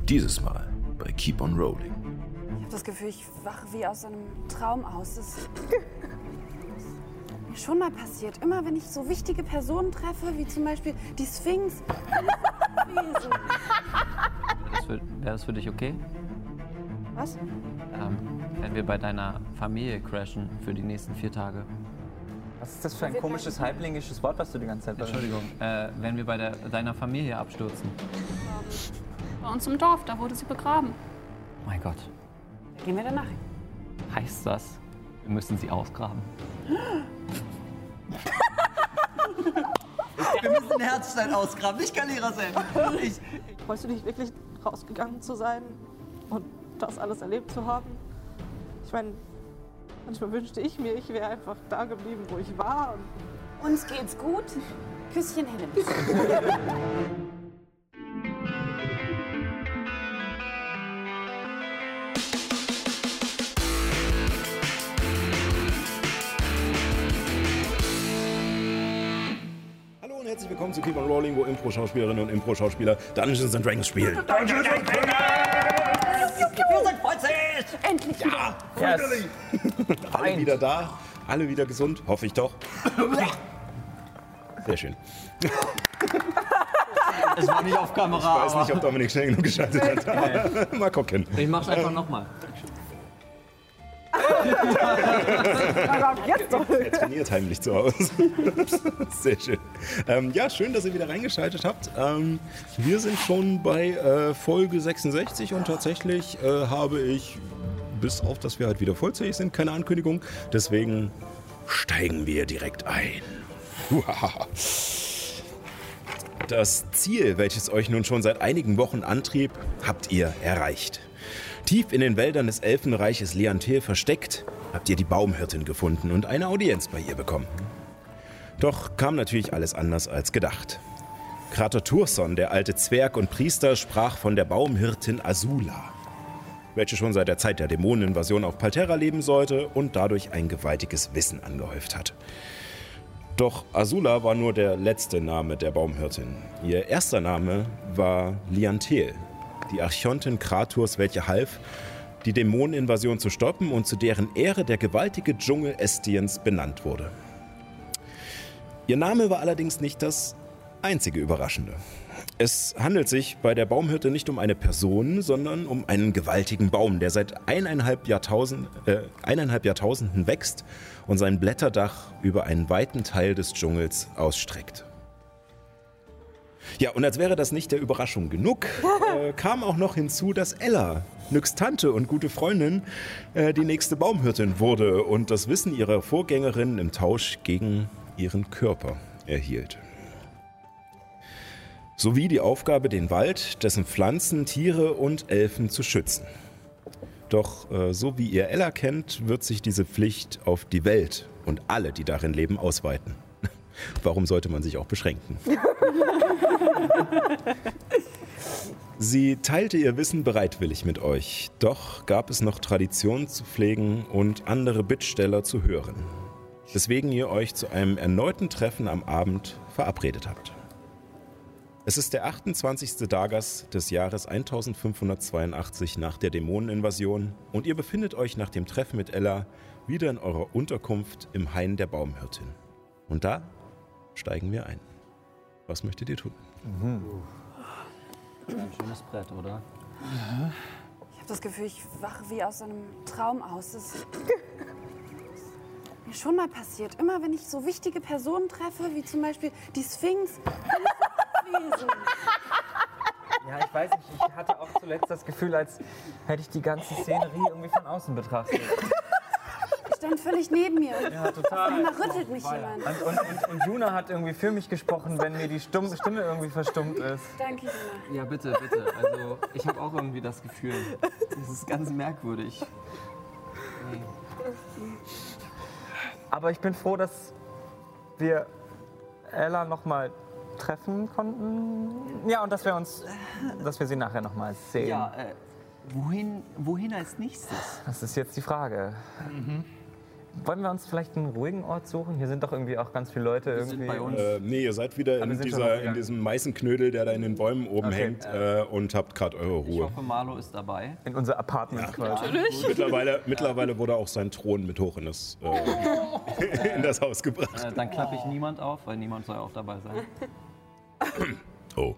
Dieses Mal bei Keep on Rolling. Ich habe das Gefühl, ich wache wie aus einem Traum aus. Das ist mir schon mal passiert. Immer wenn ich so wichtige Personen treffe, wie zum Beispiel die Sphinx. Wäre das für dich okay? Was? Wenn wir bei deiner Familie crashen für die nächsten 4 Tage. Was ist das für ein komisches, halblingisches Wort, was du die ganze Zeit benutzt? Entschuldigung, wenn wir bei deiner Familie abstürzen. Bei uns im Dorf, da wurde sie begraben. Mein Gott. Da gehen wir danach. Heißt das, wir müssen sie ausgraben? Wir müssen den Herzstein ausgraben, nicht Kalira sein. Freust du dich wirklich, rausgegangen zu sein und das alles erlebt zu haben? Ich meine, manchmal wünschte ich mir, ich wäre einfach da geblieben, wo ich war. Uns geht's gut. Küsschen Helen. Hallo und herzlich willkommen zu Keep on Rolling, wo Impro-Schauspielerinnen und Impro-Schauspieler Dungeons & Dragons spielen. Dungeons & Dragons! Wir sind Vollzeit! Endlich wieder. Ja! Yes. Alle wieder da, alle wieder gesund, hoffe ich doch. Sehr schön. Es war nicht auf Kamera. Ich weiß nicht, ob Dominik schnell genug geschaltet hat. Mal gucken. Ich mach's einfach nochmal. Er trainiert heimlich zu Hause. Sehr schön. Ja, schön, dass ihr wieder reingeschaltet habt. Wir sind schon bei Folge 66 und tatsächlich habe ich, bis auf dass wir halt wieder vollzählig sind, keine Ankündigung. Deswegen steigen wir direkt ein. Das Ziel, welches euch nun schon seit einigen Wochen antrieb, habt ihr erreicht. Tief in den Wäldern des Elfenreiches Liantel versteckt, habt ihr die Baumhirtin gefunden und eine Audienz bei ihr bekommen. Doch kam natürlich alles anders als gedacht. Krater Turson, der alte Zwerg und Priester, sprach von der Baumhirtin Azula, welche schon seit der Zeit der Dämoneninvasion auf Palterra leben sollte und dadurch ein gewaltiges Wissen angehäuft hat. Doch Azula war nur der letzte Name der Baumhirtin. Ihr erster Name war Liantel, die Archontin Kraturs, welche half, die Dämoneninvasion zu stoppen und zu deren Ehre der gewaltige Dschungel Estiens benannt wurde. Ihr Name war allerdings nicht das einzige Überraschende. Es handelt sich bei der Baumhirte nicht um eine Person, sondern um einen gewaltigen Baum, der seit 1,5 Jahrtausenden wächst und sein Blätterdach über einen weiten Teil des Dschungels ausstreckt. Ja, und als wäre das nicht der Überraschung genug, kam auch noch hinzu, dass Ella, Nyx Tante und gute Freundin, die nächste Baumhirtin wurde und das Wissen ihrer Vorgängerin im Tausch gegen ihren Körper erhielt. Sowie die Aufgabe, den Wald, dessen Pflanzen, Tiere und Elfen zu schützen. Doch so wie ihr Ella kennt, wird sich diese Pflicht auf die Welt und alle, die darin leben, ausweiten. Warum sollte man sich auch beschränken? Sie teilte ihr Wissen bereitwillig mit euch, doch gab es noch Traditionen zu pflegen und andere Bittsteller zu hören, weswegen ihr euch zu einem erneuten Treffen am Abend verabredet habt. Es ist der 28. Dagas des Jahres 1582 nach der Dämoneninvasion und ihr befindet euch nach dem Treffen mit Ella wieder in eurer Unterkunft im Hain der Baumhirtin. Und da steigen wir ein. Was möchtet ihr tun? Ein schönes Brett, oder? Ich habe das Gefühl, ich wache wie aus einem Traum aus. Das ist mir schon mal passiert. Immer wenn ich so wichtige Personen treffe, wie zum Beispiel die Sphinx. Ja, ich weiß nicht, ich hatte auch zuletzt das Gefühl, als hätte ich die ganze Szenerie irgendwie von außen betrachtet. Ich stand völlig neben mir. Ja, total. Immer rüttelt mich jemand. Und Juna hat irgendwie für mich gesprochen, wenn mir die Stimme irgendwie verstummt ist. Danke, Juna. Ja, bitte, bitte. Also, ich habe auch irgendwie das Gefühl, das ist ganz merkwürdig. Nee. Aber ich bin froh, dass wir Ella noch mal treffen konnten. Ja, und dass wir sie nachher noch mal sehen. Ja, wohin als nächstes? Das ist jetzt die Frage. wollen wir uns vielleicht einen ruhigen Ort suchen? Hier sind doch irgendwie auch ganz viele Leute. Wir sind irgendwie. bei uns. Nee, ihr seid wieder wir in, sind schon noch in gegangen. diesem Meißenknödel, der da in den Bäumen oben Okay. hängt und habt gerade eure Ich Ruhe. hoffe, Marlo ist dabei. In unser Apartment quasi. Mittlerweile wurde auch sein Thron mit hoch in das Haus gebracht. Dann klappe ich niemand auf, weil niemand soll auch dabei sein. Oh,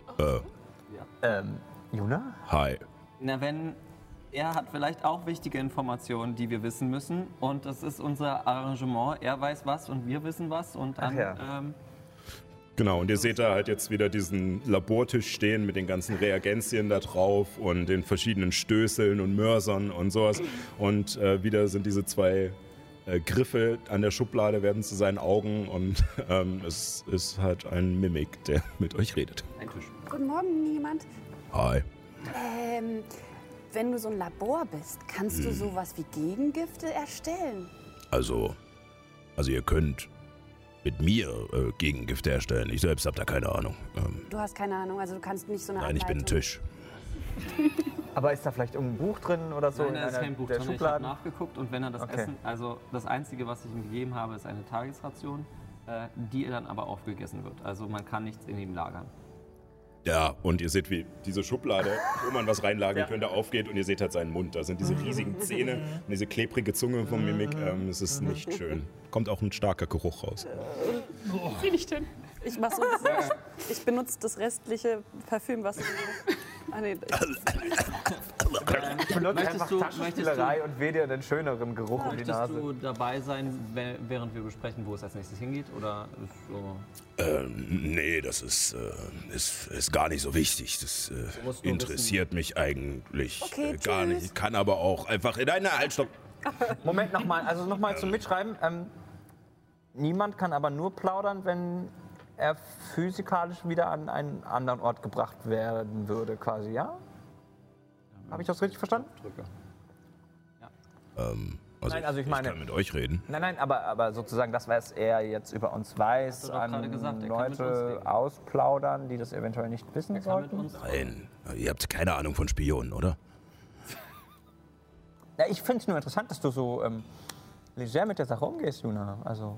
Juna? hi. Na, wenn er hat vielleicht auch wichtige Informationen, die wir wissen müssen. Und das ist unser Arrangement. Er weiß was und wir wissen was. Und dann, Ach ja. Genau, und ihr seht da halt jetzt wieder diesen Labortisch stehen mit den ganzen Reagenzien da drauf und den verschiedenen Stößeln und Mörsern und sowas. Und wieder sind diese zwei Griffe an der Schublade werden zu seinen Augen und es ist halt ein Mimik, der mit euch redet. ein Tisch. Guten Morgen, niemand. Hi. Wenn du so ein Labor bist, kannst du sowas wie Gegengifte erstellen? Also ihr könnt mit mir Gegengifte erstellen. Ich selbst habe da keine Ahnung. Du hast keine Ahnung, also du kannst nicht so eine Nein, ich bin ein Anleitung- Tisch. Aber ist da vielleicht irgendein Buch drin oder so Nein, in da ist einer kein Buch der drin. Ich habe Schubladen? nachgeguckt und wenn er das Okay. Essen, also das Einzige, was ich ihm gegeben habe, ist eine Tagesration, die dann aber aufgegessen wird. Also man kann nichts in ihm lagern. Ja, und ihr seht, wie diese Schublade, wo man was reinlagern könnte, aufgeht und ihr seht halt seinen Mund. Da sind diese riesigen Zähne und diese klebrige Zunge vom Mimik. Es ist nicht schön. Kommt auch ein starker Geruch raus. Wie nicht denn? Ich mach so ein bisschen, ich benutze das restliche Parfüm, was ich. Ah, nee, Ich benutze Möchtest einfach du- Taschenspielerei und wähle dir den schöneren Geruch um die Möchtest Nase. du dabei sein, während wir besprechen, wo es als nächstes hingeht? Oder ist so Nee, das ist gar nicht so wichtig. Das musst nur interessiert mich eigentlich Okay, gar nicht. tschüss. Ich kann aber auch einfach in einer Haltstopp. Moment nochmal, also nochmal zum Mitschreiben. Niemand kann aber nur plaudern, wenn er physikalisch wieder an einen anderen Ort gebracht werden würde, quasi, ja? Habe ich das richtig verstanden? drücke. Nein, also ich meine- kann mit euch reden. Nein, aber sozusagen das, was er jetzt über uns weiß, Hast du doch gerade an gesagt, er kann mit uns Leute reden. ausplaudern, die das eventuell nicht wissen Er kann mit sollten. uns. Nein, ihr habt keine Ahnung von Spionen, oder? Ja, ich finde es nur interessant, dass du so leger mit der Sache umgehst, Juna. Also,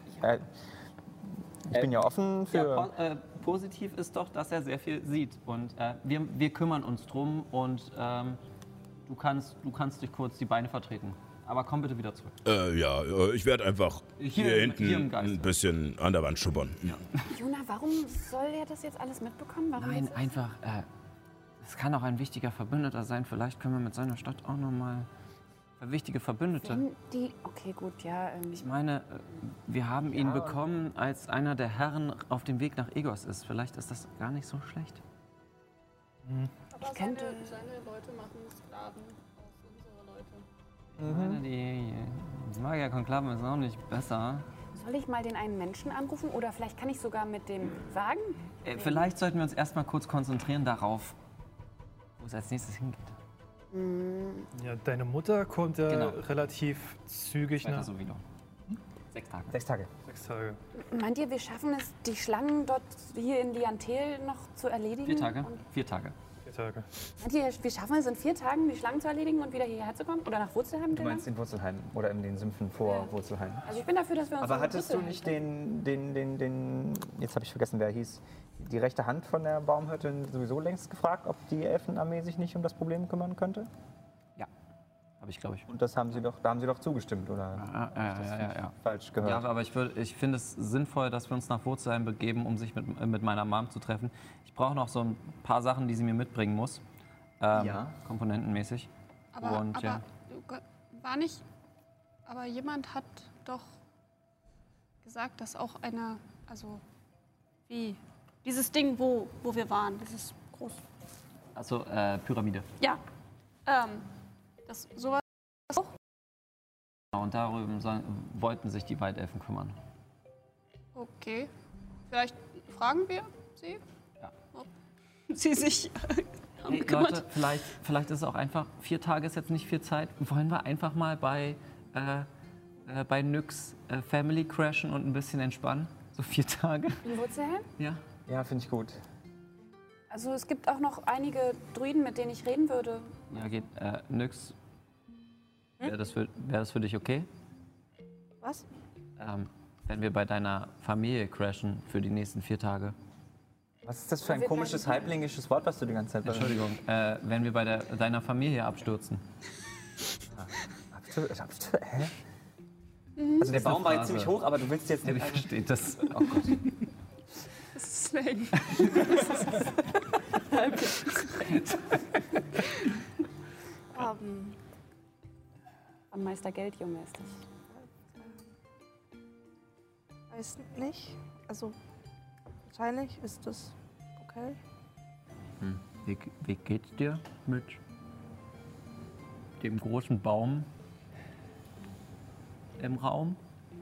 ich bin ja offen für... Ja, positiv ist doch, dass er sehr viel sieht. Und wir kümmern uns drum und du kannst dich kurz die Beine vertreten. Aber komm bitte wieder zurück. Ich werde einfach hier im hinten Geiste. ein bisschen an der Wand schubbern. Juna, warum soll er das jetzt alles mitbekommen? Warum Nein, jetzt- einfach, es kann auch ein wichtiger Verbündeter sein. Vielleicht können wir mit seiner Stadt auch nochmal wichtige Verbündete. Wenn die. Okay, gut, ja. Ich meine, wir haben ihn bekommen, als einer der Herren auf dem Weg nach Egos ist. Vielleicht ist das gar nicht so schlecht. Aber könnte- seine Leute machen Sklaven aus unsere Leute. Ich meine, die Magierkonklaven ist auch nicht besser. Soll ich mal den einen Menschen anrufen oder vielleicht kann ich sogar mit dem Wagen? Vielleicht sollten wir uns erstmal kurz konzentrieren darauf, wo es als nächstes hingeht. Ja, deine Mutter kommt ja Genau. relativ zügig Weiter nach so wieder. 6 Tage. 6 Tage. 6 Tage. Meint ihr, wir schaffen es, die Schlangen dort hier in Liantel noch zu erledigen? 4 Tage. Und 4 Tage. 4 Tage. meint ihr, wir schaffen es in 4 Tagen, die Schlangen zu erledigen und wieder hierher zu kommen? Oder nach Wurzelheim? Du meinst in Wurzelheim oder in den Sümpfen vor Wurzelheim. Also ich bin dafür, dass wir uns Aber in hattest du Wurzelheim nicht den jetzt habe ich vergessen, wer er hieß, die rechte Hand von der Baumhirtin sowieso längst gefragt, ob die Elfenarmee sich nicht um das Problem kümmern könnte? Ja. Habe ich, glaube ich. Und da haben sie doch zugestimmt, oder? Ja. Falsch gehört. Ja, aber ich finde es sinnvoll, dass wir uns nach Wurzelheim begeben, um sich mit meiner Mom zu treffen. Ich brauche noch so ein paar Sachen, die sie mir mitbringen muss. Ja. Komponentenmäßig. Aber, Und ja. war nicht. Aber jemand hat doch gesagt, dass auch eine. Also, wie? Dieses Ding, wo wir waren, dieses groß. Also Pyramide. Ja. Das sowas. Und darüber wollten sich die Waldelfen kümmern. Okay. Vielleicht fragen wir sie, Ja. ob sie sich haben Hey, gekümmert. Leute, vielleicht ist es auch einfach, 4 Tage ist jetzt nicht viel Zeit. Wollen wir einfach mal bei Nyx Family crashen und ein bisschen entspannen? So 4 Tage? in Wurzelheim? Ja. Ja, finde ich gut. Also es gibt auch noch einige Druiden, mit denen ich reden würde. Ja, geht. Nyx, wäre das für dich okay? Was? Wenn wir bei deiner Familie crashen für die nächsten 4 Tage. Was ist das für ein komisches halblingisches Wort, was du die ganze Zeit benutzt? Entschuldigung, wenn wir bei deiner Familie abstürzen. Hä? Also der Baum war jetzt ziemlich hoch, aber du willst jetzt Ich nicht... verstehe das. Oh Gott. Das ist Slang. Am Meister Geldjunge ist das. Weiß nicht. Also, wahrscheinlich ist das okay. Wie geht's dir mit dem großen Baum im Raum?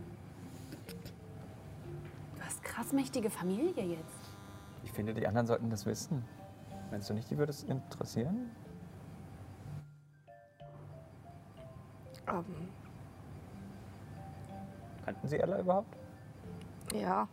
Du hast krass mächtige Familie jetzt. Ich finde, die anderen sollten das wissen. Meinst du nicht, die würde es interessieren? Kannten sie Ella überhaupt? Ja.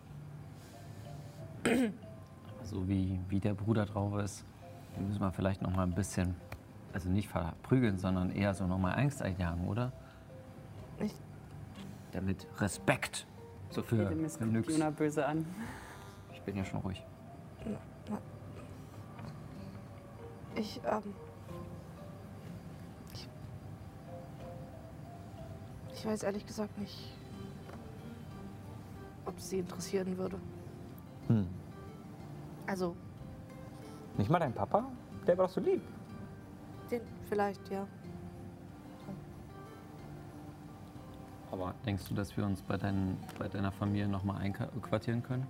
So wie der Bruder drauf ist, den müssen wir vielleicht noch mal ein bisschen, also nicht verprügeln, sondern eher so noch mal Angst einjagen, oder? Ich- Damit Respekt. So für nix. Juna böse an. Ich bin ja schon ruhig. Ich weiß ehrlich gesagt nicht, ob es sie interessieren würde. Also, Nicht mal dein Papa? Der war doch so lieb. den vielleicht, ja. Aber denkst du, dass wir uns bei deiner Familie noch mal einquartieren können?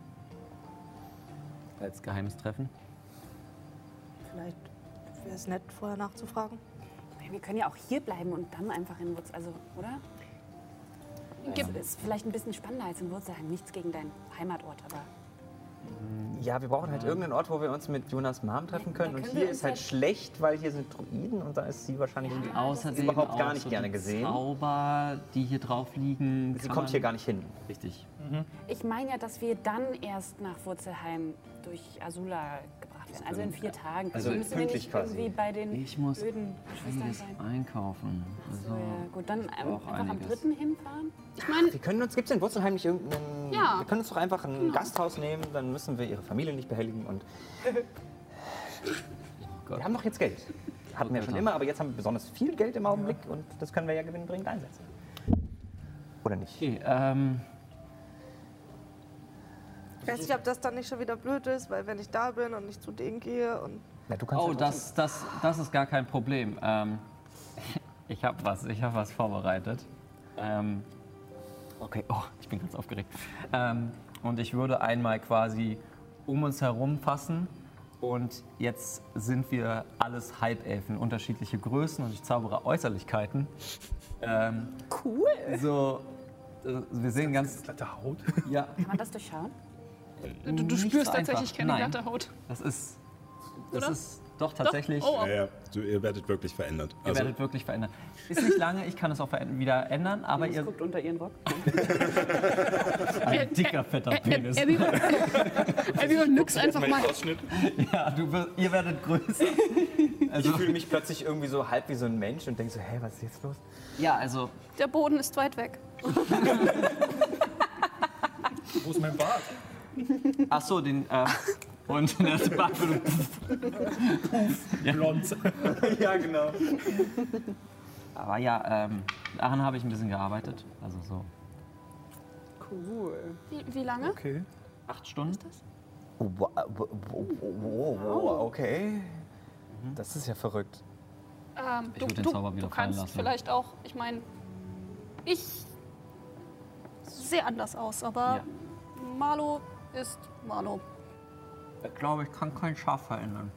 Als geheimes Treffen? Vielleicht wäre es nett, vorher nachzufragen. Wir können ja auch hier bleiben und dann einfach in Wurzelheim, also, oder? Das ist vielleicht ein bisschen spannender als in Wurzelheim. Nichts gegen deinen Heimatort, aber Ja, wir brauchen halt irgendeinen Ort, wo wir uns mit Jonas Mom treffen können. Da Und können hier wir ist uns halt halt- schlecht, weil hier sind Druiden und da ist sie wahrscheinlich Außerdem überhaupt gar auch nicht so gerne die gesehen. Zauber, die hier drauf liegen. Sie kann kommt man- hier gar nicht hin. Richtig. ich meine ja, dass wir dann erst nach Wurzelheim durch Azula gebracht werden. Also in 4 Tagen. Also wir müssen ja pünktlich nicht quasi. irgendwie bei den Ich muss blöden Schwestern einiges sein. einkaufen. So, ja, gut, dann brauch einfach am einiges. 3. hinfahren. Ich meine, Wir können uns, gibt es in Wurzelheim nicht irgendeinen... Ja. Wir können uns doch einfach ein Gasthaus nehmen, dann müssen wir ihre Familie nicht behelligen und... Wir haben doch jetzt Geld. Hatten wir schon immer, aber jetzt haben wir besonders viel Geld im Augenblick und das können wir ja gewinnbringend einsetzen. Oder nicht? Okay, Ich weiß nicht, ob das dann nicht schon wieder blöd ist, weil wenn ich da bin und nicht zu denen gehe und... Na, du kannst oh, halt das ist gar kein Problem. Ich habe was vorbereitet. Okay, oh, ich bin ganz aufgeregt. Und ich würde einmal quasi um uns herum fassen. Und jetzt sind wir alles Halbelfen, unterschiedliche Größen und ich zaubere Äußerlichkeiten. Cool. So, wir sehen ganz... Glatte Haut. Ja, Kann man das durchschauen? du nicht spürst so tatsächlich einfach. keine Nein, glatte Haut. Das ist Oder? doch tatsächlich... Oh, Ja, ihr werdet wirklich verändert. Ihr werdet wirklich verändern. Ist nicht lange, ich kann es auch wieder ändern, aber ihr... Guckt unter ihren Rock. Ein dicker, fetter Penis. Abby und nix einfach mal. Ja, ihr werdet größer. Ich fühle mich plötzlich irgendwie so halb wie so ein Mensch und denke so, hä, was ist jetzt los? Ja, also, Der Boden ist weit weg. Wo ist mein Bart? ach so, den, und das Bart würde... Blond. Ja, genau. Aber ja, daran habe ich ein bisschen gearbeitet. Also so Cool. Wie lange? Okay. 8 Stunden. Okay. Das ist ja verrückt. Ich würde den Zauber wieder du fallen kannst lassen. vielleicht auch, ich meine, ich sehe anders aus, aber Ja. Marlo ist Marlo. Ich glaube, ich kann kein Schaf verändern.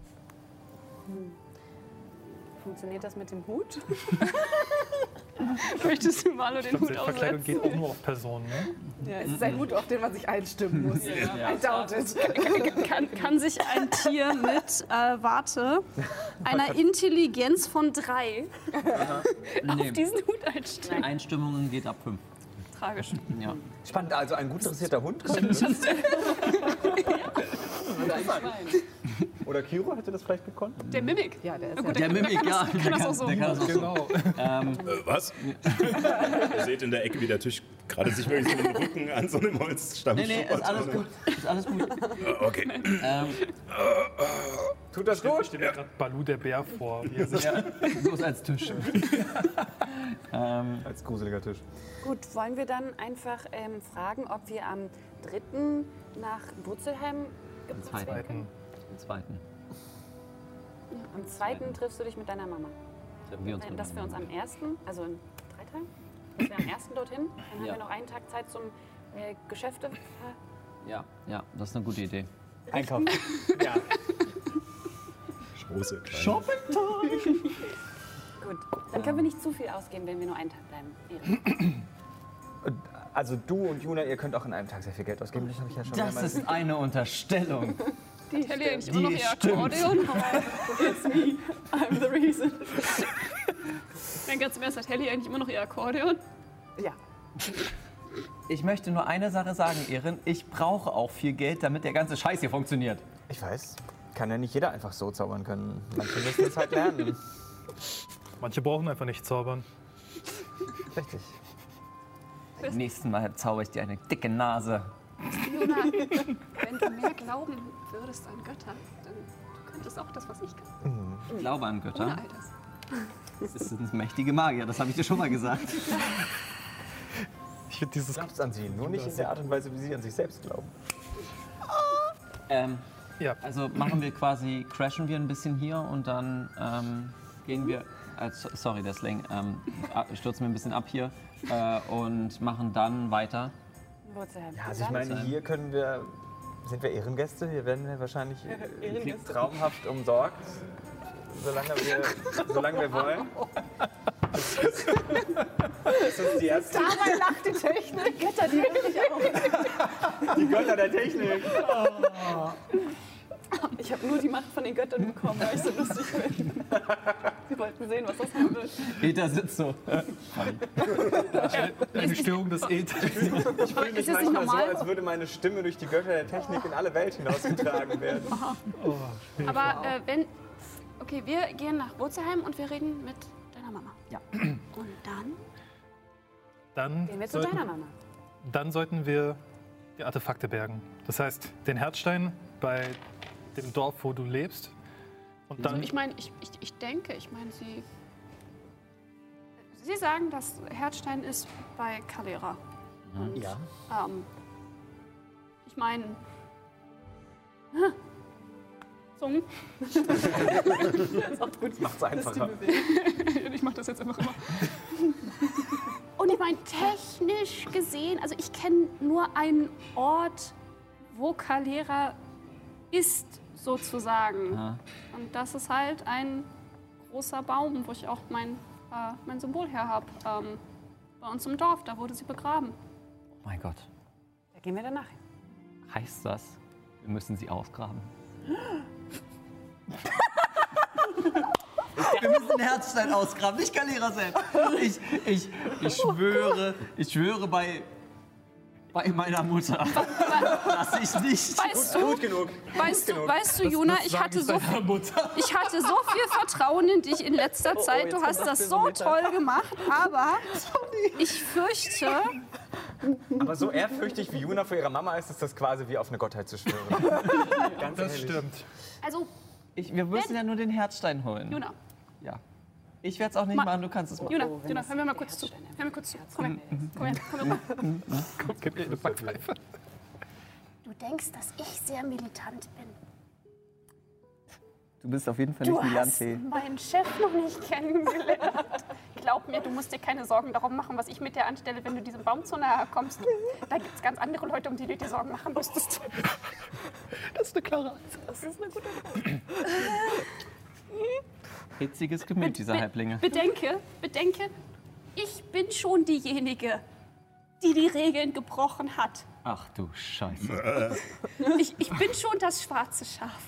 Funktioniert das mit dem Hut? Möchtest du Marlo den Hut Selbstverkleidung aufsetzen? geht auch nur auf Personen, ne? Ja, es ist ein Hut, auf den man sich einstimmen muss. I doubt it. Kann sich ein Tier mit, warte, einer Intelligenz von 3 Nee, auf diesen Hut einstellen? Einstimmungen geht ab 5. Tragisch. Ja. Spannend, also ein gut dressierter Hund. Oder Kiro hätte das vielleicht gekonnt? Der Mimik. Ja, der ist Na gut, Der Mimik, ja. der kann das auch so. Der kann das auch so. Genau. Was? Ihr seht in der Ecke, wie der Tisch gerade sich wirklich so den Rücken an so einem Holzstamm Nee, ist alles gut. Ist alles gut. Okay. Tut das gut? Ich stelle mir gerade Balu der Bär vor. Wie er sich Ja, bloß als Tisch. Als gruseliger Tisch. Gut, wollen wir dann einfach fragen, ob wir am 3. nach Wurzelheim gebracht werden können? Am 2. Am 2. triffst du dich mit deiner Mama. Treffen wir uns mit Dass wir uns meiner am 1., also in 3 Tagen, dass wir am 1. dorthin, dann Ja. haben wir noch einen Tag Zeit zum Geschäfte. Ja, das ist eine gute Idee. Einkaufen. Ja. Große, kleine. Gut, dann können wir nicht zu viel ausgeben, wenn wir nur einen Tag bleiben. Also du und Juna, ihr könnt auch in einem Tag sehr viel Geld ausgeben. Das habe ich ja schon Das mehrmals. ist eine Unterstellung. Hat Helly eigentlich immer noch ihr stimmt. Akkordeon? I'm the reason. Nein, ganz im Ernst, hat Helly eigentlich immer noch ihr Akkordeon? Ja. Ich möchte nur eine Sache sagen, Erin. Ich brauche auch viel Geld, damit der ganze Scheiß hier funktioniert. Ich weiß. Kann ja nicht jeder einfach so zaubern können. Manche müssen es halt lernen. Manche brauchen einfach nicht zaubern. Richtig. Beim nächsten Mal zauber ich dir eine dicke Nase. Juna, wenn du mehr glauben würdest an Götter, dann du könntest auch das, was ich kann. Ich glaube an Götter. Ohne all das. Das sind mächtige Magier, das habe ich dir schon mal gesagt. Ich finde dieses. Glaubst an sie, nur nicht in der Art und Weise, wie sie an sich selbst glauben. Ja. Also machen wir quasi, crashen wir ein bisschen hier und dann gehen wir, sorry der Slang, stürzen wir ein bisschen ab hier und machen dann weiter. Wurzelheim. Ja, also ich meine, hier sind wir Ehrengäste. Hier werden wir wahrscheinlich traumhaft umsorgt, solange wir wollen. Das ist die erste. Dabei lacht die Technik. Götter, die wirklich auch. Die Götter der Technik. Ich habe nur die Macht von den Göttern bekommen, weil ich so lustig bin. Sie wollten sehen, was das haben wird. Peter sitzt so. Eine Störung des Äthers. Ich fühle mich Ist das nicht manchmal so, normal? als würde meine Stimme durch die Götter der Technik in alle Welt hinausgetragen werden. Aber okay, wir gehen nach Wurzelheim und wir reden mit deiner Mama. Ja. Und dann? Dann Gehen wir zu deiner Mama. Dann sollten wir die Artefakte bergen. Das heißt, den Herzstein bei dem Dorf, wo du lebst. Und dann. Ich meine, ich denke, Sie sagen, dass Herzstein ist bei Kalera. Und, Ja. ich meine, Zungen. Das macht's einfacher. Ich mache das jetzt einfach immer. Und ich meine, technisch gesehen, also ich kenne nur einen Ort, wo Kalera ist, sozusagen. Ja. Und das ist halt ein großer Baum, wo ich auch mein Symbol her habe. Bei uns im Dorf, da wurde sie begraben. Oh mein Gott. Da gehen wir danach hin. Heißt das, wir müssen sie ausgraben? Wir müssen den Herzstein ausgraben, nicht Kalera selbst. Ich schwöre bei meiner Mutter, dass ich nicht... Weißt du, Gut genug. Weißt du, Juna, ich hatte so viel Vertrauen in dich in letzter Zeit. Du hast das so toll gemacht, aber ich fürchte, Aber so ehrfürchtig wie Juna vor ihrer Mama ist das quasi wie auf eine Gottheit zu schwören. Ganz Das ehrlich. stimmt. also Wir müssen ja nur den Herzstein holen. Juna, Ja. Ich werde es auch nicht machen, du kannst es machen. Juna, hör mir mal kurz zu. Hör mir kurz zu. Komm her, komm her. Gib mir eine Backpfeife. Du denkst, dass ich sehr militant bin. Du bist auf jeden Fall Du nicht hast Milante. meinen Chef noch nicht kennengelernt. Glaub mir, du musst dir keine Sorgen darum machen, was ich mit dir anstelle, wenn du diesem Baum zu nahe kommst. Da gibt es ganz andere Leute, um die du dir Sorgen machen müsstest. Das ist eine klare Antwort. Das ist eine gute Frage. Hitziges Gemüt, dieser Halblinge. Bedenke, ich bin schon diejenige, die die Regeln gebrochen hat. Ach du Scheiße. Ich bin schon das schwarze Schaf.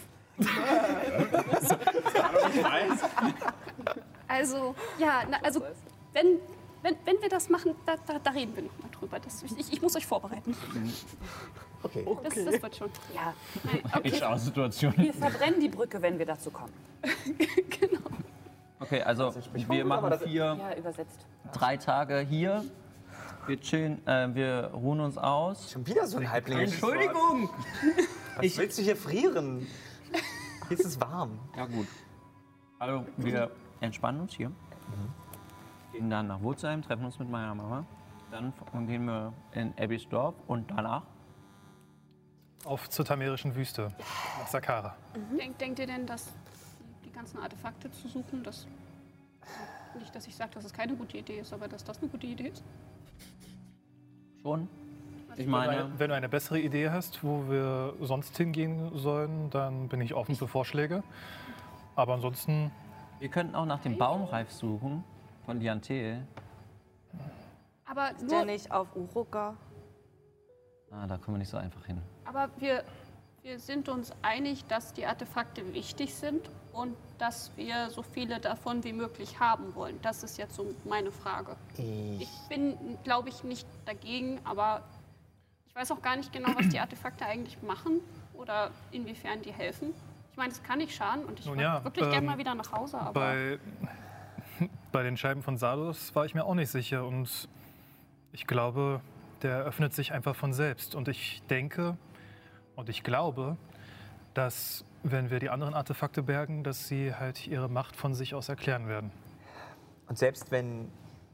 Also, ja, also, wenn wir das machen, da reden wir noch mal drüber. Ich muss euch vorbereiten. Okay. Das wird schon. Ja, HR-Situation. wir verbrennen die Brücke, wenn wir dazu kommen. Genau. Okay, also wir machen Ja, übersetzt. 3 Tage hier. Wir chillen, wir ruhen uns aus. Schon wieder so ein Halbling. Entschuldigung! Was willst du hier frieren? Hier ist es warm. Ja gut. Also wir entspannen uns hier. Gehen dann nach Wurzheim, treffen uns mit meiner Mama. Dann gehen wir in Abbys Dorf und danach Auf zur tamerischen Wüste, nach Saqqara. Denkt ihr denn, dass die ganzen Artefakte zu suchen, nicht, dass ich sage, dass es keine gute Idee ist, aber dass das eine gute Idee ist? schon. Ich meine, Wenn du eine bessere Idee hast, wo wir sonst hingehen sollen, dann bin ich offen für Vorschläge. Aber ansonsten, wir könnten auch nach dem Baumreif suchen von Liantel. Aber Ist der nicht auf Uruka? Ah, da kommen wir nicht so einfach hin. Aber wir sind uns einig, dass die Artefakte wichtig sind und dass wir so viele davon wie möglich haben wollen. Das ist jetzt so meine Frage. Ich bin, glaube ich, nicht dagegen, aber ich weiß auch gar nicht genau, was die Artefakte eigentlich machen oder inwiefern die helfen. Ich meine, es kann nicht schaden und ich Nun würde ja, wirklich gerne mal wieder nach Hause. Aber bei den Scheiben von Sardos war ich mir auch nicht sicher. Und ich glaube, der öffnet sich einfach von selbst. Und ich denke und ich glaube, dass, wenn wir die anderen Artefakte bergen, dass sie halt ihre Macht von sich aus erklären werden. Und selbst wenn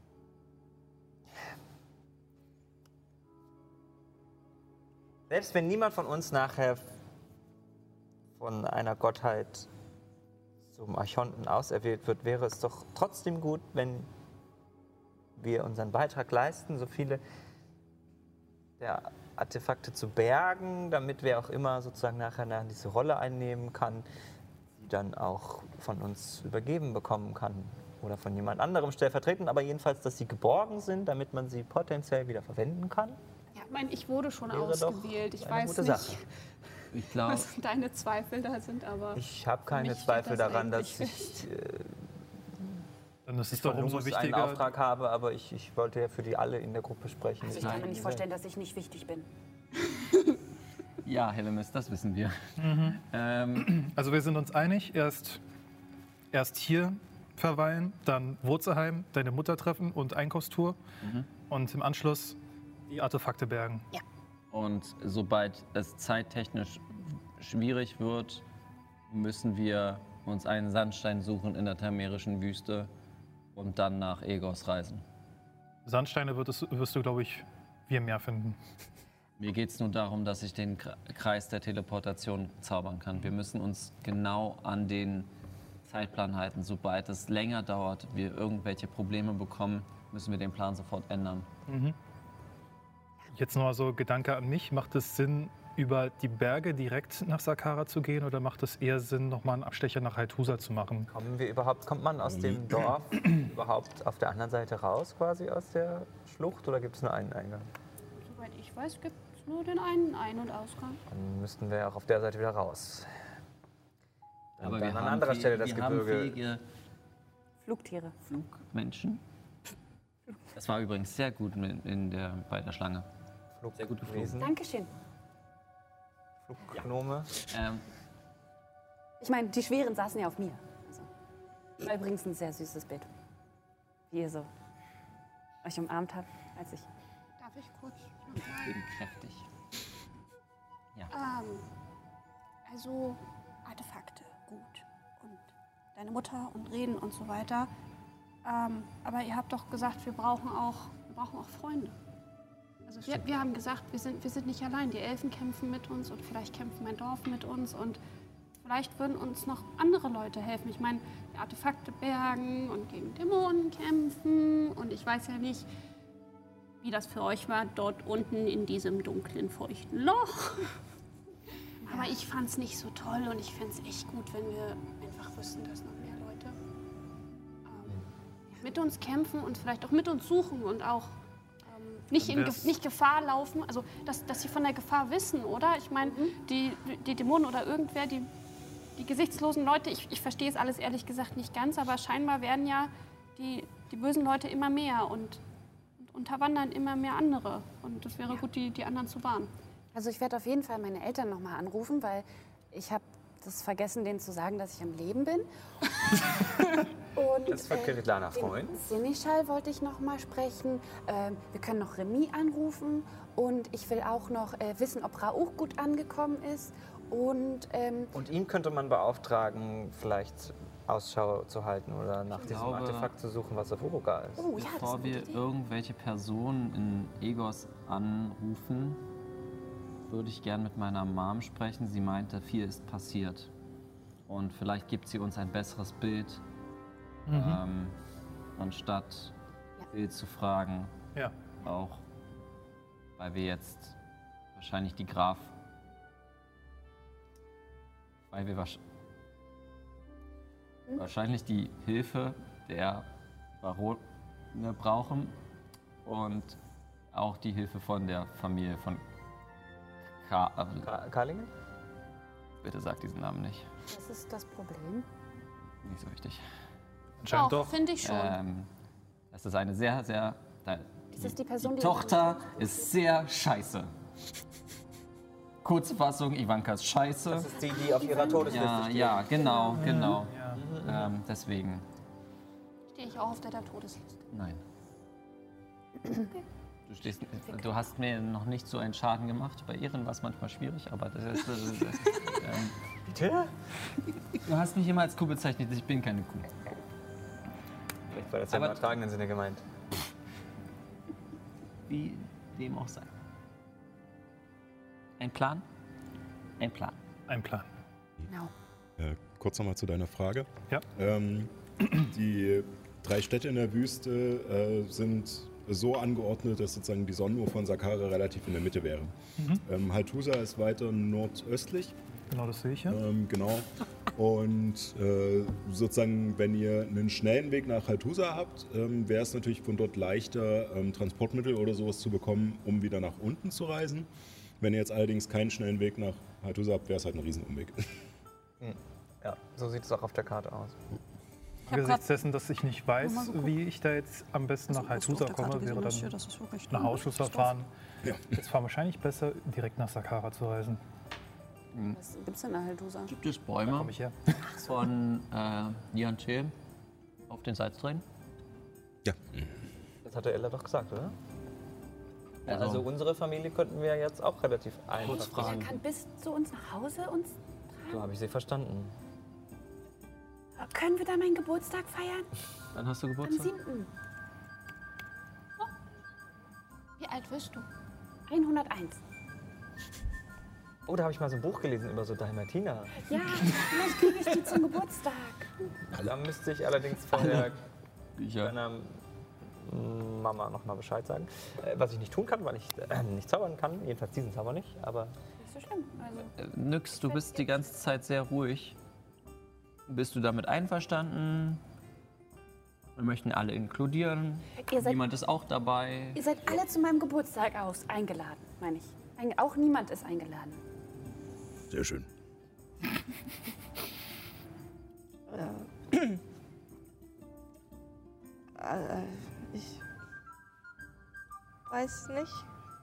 niemand von uns nachher von einer Gottheit zum Archonten auserwählt wird, wäre es doch trotzdem gut, wenn wir unseren Beitrag leisten, so viele der Artefakte zu bergen, damit wer auch immer sozusagen nachher diese Rolle einnehmen kann, die dann auch von uns übergeben bekommen kann oder von jemand anderem stellvertretend, aber jedenfalls, dass sie geborgen sind, damit man sie potenziell wieder verwenden kann. ja, ich meine, ich wurde schon Wäre doch ausgewählt. Ich eine weiß gute nicht, Sache. Ich glaube, was deine Zweifel da sind, aber Ich habe keine mich steht Zweifel das daran, dass eigentlich ich Dann ist es von doch umso Lumus einen wichtiger. Auftrag habe, aber ich wollte ja für die alle in der Gruppe sprechen. Also ich kann mir nicht vorstellen, dass ich nicht wichtig bin. ja, Hellemis, das wissen wir. Also wir sind uns einig, erst hier verweilen, dann Wurzelheim, deine Mutter treffen und Einkaufstour. Und im Anschluss die Artefakte bergen. Und sobald es zeittechnisch schwierig wird, müssen wir uns einen Sandstein suchen in der tamerischen Wüste und dann nach Egos reisen. Sandsteine wirst du, glaube ich, wie im Meer finden. Mir geht es nur darum, dass ich den Kreis der Teleportation zaubern kann. Wir müssen uns genau an den Zeitplan halten. Sobald es länger dauert, wir irgendwelche Probleme bekommen, müssen wir den Plan sofort ändern. Jetzt noch so Gedanke an mich. Macht es Sinn, über die Berge direkt nach Saqqara zu gehen oder macht es eher Sinn, nochmal einen Abstecher nach Haithusa zu machen? Kommt man aus dem Dorf überhaupt auf der anderen Seite raus, quasi aus der Schlucht, oder gibt es nur einen Eingang? soweit ich weiß, gibt es nur den einen Ein- und Ausgang. Dann müssten wir auch auf der Seite wieder raus. Aber dann an anderer Stelle das wir haben Gebirge. fähige Flugtiere. Flugmenschen. Das war übrigens sehr gut bei der Schlange. Sehr gut geflogen. Flugwesen, Dankeschön. Fluggnome. Ich meine, die Schweren saßen ja auf mir. Also, war übrigens ein sehr süßes Bild. Wie ihr so euch umarmt habt, als ich... Darf ich kurz? Ich bin kräftig. Also Artefakte, gut. Und deine Mutter und Reden und so weiter. Aber ihr habt doch gesagt, wir brauchen auch Freunde. Also wir haben gesagt, wir sind nicht allein. Die Elfen kämpfen mit uns und vielleicht kämpft mein Dorf mit uns und vielleicht würden uns noch andere Leute helfen. Ich meine, die Artefakte bergen und gegen Dämonen kämpfen und ich weiß ja nicht, wie das für euch war, dort unten in diesem dunklen, feuchten Loch. Aber ich fand es nicht so toll und ich fände es echt gut, wenn wir einfach wüssten, dass noch mehr Leute mit uns kämpfen und vielleicht auch mit uns suchen und auch nicht Gefahr laufen. Also, dass sie von der Gefahr wissen, oder? Ich meine, die Dämonen oder irgendwer, die gesichtslosen Leute, ich verstehe es alles ehrlich gesagt nicht ganz, aber scheinbar werden ja die bösen Leute immer mehr und unterwandern immer mehr andere. Und es wäre gut, die anderen zu warnen. Also ich werde auf jeden Fall meine Eltern noch mal anrufen, weil ich habe das vergessen, denen zu sagen, dass ich am Leben bin. Und, Das verkehrt kleiner Freund. Den Seneschall wollte ich noch mal sprechen. Wir können noch Remy anrufen. Und ich will auch noch wissen, ob Rauch gut angekommen ist. Und ihn könnte man beauftragen, vielleicht Ausschau zu halten oder nach diesem glaube, Artefakt zu suchen, was auf Uruga ist. oh, ja, das ist Bevor eine wir gute Idee. irgendwelche Personen in Egos anrufen, würde ich gern mit meiner Mom sprechen. Sie meinte, viel ist passiert. Und vielleicht gibt sie uns ein besseres Bild, anstatt Bild zu fragen. Ja. Auch weil wir jetzt wahrscheinlich weil wir wahrscheinlich die Hilfe der Barone brauchen und auch die Hilfe von der Familie von Karlingen? Bitte sag diesen Namen nicht. Das ist das Problem. Nicht so wichtig. Anscheinend doch. Finde ich schon. Das ist eine sehr, sehr... Ist das die Person, die... Tochter ist sehr scheiße. Kurzfassung, Ivanka ist scheiße. Das ist die, die auf ihrer Todesliste Ja, steht. ja, genau. Ja. Deswegen, Stehe ich auch auf der Todesliste. nein. Du hast mir noch nicht so einen Schaden gemacht. Bei Ehren war es manchmal schwierig, aber das ist... Bitte? Du hast mich immer als Kuh bezeichnet, ich bin keine Kuh. Vielleicht war das ja im Aber- übertragenen Sinne gemeint. Wie dem auch sei. Ein Plan? Ein Plan. Ein Plan. Genau. Kurz nochmal zu deiner Frage. Ja. Die 3 Städte in der Wüste sind so angeordnet, dass sozusagen die Sonnenuhr von Saqqara relativ in der Mitte wäre. Haltusa ist weiter nordöstlich. Genau, das sehe ich ja. Genau. Und sozusagen, wenn ihr einen schnellen Weg nach Haltusa habt, wäre es natürlich von dort leichter, Transportmittel oder sowas zu bekommen, um wieder nach unten zu reisen. Wenn ihr jetzt allerdings keinen schnellen Weg nach Haltusa habt, wäre es halt ein Riesenumweg. Ja, so sieht es auch auf der Karte aus. Angesichts dessen, dass ich nicht weiß, wie ich da jetzt am besten nach Haltusa komme, wäre dann nach Ausschussverfahren jetzt war wahrscheinlich besser, direkt nach Saqqara zu reisen. Was gibt's denn in Haltusa? Gibt es Da Bäume komme ich her. von Lianche auf den Salzdrehen? Ja. Das hat der Ella doch gesagt, oder? Also unsere Familie könnten wir jetzt auch relativ einfach Er fragen. kann bis zu uns nach Hause uns... So habe ich sie verstanden. Können wir da meinen Geburtstag feiern? Wann hast du Am Geburtstag? 7. Wie alt wirst du? 101. Oh, da habe ich mal so ein Buch gelesen über so Dalmatiner. Ja, vielleicht kriege ich die zum Geburtstag. Da müsste ich allerdings vorher Bücher. meiner Mama noch mal Bescheid sagen. Was ich nicht tun kann, weil ich nicht zaubern kann. Jedenfalls diesen Zauber nicht. Aber Nicht so schlimm. Also, Nyx, du bist die ganze Zeit sehr ruhig. Bist du damit einverstanden? Wir möchten alle inkludieren. Ihr seid- Niemand ist auch dabei. ihr seid alle zu meinem Geburtstag eingeladen, meine ich. Auch niemand ist eingeladen. Sehr schön. Ich weiß nicht.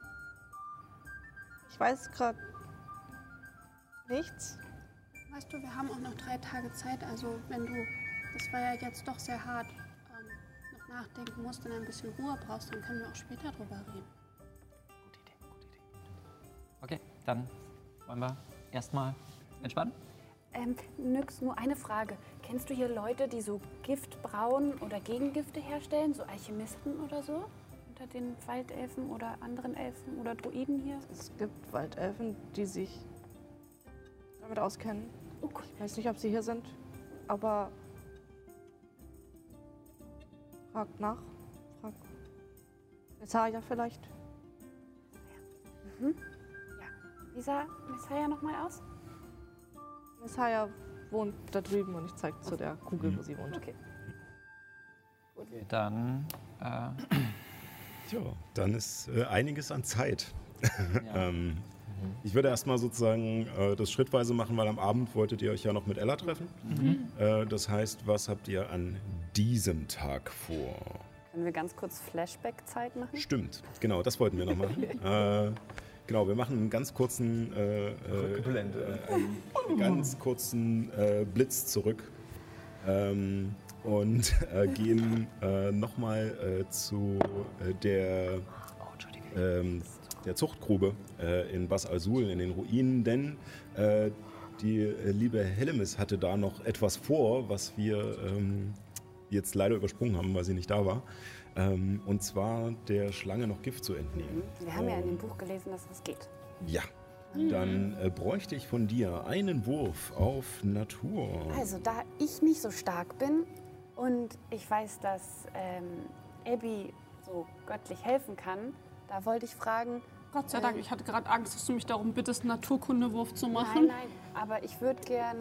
Ich weiß gerade nichts. Weißt du, wir haben auch noch 3 Tage Zeit. Also wenn du, das war ja jetzt doch sehr hart, noch nachdenken musst und ein bisschen Ruhe brauchst, dann können wir auch später drüber reden. Gute Idee, gute Idee. Okay, dann wollen wir erstmal entspannen. Nyx, nur eine Frage. Kennst du hier Leute, die so Gift brauen oder Gegengifte herstellen? So Alchemisten oder so? Unter den Waldelfen oder anderen Elfen oder Druiden hier? Es gibt Waldelfen, die sich damit auskennen. Oh Gott. Ich weiß nicht, ob sie hier sind, aber fragt nach. Fragt Messiah vielleicht. Ja. Wie sah Messiah nochmal aus? Messiah wohnt da drüben und ich zeige zu der Kugel, wo sie wohnt. Okay. Dann Tja, dann ist einiges an Zeit. ja. Ich würde erstmal sozusagen das schrittweise machen, weil am Abend wolltet ihr euch ja noch mit Ella treffen. Das heißt, was habt ihr an diesem Tag vor? Können wir ganz kurz Flashback-Zeit machen? Stimmt, genau, das wollten wir noch machen. Genau, wir machen einen ganz kurzen, Blitz zurück und gehen nochmal zu der Zuchtgrube in Bas Azul in den Ruinen, denn die liebe Hellemis hatte da noch etwas vor, was wir jetzt leider übersprungen haben, weil sie nicht da war. Und zwar der Schlange noch Gift zu entnehmen. Wir haben ja in dem Buch gelesen, dass das geht. Ja, dann bräuchte ich von dir einen Wurf auf Natur. Also, da ich nicht so stark bin und ich weiß, dass Abby so göttlich helfen kann, da wollte ich fragen... Gott sei Dank, ich hatte gerade Angst, dass du mich darum bittest, einen Naturkundewurf zu machen. Nein, aber ich würde gern,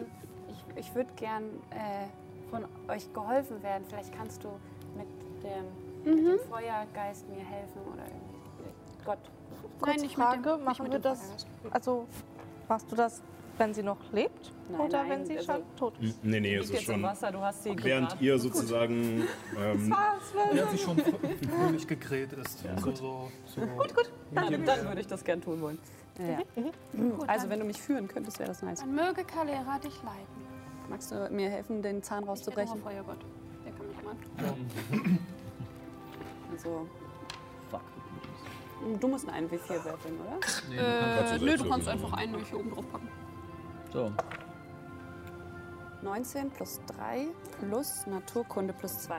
von euch geholfen werden. Vielleicht kannst du mit dem Feuergeist mir helfen oder irgendwie. Gott. Kurze Frage, machen wir das, also machst du das, wenn sie noch lebt oder wenn sie schon tot ist? Nee, es ist schon, Wasser, du hast sie während ihr sozusagen... Während sie schon fröhlich gegrillt ist. Ja. So. Gut. Dann würde ich das gern tun wollen. Ja. Gut, Also wenn du mich führen könntest, wäre das nice. Dann möge Kalera dich leiten. Magst du mir helfen, den Zahn rauszubrechen? Feuergott. Der kann mich mal. Also... Du musst einen W4 werfen, oder? Nö, du kannst einfach einen hier oben drauf packen. So. 19 plus 3 plus Naturkunde plus 2.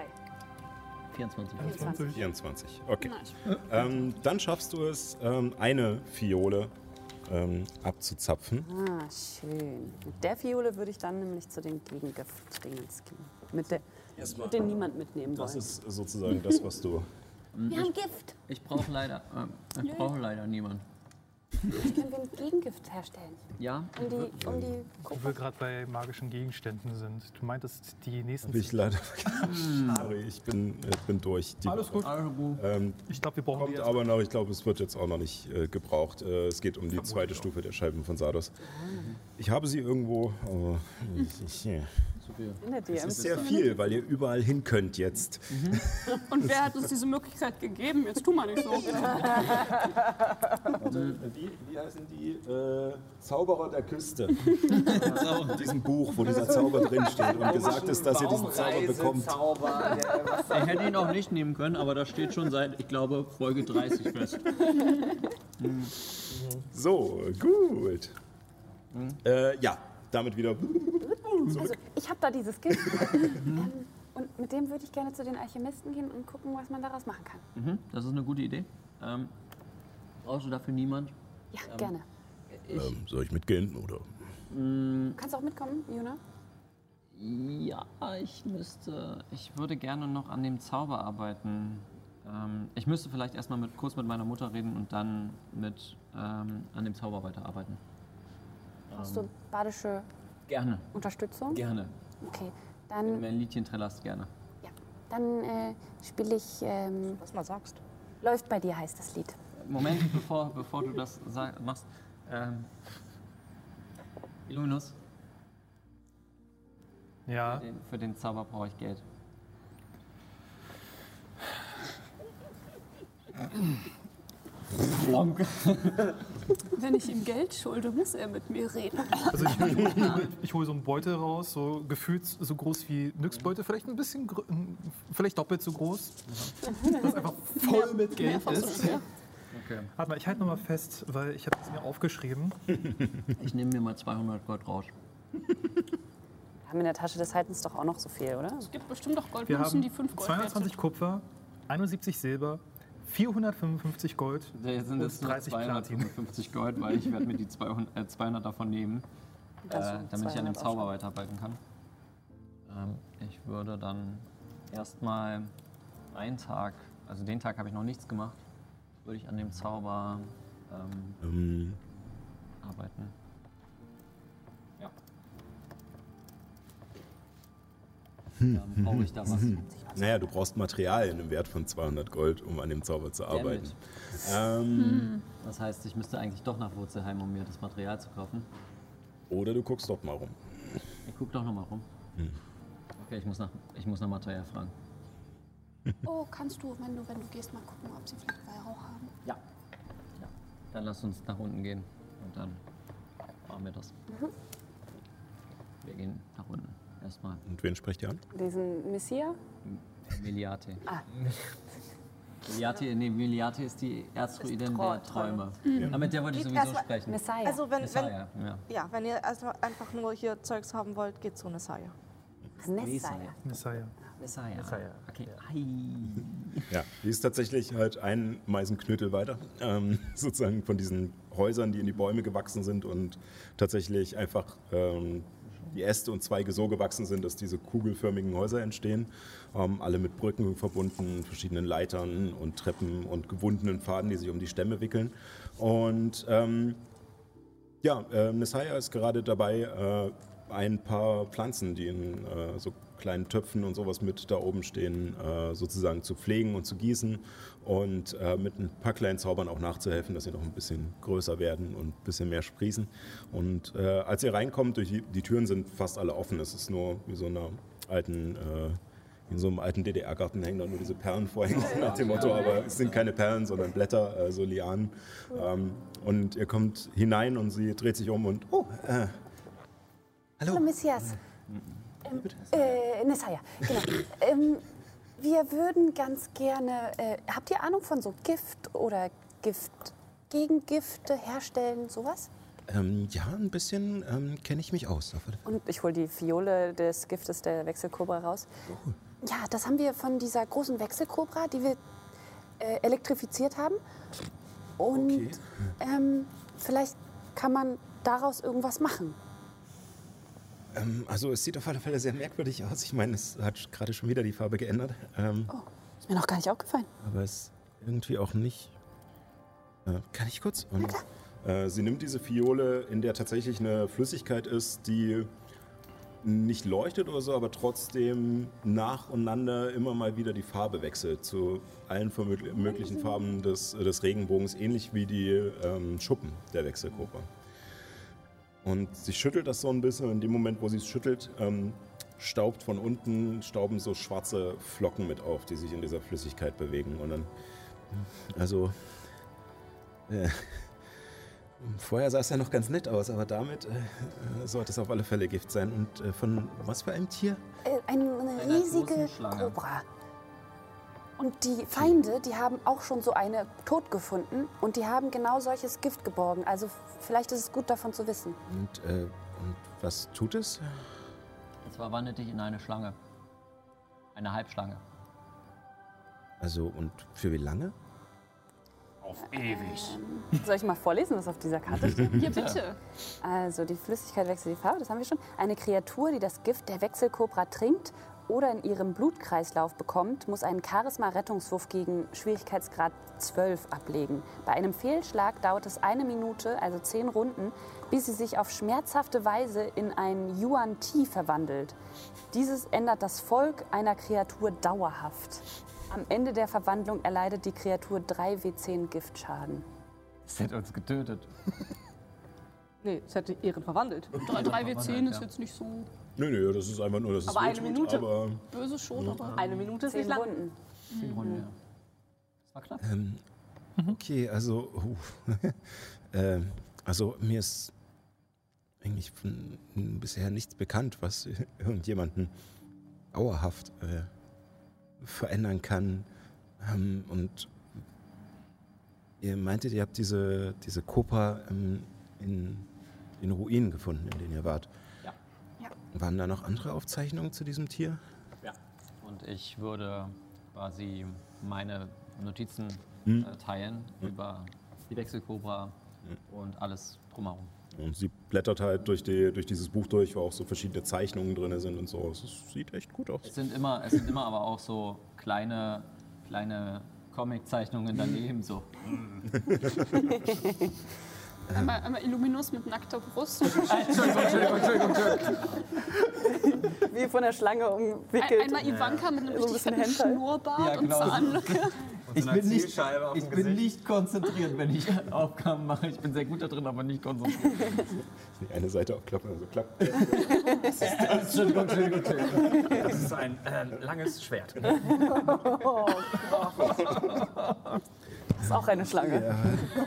24. 24, okay. Nice. Dann schaffst du es, eine Fiole abzuzapfen. Ah, schön. Mit der Fiole würde ich dann nämlich zu den Gegengift-Dingens gehen. Ich würde den niemand mitnehmen wollen. Das ist sozusagen das, was du... Wir haben Gift. Ich brauche leider niemanden. Vielleicht können wir ein Gegengift herstellen. Ja? Um die Wo wir gerade bei magischen Gegenständen sind. Du meintest die nächsten... Hab ich leider vergessen. Sorry, ich bin durch. Alles gut. Ich glaube, wir brauchen Kommt aber noch, ich glaube, es wird jetzt auch noch nicht gebraucht. Es geht um die zweite Stufe der Scheiben von Sardos. Ich habe sie irgendwo, aber es ist sehr viel, weil ihr überall hin könnt jetzt. Und wer hat uns diese Möglichkeit gegeben? Jetzt tu mal nicht so. Wie heißen die? Zauberer der Küste. In diesem Buch, wo dieser Zauber drinsteht und gesagt ist, dass ihr diesen Zauber bekommt. Ich hätte ihn auch nicht nehmen können, aber das steht schon seit, ich glaube, Folge 30 fest. So, gut. Ja, damit wieder... Also, ich habe da dieses Gift. Und mit dem würde ich gerne zu den Alchemisten gehen und gucken, was man daraus machen kann. Das ist eine gute Idee. Brauchst du dafür niemand? Ja, gerne. Soll ich mitgehen, oder? Du kannst auch mitkommen, Juna? Ja, ich würde gerne noch an dem Zauber arbeiten. Ich müsste vielleicht erstmal kurz mit meiner Mutter reden und dann an dem Zauber weiterarbeiten. Brauchst du badische Unterstützung? Gerne. Okay, Wenn du dann, mir ein Liedchen trillerst, gerne. ja, dann spiele ich Was mal sagst. Läuft bei dir heißt das Lied. Moment, bevor du das machst. Illuminus, Ja, für den Zauber brauche ich Geld. Wenn ich ihm Geld schulde, muss er mit mir reden. also ich hole so einen Beutel raus, so gefühlt so groß wie Nyx Beutel, vielleicht ein bisschen, vielleicht doppelt so groß. Was einfach voll mit Geld ist. Okay. Warte mal, ich halte nochmal fest, weil ich habe es mir aufgeschrieben. Ich nehme mir mal 200 Gold raus. Wir haben in der Tasche des Haltens doch auch noch so viel, oder? Es gibt bestimmt doch Wir Goldmünzen, haben die 5 Gold wert 220 sind. Kupfer, 71 Silber, 455 Gold Da sind und jetzt nur 30 Platin. 255 Gold, weil ich werde mir die 200 davon nehmen, Also damit ich an dem 200 auch Zauber schon. weiterarbeiten kann. Ich würde dann erstmal einen Tag, also den Tag habe ich noch nichts gemacht, würde ich an dem Zauber arbeiten. Ja. Dann brauche ich da was. Naja, du brauchst Materialien im Wert von 200 Gold, um an dem Zauber zu arbeiten. Das heißt, ich müsste eigentlich doch nach Wurzelheim, um mir das Material zu kaufen. Oder du guckst doch mal rum. Ich guck doch noch mal rum. Okay, ich muss nach Material fragen. Oh, kannst du, wenn du gehst, mal gucken, ob sie vielleicht Weihrauch haben? Ja. Dann lass uns nach unten gehen und dann machen wir das. Wir gehen nach unten erstmal. Und wen sprecht ihr an? Diesen Messia? Meliate. Ah. Meliate ist die Erzdruidin der Träume. Aber mit der wollte ich Geht sowieso erst mal- sprechen. Messiah. Also Messiah, ja. wenn ihr also einfach nur hier Zeugs haben wollt, geht zu Messiah. Messiah. Messiah. Messiah. Okay. Ja, die ist tatsächlich halt ein Meisenknödel weiter, sozusagen von diesen Häusern, die in die Bäume gewachsen sind und tatsächlich einfach die Äste und Zweige so gewachsen sind, dass diese kugelförmigen Häuser entstehen, alle mit Brücken verbunden, verschiedenen Leitern und Treppen und gewundenen Faden, die sich um die Stämme wickeln. Und Messiah ist gerade dabei, ein paar Pflanzen, die in so kleinen Töpfen und sowas mit da oben stehen, sozusagen zu pflegen und zu gießen und mit ein paar kleinen Zaubern auch nachzuhelfen, dass sie noch ein bisschen größer werden und ein bisschen mehr sprießen. Und als ihr reinkommt, die Türen sind fast alle offen, es ist nur wie so einer alten... in so einem alten DDR-Garten hängen da nur diese Perlenvorhänge nach dem Motto, aber es sind keine Perlen, sondern Blätter, so Lianen. Und ihr kommt hinein und sie dreht sich um und Hallo, Messias. Messiah, genau. Wir würden ganz gerne, habt ihr Ahnung von so Gift oder Gegengifte herstellen, sowas? Ja, ein bisschen kenne ich mich aus. Und ich hole die Fiole des Giftes der Wechselkobra raus. Oh. Ja, das haben wir von dieser großen Wechselkobra, die wir elektrifiziert haben. Und Okay. vielleicht kann man daraus irgendwas machen. Also es sieht auf alle Fälle sehr merkwürdig aus. Ich meine, es hat gerade schon wieder die Farbe geändert. Ist mir noch gar nicht aufgefallen. Aber es ist irgendwie auch nicht... kann ich kurz? Und, sie nimmt diese Fiole, in der tatsächlich eine Flüssigkeit ist, die nicht leuchtet oder so, aber trotzdem nacheinander immer mal wieder die Farbe wechselt zu allen möglichen Farben des Regenbogens, ähnlich wie die Schuppen der Wechselkobra. Und sie schüttelt das so ein bisschen und in dem Moment, wo sie es schüttelt, stauben so schwarze Flocken mit auf, die sich in dieser Flüssigkeit bewegen. Und dann, vorher sah es ja noch ganz nett aus, aber damit sollte es auf alle Fälle Gift sein. Und von was für einem Tier? Eine riesige großen Schlange. Kobra. Und die Feinde, die haben auch schon so eine tot gefunden und die haben genau solches Gift geborgen. Also vielleicht ist es gut, davon zu wissen. Und was tut es? Es verwandelt dich in eine Schlange. Eine Halbschlange. Also, und für wie lange? Auf ewig. Soll ich mal vorlesen, was auf dieser Karte steht? Hier, bitte. Also die Flüssigkeit wechselt die Farbe, das haben wir schon. Eine Kreatur, die das Gift der Wechselkobra trinkt oder in ihrem Blutkreislauf bekommt, muss einen Charisma-Rettungswurf gegen Schwierigkeitsgrad 12 ablegen. Bei einem Fehlschlag dauert es 1 Minute, also 10 Runden, bis sie sich auf schmerzhafte Weise in ein Yuan Ti verwandelt. Dieses ändert das Volk einer Kreatur dauerhaft. Am Ende der Verwandlung erleidet die Kreatur 3 W10 Giftschaden. Es hätte uns getötet. Nee, es hätte ihren verwandelt. 3W10 ist jetzt nicht so Nö, das ist einfach nur, dass es Aber eine wehtut, Minute. aber böse schon, aber 1 Minute ist 10 nicht lang. Runden. 10 Runden, ja. Das war knapp. okay, also, also mir ist eigentlich bisher nichts bekannt, was irgendjemanden dauerhaft verändern kann. Und ihr meintet, ihr habt diese Kobra in den Ruinen gefunden, in denen ihr wart. Ja. Waren da noch andere Aufzeichnungen zu diesem Tier? Ja. Und ich würde quasi meine Notizen teilen über die Wechselkobra und alles drumherum. Und sie blättert halt durch dieses Buch durch, wo auch so verschiedene Zeichnungen drin sind und so. Es sieht echt gut aus. Es sind immer aber auch so kleine Comic-Zeichnungen daneben so. einmal Illuminus mit nackter Brust. Entschuldigung. Wie von der Schlange umwickelt. Einmal Ivanka mit einem So ein richtig bisschen fetten Hentai. Schnurrbart Ja, genau. und Zahnlücke. Ich bin nicht konzentriert, wenn ich Aufgaben mache. Ich bin sehr gut da drin, aber nicht konzentriert. Die eine Seite aufklappen, also klappt. Entschuldigung. Das ist ein langes Schwert. ist auch eine Schlange.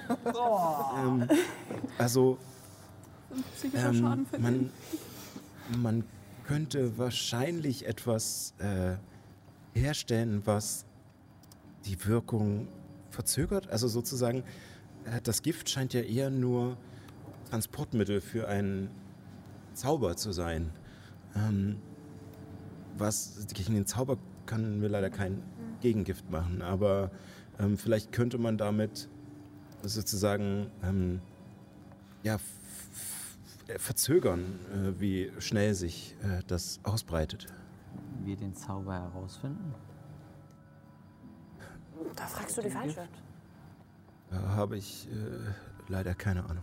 Also, Psychischer Schaden für den. man könnte wahrscheinlich etwas herstellen, was die Wirkung verzögert. Also sozusagen, das Gift scheint ja eher nur Transportmittel für einen Zauber zu sein. Gegen den Zauber können wir leider kein Gegengift machen, aber vielleicht könnte man damit sozusagen verzögern, wie schnell sich das ausbreitet. Wir den Zauber herausfinden? Da fragst du die Falsche. Da habe ich leider keine Ahnung.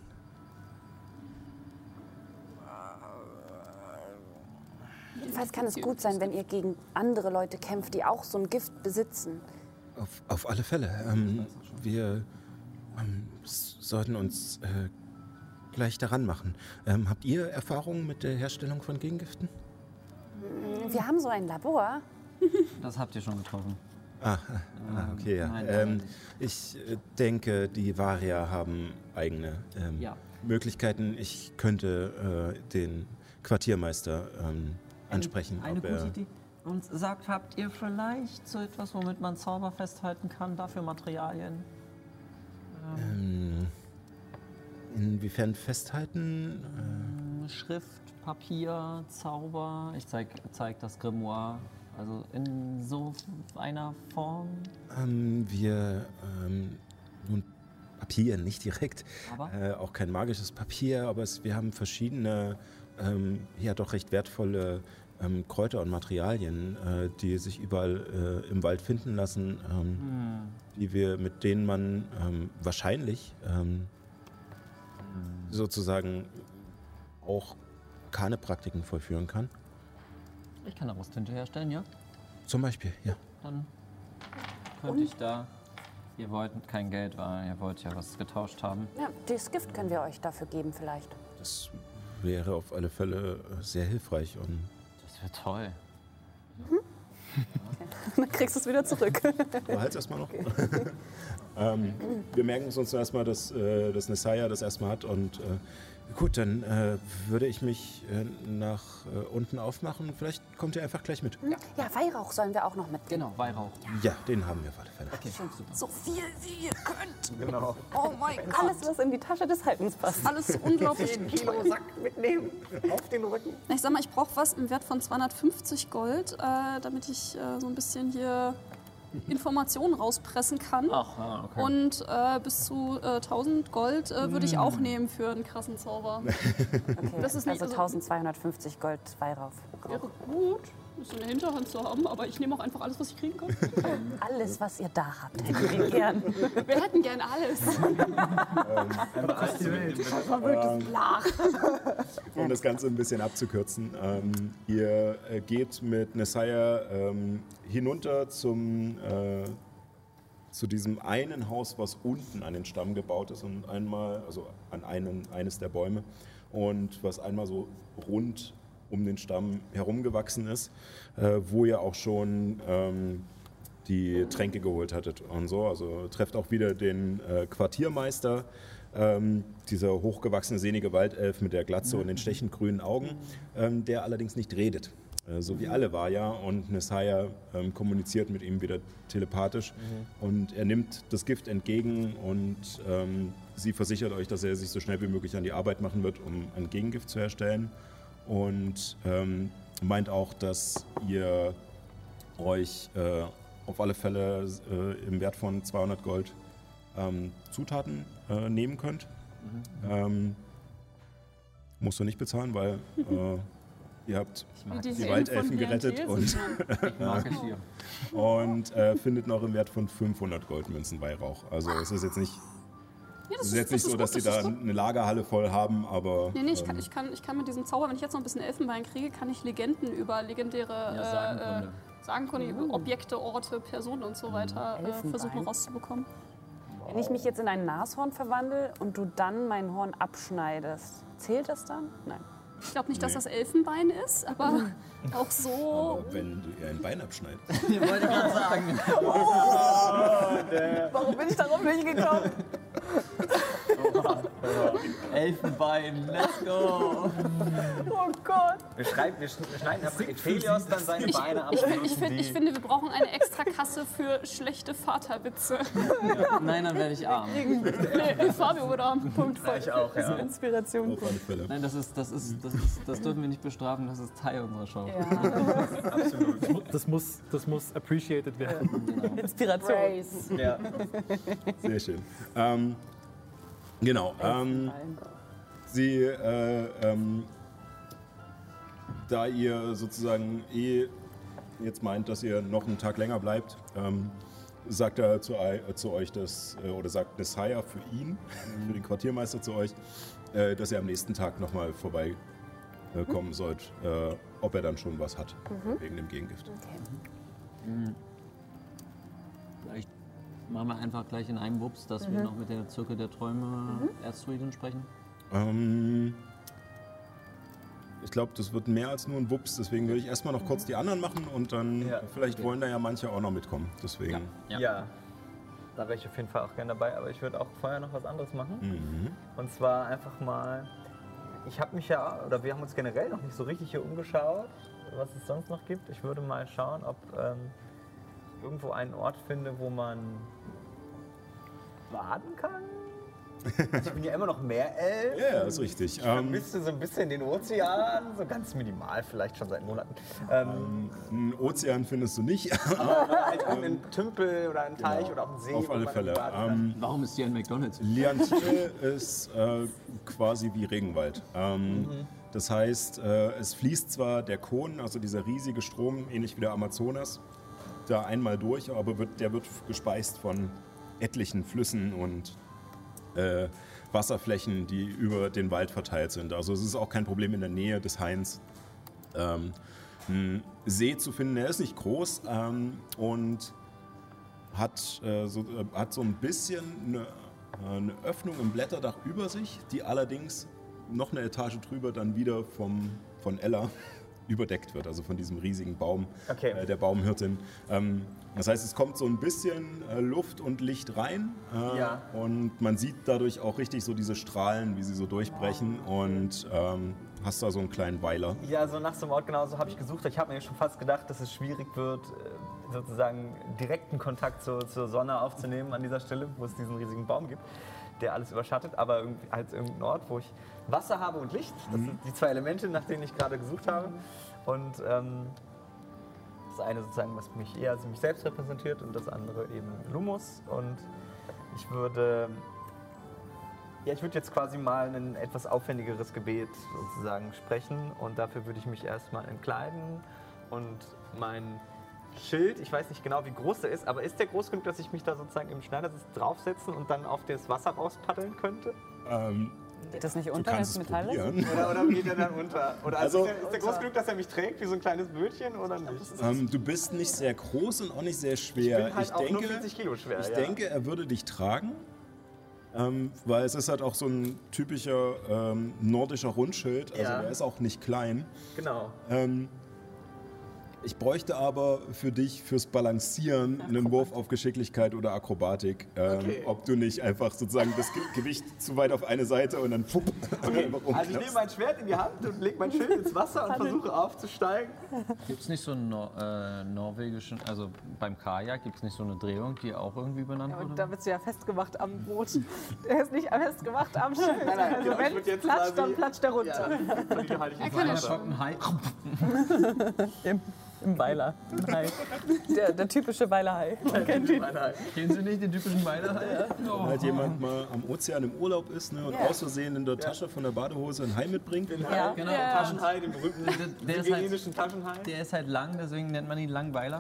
Jedenfalls kann es gut sein, wenn ihr gegen andere Leute kämpft, die auch so ein Gift besitzen. Auf alle Fälle. Wir sollten uns gleich daran machen. Habt ihr Erfahrungen mit der Herstellung von Gegengiften? Wir haben so ein Labor. Das habt ihr schon getroffen. Okay, ja. Nein, Ich denke, die Varia haben eigene Möglichkeiten. Ich könnte den Quartiermeister ansprechen. Eine gute Idee. Und sagt, habt ihr vielleicht so etwas, womit man Zauber festhalten kann, dafür Materialien? Inwiefern festhalten? Schrift, Papier, Zauber. Ich zeig das Grimoire. Also in so einer Form. Nun, Papier nicht direkt. Aber? Auch kein magisches Papier, aber wir haben verschiedene, doch recht wertvolle Kräuter und Materialien, die sich überall im Wald finden lassen, mit denen man wahrscheinlich sozusagen auch Arcane-Praktiken vollführen kann. Ich kann daraus Tinte herstellen, ja? Zum Beispiel, ja. Dann könnte ich da... Ihr wollt kein Geld, weil ihr wollt ja was getauscht haben. Ja, das Gift können wir euch dafür geben vielleicht. Das wäre auf alle Fälle sehr hilfreich. Und das wäre toll. Dann kriegst du es wieder zurück. Aber halt erstmal noch. Wir merken uns erstmal, dass Nesaya das erstmal hat. Und gut, dann würde ich mich nach unten aufmachen. Vielleicht kommt ihr einfach gleich mit. Ja, Weihrauch sollen wir auch noch mitnehmen. Genau, Weihrauch. Ja, den haben wir auf alle Fälle. Okay, super. So viel wie ihr könnt. Genau. Oh mein Gott. Alles, was in die Tasche des Halbens passt. Alles unglaublich. 10 Kilo Sack mitnehmen, auf den Rücken. Ich sag mal, ich brauche was im Wert von 250 Gold, damit ich so ein bisschen hier Informationen rauspressen kann. Ach, okay. Und bis zu 1000 Gold würde ich auch nehmen für einen krassen Zauber. Okay, Das ist nicht- also 1250 Gold Weihrauch. Wäre gut, das in der Hinterhand zu haben, aber ich nehme auch einfach alles, was ich kriegen kann. Alles, was ihr da habt, hättet ihr gern. Wir hätten gern alles. Um das Ganze ein bisschen abzukürzen. Ihr geht mit Nesaya hinunter zu diesem einen Haus, was unten an den Stamm gebaut ist und einmal, also an eines der Bäume und was einmal so rund um den Stamm herumgewachsen ist, wo ihr auch schon die Tränke geholt hattet und so. Also trefft auch wieder den Quartiermeister, dieser hochgewachsene, sehnige Waldelf mit der Glatze und den stechend grünen Augen, der allerdings nicht redet. So wie alle Varia, und Nesaya kommuniziert mit ihm wieder telepathisch und er nimmt das Gift entgegen und sie versichert euch, dass er sich so schnell wie möglich an die Arbeit machen wird, um ein Gegengift zu herstellen und meint auch, dass ihr euch auf alle Fälle im Wert von 200 Gold Zutaten nehmen könnt. Musst du nicht bezahlen, weil ihr habt die Waldelfen gerettet und findet noch im Wert von 500 Goldmünzen Weihrauch. Also es ist jetzt nicht, Ja, es ist jetzt nicht so, dass die da eine Lagerhalle voll haben, aber... Nee, ich kann mit diesem Zauber, wenn ich jetzt noch ein bisschen Elfenbein kriege, kann ich Legenden über legendäre sagenkundige Objekte, Orte, Personen und so weiter versuchen rauszubekommen. Wenn ich mich jetzt in ein Nashorn verwandle und du dann mein Horn abschneidest, zählt das dann? Nein. Ich glaube nicht, dass das Elfenbein ist, aber auch so. Aber wenn du ihr ein Bein abschneidest. Ich wollte gerade sagen. Warum bin ich darauf nicht gekommen? Elfenbein, let's go. Oh Gott. Wir schneiden einfach Ephelios dann seine Beine ab. Ich finde, wir brauchen eine extra Kasse für schlechte Vaterwitze. Nein, dann werde ich arm. Nee, Fabio wurde am Punkt voll. Ich auch, ja. Inspiration. Auf alle Fälle. Nein, das dürfen wir nicht bestrafen, das ist Teil unserer Show. Das muss appreciated werden. Inspiration. Ja. Sehr schön. Genau. Sie, da ihr sozusagen jetzt meint, dass ihr noch einen Tag länger bleibt, sagt er zu euch, oder sagt Nessaya für ihn, für den Quartiermeister zu euch, dass ihr am nächsten Tag nochmal vorbeikommen sollt, ob er dann schon was hat, wegen dem Gegengift. Vielleicht machen wir einfach gleich in einem Wups, dass wir noch mit der Zirkel der Träume Erzruidin sprechen. Ich glaube, das wird mehr als nur ein Wups, deswegen würde ich erstmal noch kurz die anderen machen und dann vielleicht wollen da ja manche auch noch mitkommen. Deswegen. Ja. Da wäre ich auf jeden Fall auch gerne dabei, aber ich würde auch vorher noch was anderes machen. Und zwar einfach mal, wir haben uns generell noch nicht so richtig hier umgeschaut, was es sonst noch gibt. Ich würde mal schauen, ob ich irgendwo einen Ort finde, wo man baden kann. Also ich bin ja immer noch Meerelf. Ja, ist richtig. Ich vermisse so ein bisschen den Ozean, so ganz minimal, vielleicht schon seit Monaten. Einen Ozean findest du nicht. Aber halt irgendeinen Tümpel oder einen Teich oder auch einen See. Auf alle Fälle. Warum ist hier ein McDonald's? Liantil ist quasi wie Regenwald. Das heißt, es fließt zwar der Kohn, also dieser riesige Strom, ähnlich wie der Amazonas, da einmal durch, aber der wird gespeist von etlichen Flüssen und Wasserflächen, die über den Wald verteilt sind. Also es ist auch kein Problem in der Nähe des Hains einen See zu finden. Er ist nicht groß und hat so ein bisschen eine Öffnung im Blätterdach über sich, die allerdings noch eine Etage drüber dann wieder von Ella überdeckt wird, also von diesem riesigen Baum, der Baumhirtin. Das heißt, es kommt so ein bisschen Luft und Licht rein und man sieht dadurch auch richtig so diese Strahlen, wie sie so durchbrechen und hast da so einen kleinen Weiler. Ja, so nach so einem Ort genauso habe ich gesucht. Ich habe mir schon fast gedacht, dass es schwierig wird, sozusagen direkten Kontakt zur Sonne aufzunehmen an dieser Stelle, wo es diesen riesigen Baum gibt, der alles überschattet, aber irgendwie als irgendein Ort, wo ich Wasser habe und Licht. Das sind die zwei Elemente, nach denen ich gerade gesucht habe. Und das eine sozusagen, was mich eher mich selbst repräsentiert und das andere eben Lumos. Und ich würde jetzt quasi mal ein etwas aufwendigeres Gebet sozusagen sprechen und dafür würde ich mich erstmal entkleiden und mein Schild, ich weiß nicht genau, wie groß der ist, aber ist der groß genug, dass ich mich da sozusagen im Schneidersitz draufsetzen und dann auf das Wasser rauspaddeln könnte? Geht das nicht Du unter, kannst das es Metall ist? probieren. Oder geht er dann unter? Oder Also- ist der groß genug, dass er mich trägt, wie so ein kleines Bötchen oder nicht? Du bist nicht sehr groß und auch nicht sehr Ich schwer. bin halt auch nur 40 Kilo schwer. Ich denke, er würde dich tragen, weil es ist halt auch so ein typischer nordischer Rundschild. Also Ja. der ist auch nicht klein. Genau. Ich bräuchte aber für dich fürs Balancieren einen Wurf auf Geschicklichkeit oder Akrobatik. Ob du nicht einfach sozusagen das Gewicht zu weit auf eine Seite und dann einfach Also ich nehme umklappst. mein Schwert in die Hand und lege mein Schild ins Wasser und versuche aufzusteigen. Gibt es nicht so einen norwegischen, also beim Kajak, gibt es nicht so eine Drehung, die auch irgendwie benannt Aber wurde? da bist du ja festgemacht am Boot. Der ist nicht festgemacht am Schild. Nein, Also genau, ich wenn würd jetzt es platscht, quasi- dann platscht der runter. Von die halte ich ins kann Wasser. Kommt ein Hai. Im Weiler. Hai. Der typische Weilerhai. Man kennt ihn. Kennen Sie nicht den typischen Weilerhai? Wenn halt jemand mal am Ozean im Urlaub ist, ne, und aus Versehen in der Tasche von der Badehose ein Hai mitbringt. Ja. Genau. Taschenhai, den berühmten Der ist hygienischen Taschenhai. Der ist halt lang, deswegen nennt man ihn Langweiler.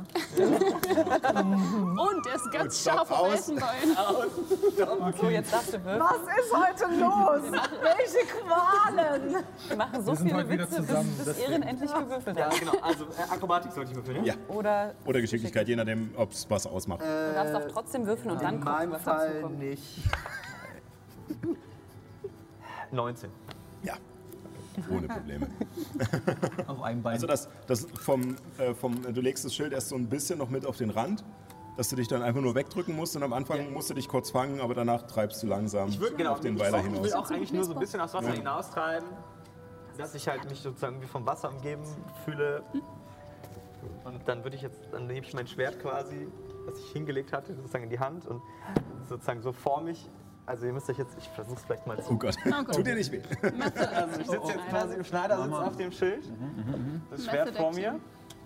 Und der ist ganz scharf auf Elfenbein. So, jetzt darfst du würfeln. Was ist heute los? Welche Qualen? Wir machen so Wir sind viele heute wieder Witze, zusammen, bis Erin endlich gewürfelt Ja, hat. genau. Also Akrobatik sollte ich würfeln, ja? Oder Oder Geschicklichkeit, je nachdem, ob es was ausmacht. Du darfst auch trotzdem würfeln und dann In gucken, meinem was Fall dazu kommt. nicht. 19. Ja. Ohne Probleme. Auf einem Bein. Also du legst das Schild erst so ein bisschen noch mit auf den Rand, dass du dich dann einfach nur wegdrücken musst und am Anfang musst du dich kurz fangen, aber danach treibst du langsam auf den Weiler Ich will hinaus. auch eigentlich nur so ein bisschen aufs Wasser hinaustreiben, dass ich halt mich sozusagen wie vom Wasser umgeben fühle. Und dann nehme ich mein Schwert quasi, das ich hingelegt hatte, sozusagen in die Hand und sozusagen so vor mich. Also ihr müsst euch jetzt, ich versuch's vielleicht mal zu. Oh Gott, tut dir nicht weh. Also ich sitze jetzt quasi im Schneidersitz auf dem Schild, das Schwert vor mir.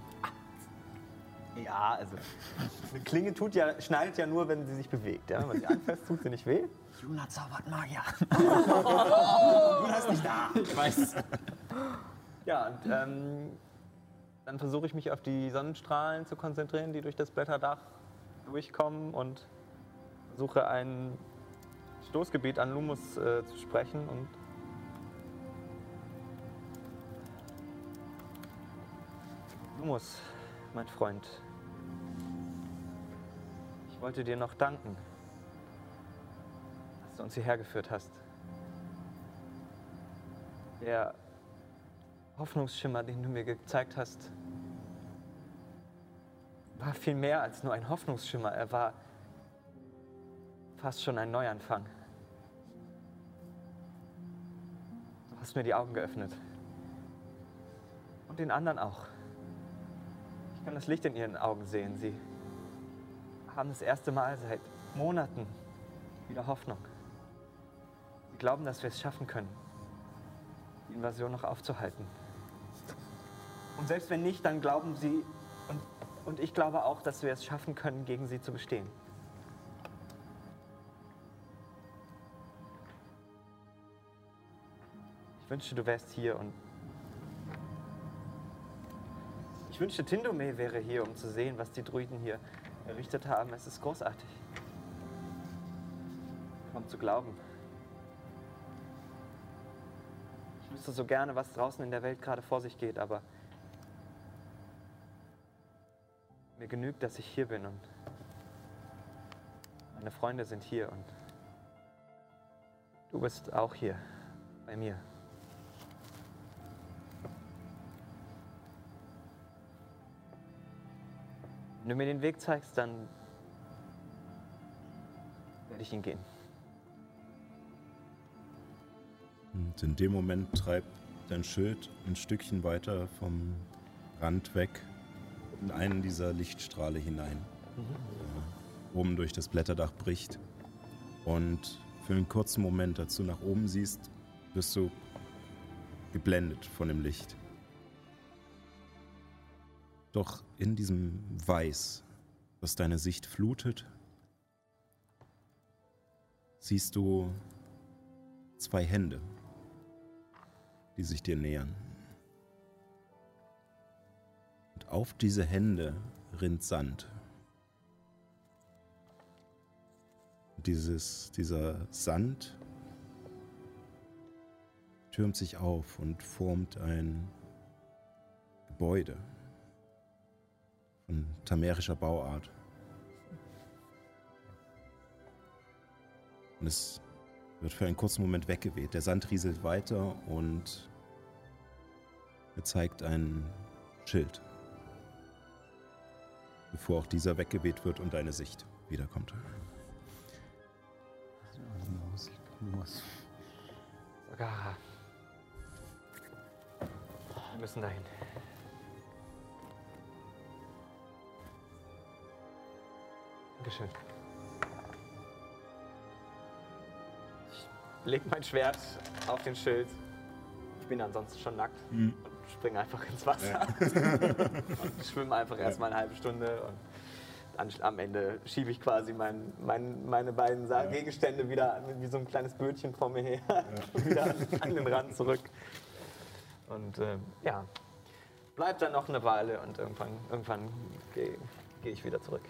Ja, also eine Klinge schneidet ja nur, wenn sie sich bewegt. Ja? Wenn man sie anfasst, tut sie nicht weh. Juna zaubert Magier. Du hast nicht da. Ich weiß. Ja, und dann versuche ich mich auf die Sonnenstrahlen zu konzentrieren, die durch das Blätterdach durchkommen und versuche ein Stoßgebet an Lumos zu sprechen. Und Lumos, mein Freund, ich wollte dir noch danken, dass du uns hierher geführt hast. Der Hoffnungsschimmer, den du mir gezeigt hast, war viel mehr als nur ein Hoffnungsschimmer. Er war fast schon ein Neuanfang. Du hast mir die Augen geöffnet. Und den anderen auch. Ich kann das Licht in ihren Augen sehen. Sie haben das erste Mal seit Monaten wieder Hoffnung. Sie glauben, dass wir es schaffen können, die Invasion noch aufzuhalten. Und selbst wenn nicht, dann glauben sie, und ich glaube auch, dass wir es schaffen können, gegen sie zu bestehen. Ich wünschte, du wärst hier und ich wünschte, Tindome wäre hier, um zu sehen, was die Druiden hier errichtet haben. Es ist großartig. Kaum zu glauben. Ich wüsste so gerne, was draußen in der Welt gerade vor sich geht, aber mir genügt, dass ich hier bin und meine Freunde sind hier und du bist auch hier bei mir. Wenn du mir den Weg zeigst, dann werde ich ihn gehen. Und in dem Moment treibt dein Schild ein Stückchen weiter vom Rand weg in einen dieser Lichtstrahle hinein, der oben durch das Blätterdach bricht. Und für einen kurzen Moment, als du nach oben siehst, wirst du geblendet von dem Licht. Doch in diesem Weiß, das deine Sicht flutet, siehst du zwei Hände, die sich dir nähern. Und auf diese Hände rinnt Sand. Und dieser Sand türmt sich auf und formt ein Gebäude von tamerischer Bauart. Und es wird für einen kurzen Moment weggeweht. Der Sand rieselt weiter und er zeigt ein Schild, bevor auch dieser weggeweht wird und deine Sicht wiederkommt. Sagara. Wir müssen dahin. Dankeschön. Ich leg mein Schwert auf den Schild. Ich bin ansonsten schon nackt und springe einfach ins Wasser. Und schwimme einfach erstmal eine halbe Stunde und dann am Ende schiebe ich quasi meine beiden Gegenstände wieder wie so ein kleines Bötchen vor mir her wieder an den Rand zurück. Und ja, bleib dann noch eine Weile und irgendwann gehe ich wieder zurück.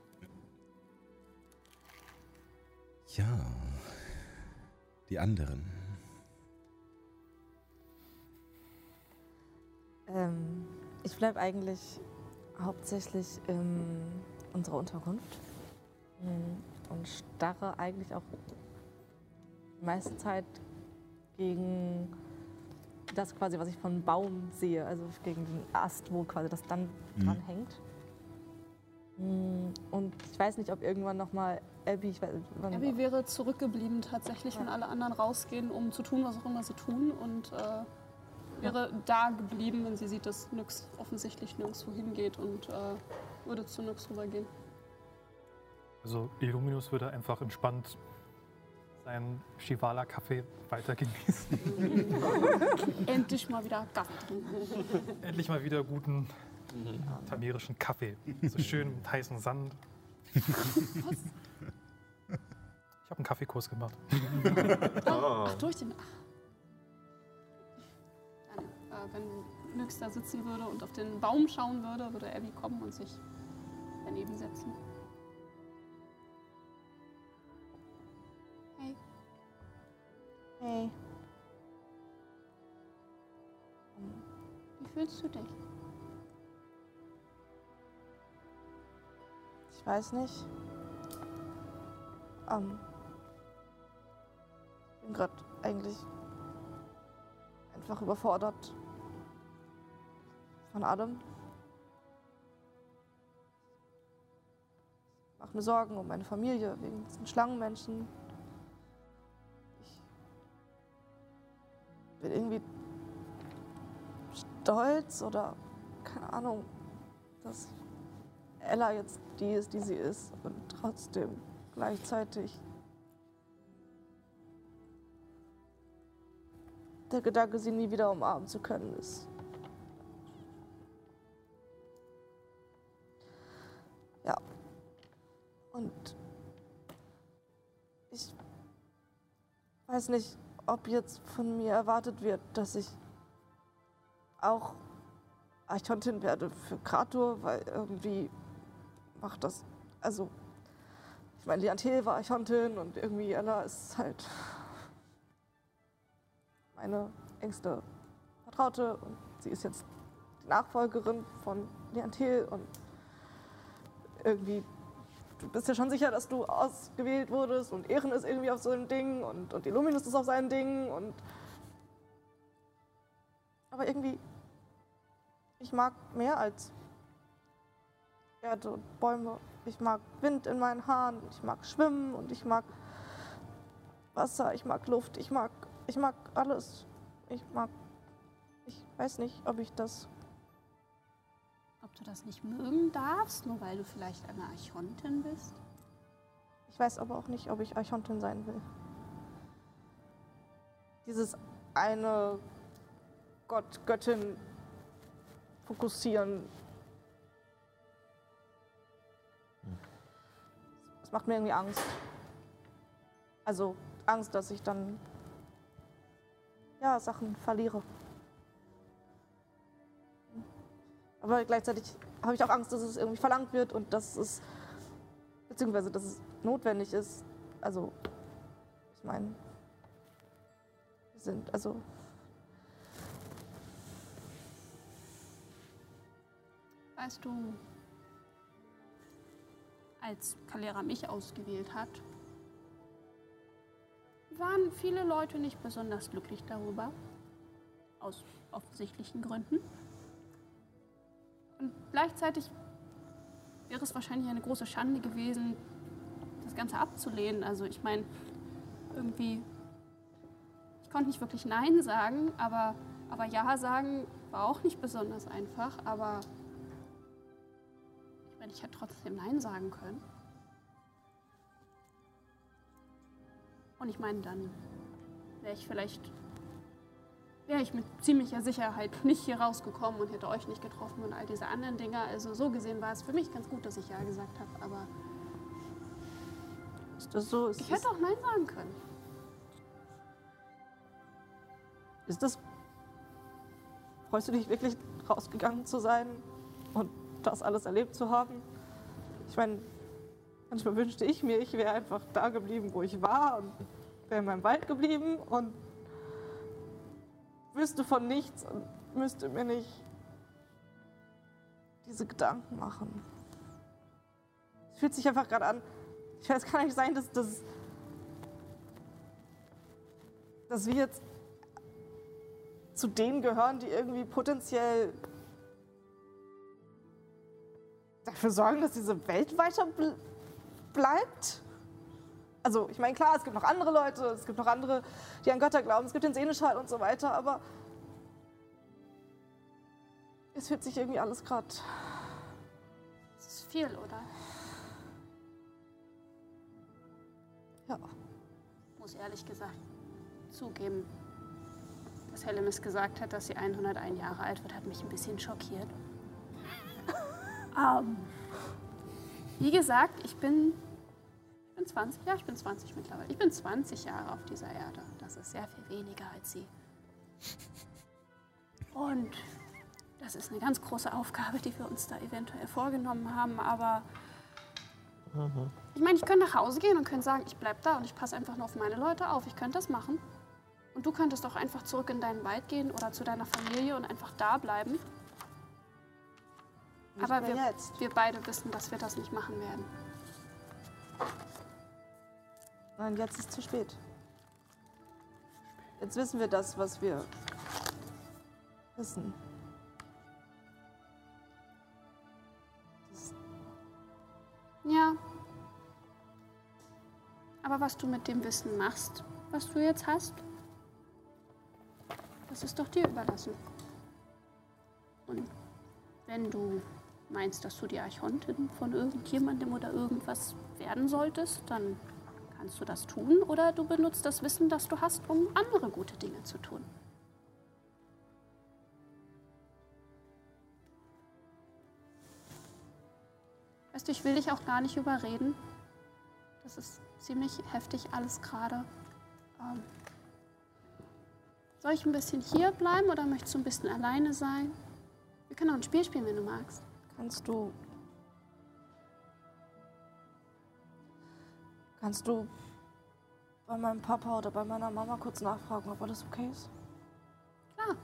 Ja, die anderen. Ich bleibe eigentlich hauptsächlich in unserer Unterkunft und starre eigentlich auch die meiste Zeit gegen das quasi, was ich von Baum sehe, also gegen den Ast, wo quasi das dann dran hängt. Und ich weiß nicht, ob irgendwann nochmal Abby... Abby wäre zurückgeblieben tatsächlich, wenn alle anderen rausgehen, um zu tun, was auch immer sie tun. Und wäre da geblieben, wenn sie sieht, dass Nyx offensichtlich nirgendwo hingeht und würde zu Nyx rübergehen. Also Illuminus würde einfach entspannt seinen Shivala-Kaffee weiter genießen. Endlich mal wieder Kaffee trinken. Endlich mal wieder guten tamirischen Kaffee. So schön mit heißem Sand. Was? Ich habe einen Kaffeekurs gemacht. Ach, durch den... Wenn Nyx da sitzen würde und auf den Baum schauen würde, würde Abby kommen und sich daneben setzen. Hey. Hey. Wie fühlst du dich? Ich weiß nicht. Ich bin gerade eigentlich einfach überfordert von allem. Ich mache mir Sorgen um meine Familie wegen diesen Schlangenmenschen. Ich bin irgendwie stolz oder keine Ahnung, dass Ella jetzt die ist, die sie ist und trotzdem gleichzeitig der Gedanke, sie nie wieder umarmen zu können, ist. Ja. Und ich weiß nicht, ob jetzt von mir erwartet wird, dass ich auch Archontin werde für Krator, weil irgendwie macht das, also ich meine, Liantel war Archontin und irgendwie Ella ist halt meine engste Vertraute und sie ist jetzt die Nachfolgerin von Liantel und irgendwie, du bist ja schon sicher, dass du ausgewählt wurdest und Ehren ist irgendwie auf so einem Ding und Illuminus ist auf seinem Ding und aber irgendwie, ich mag mehr als Erde und Bäume. Ich mag Wind in meinen Haaren, ich mag Schwimmen und ich mag Wasser, ich mag Luft, ich mag alles. Ich weiß nicht, ob ich das... Ob du das nicht mögen darfst, nur weil du vielleicht eine Archontin bist? Ich weiß aber auch nicht, ob ich Archontin sein will. Dieses eine Göttin fokussieren. Das macht mir irgendwie Angst. Also Angst, dass ich dann Sachen verliere. Aber gleichzeitig habe ich auch Angst, dass es irgendwie verlangt wird und dass es notwendig ist. Also, ich meine, wir sind, also... Weißt du, als Kalera mich ausgewählt hat, waren viele Leute nicht besonders glücklich darüber, aus offensichtlichen Gründen. Und gleichzeitig wäre es wahrscheinlich eine große Schande gewesen, das Ganze abzulehnen. Also ich meine, irgendwie, ich konnte nicht wirklich Nein sagen, aber Ja sagen war auch nicht besonders einfach, aber ich meine, ich hätte trotzdem Nein sagen können. Und ich meine, dann wäre ich mit ziemlicher Sicherheit nicht hier rausgekommen und hätte euch nicht getroffen und all diese anderen Dinge. Also so gesehen war es für mich ganz gut, dass ich Ja gesagt habe, aber ist das so? Ich hätte auch Nein sagen können. Freust du dich wirklich, rausgegangen zu sein und das alles erlebt zu haben? Ich meine, manchmal wünschte ich mir, ich wäre einfach da geblieben, wo ich war und wäre in meinem Wald geblieben und wüsste von nichts und müsste mir nicht diese Gedanken machen. Es fühlt sich einfach gerade an, ich weiß, es kann nicht sein, dass wir jetzt zu denen gehören, die irgendwie potenziell dafür sorgen, dass diese Welt weiter bleibt? Also, ich meine, klar, es gibt noch andere Leute, es gibt noch andere, die an Götter glauben, es gibt den Seneschall und so weiter, aber es fühlt sich irgendwie alles gerade. Das ist viel, oder? Ja. Muss ehrlich gesagt zugeben, dass Hellemis gesagt hat, dass sie 101 Jahre alt wird, hat mich ein bisschen schockiert. Wie gesagt, ich bin 20, ja, ich bin 20 mittlerweile. Ich bin 20 Jahre auf dieser Erde. Das ist sehr viel weniger als sie. Und das ist eine ganz große Aufgabe, die wir uns da eventuell vorgenommen haben, aber ich meine, ich könnte nach Hause gehen und könnte sagen, ich bleib da und ich passe einfach nur auf meine Leute auf. Ich könnte das machen. Und du könntest auch einfach zurück in deinen Wald gehen oder zu deiner Familie und einfach da bleiben. Aber wir beide wissen, dass wir das nicht machen werden. Nein, jetzt ist zu spät. Jetzt wissen wir das, was wir wissen. Ja. Aber was du mit dem Wissen machst, was du jetzt hast, das ist doch dir überlassen. Und wenn du meinst, dass du die Archontin von irgendjemandem oder irgendwas werden solltest, dann kannst du das tun. Oder du benutzt das Wissen, das du hast, um andere gute Dinge zu tun. Weißt du, ich will dich auch gar nicht überreden. Das ist ziemlich heftig alles gerade. Soll ich ein bisschen hier bleiben oder möchtest du ein bisschen alleine sein? Wir können auch ein Spiel spielen, wenn du magst. Kannst du bei meinem Papa oder bei meiner Mama kurz nachfragen, ob alles okay ist? Klar.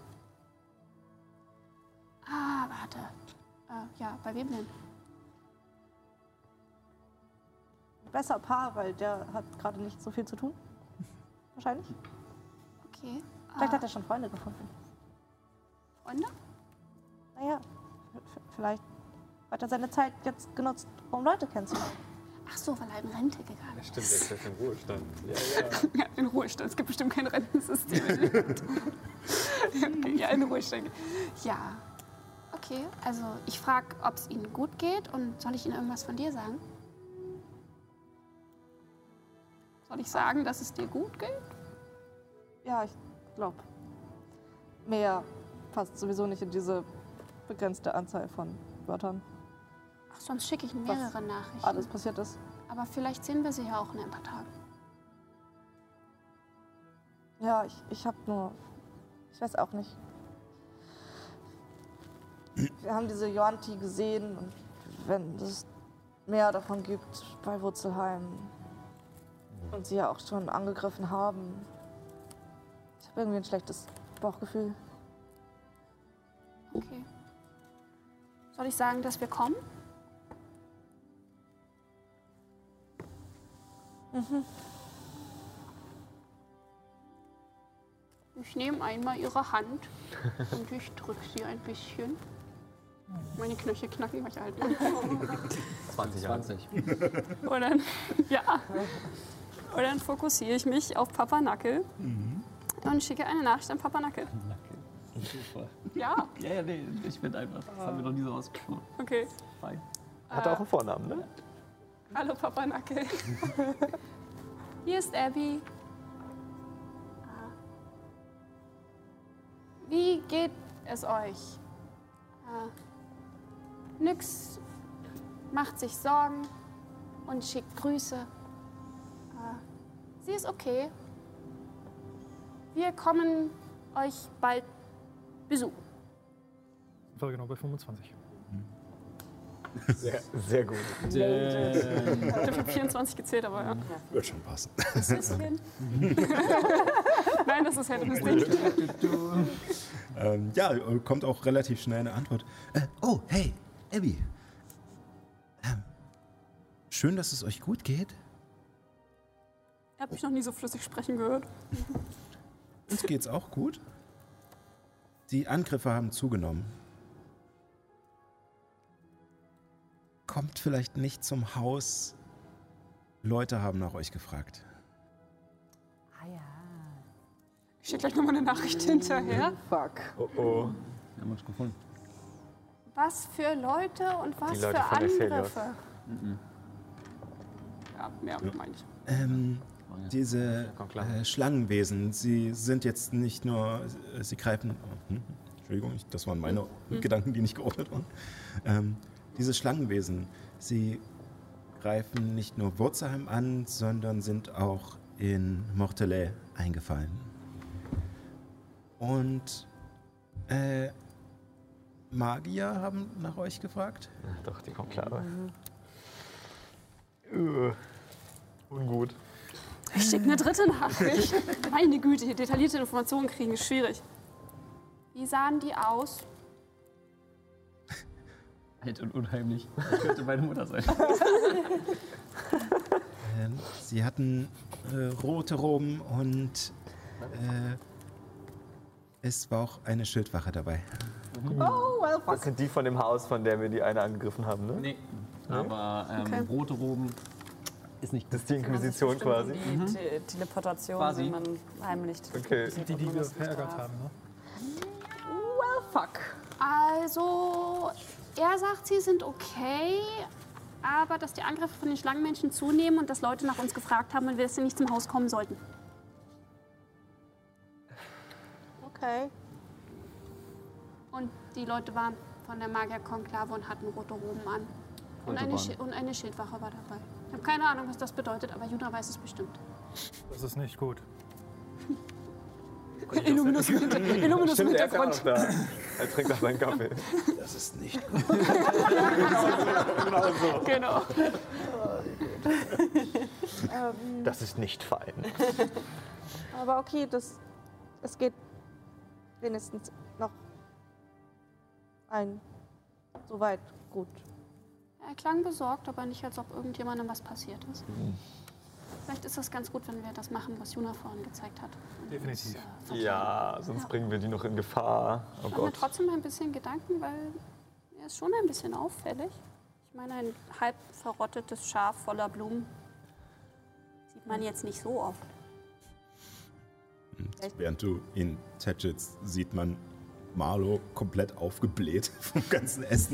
Ah, warte. Ja, bei wem denn? Besser Paar, weil der hat gerade nicht so viel zu tun. Wahrscheinlich. Okay. Vielleicht hat er schon Freunde gefunden. Freunde? Naja, vielleicht hat er seine Zeit jetzt genutzt, um Leute kennenzulernen. Ach so, weil er in Rente gegangen ist. Stimmt, der ist im Ruhestand. Ja, in Ruhestand. Es gibt bestimmt kein Rentensystem. Okay, ja, in Ruhestand. Ja. Okay, also ich frage, ob es Ihnen gut geht und soll ich Ihnen irgendwas von dir sagen? Soll ich sagen, dass es dir gut geht? Ja, ich glaube. Mehr passt sowieso nicht in diese begrenzte Anzahl von Wörtern. Ach, sonst schicke ich mehrere Nachrichten. Alles passiert ist. Aber vielleicht sehen wir sie ja auch in ein paar Tagen. Ja, ich habe nur... Ich weiß auch nicht. Wir haben diese Yuan-Ti gesehen und wenn es mehr davon gibt bei Wurzelheim und sie ja auch schon angegriffen haben, ich habe irgendwie ein schlechtes Bauchgefühl. Okay. Soll ich sagen, dass wir kommen? Mhm. Ich nehme einmal ihre Hand und ich drücke sie ein bisschen. Meine Knöchel knacken, weil ich alt bin. 20. Und dann, ja. Und dann fokussiere ich mich auf Papa Nackel und schicke eine Nachricht an Papa Nackel. Super. Ja. Ja, nee, ich bin einfach. Das haben wir noch nie so ausgesprochen. Okay. Fein. Hat auch einen Vornamen, ne? Hallo Papa Nackel. Hier ist Abby. Wie geht es euch? Nyx macht sich Sorgen und schickt Grüße. Sie ist okay. Wir kommen euch bald besuchen. War genau bei 25. Sehr gut. Ich habe 24 gezählt, aber ja. Wird schon passen. Ist das hin? Nein, das ist Henrys Ding. Ja, kommt auch relativ schnell eine Antwort. Oh, hey, Abby. Schön, dass es euch gut geht. Er hat mich noch nie so flüssig sprechen gehört. Uns geht's auch gut. Die Angriffe haben zugenommen. Kommt vielleicht nicht zum Haus. Leute haben nach euch gefragt. Ah ja. Ich schicke gleich nochmal eine Nachricht hinterher. Fuck. Oh oh. Wir haben uns gefunden. Was für Leute und was Die Leute für von Aphelios. Angriffe? Ja, mehr meine ich. Diese Schlangenwesen, sie sind jetzt nicht nur, sie greifen, Entschuldigung, das waren meine Gedanken, die nicht geordnet waren. Diese Schlangenwesen, sie greifen nicht nur Wurzheim an, sondern sind auch in Mortelet eingefallen. Und Magier haben nach euch gefragt? Ach doch, die kommt klar. Ungut. Ich schicke eine dritte Nachricht. Meine Güte, hier detaillierte Informationen kriegen ist schwierig. Wie sahen die aus? Alt und unheimlich. Das könnte meine Mutter sein. Sie hatten rote Roben und es war auch eine Schildwache dabei. Oh, well, fuck. Das sind die von dem Haus, von der wir die eine angegriffen haben, ne? Nee. Aber rote Roben ist nicht. Das ist die Inquisition quasi. Die Teleportation, Quasi. wenn man heimlich. Okay. Das sind die, die wir verärgert haben, ne? Well, fuck. Also, er sagt, sie sind okay, aber dass die Angriffe von den Schlangenmenschen zunehmen und dass Leute nach uns gefragt haben, wenn wir nicht zum Haus kommen sollten. Okay. Und die Leute waren von der Magierkonklave und hatten rote Roben an. Und eine Schildwache war dabei. Ich habe keine Ahnung, was das bedeutet, aber Juna weiß es bestimmt. Das ist nicht gut. Illuminus im Hintergrund. Ist ja auch da. Er trinkt auch seinen Kaffee. Das ist nicht gut. Genau. Das ist nicht fein. Aber okay, es geht wenigstens noch soweit gut. Er klang besorgt, aber nicht, als ob irgendjemandem was passiert ist. Vielleicht ist das ganz gut, wenn wir das machen, was Juna vorhin gezeigt hat. Und Definitiv. uns, Ja, sonst bringen wir die noch in Gefahr. Oh Ich mache mir Gott. trotzdem ein bisschen Gedanken, weil er ist schon ein bisschen auffällig. Ich meine, ein halb verrottetes Schaf voller Blumen sieht man jetzt nicht so oft. Und während du ihn tätschelst, sieht man Marlo komplett aufgebläht vom ganzen Essen.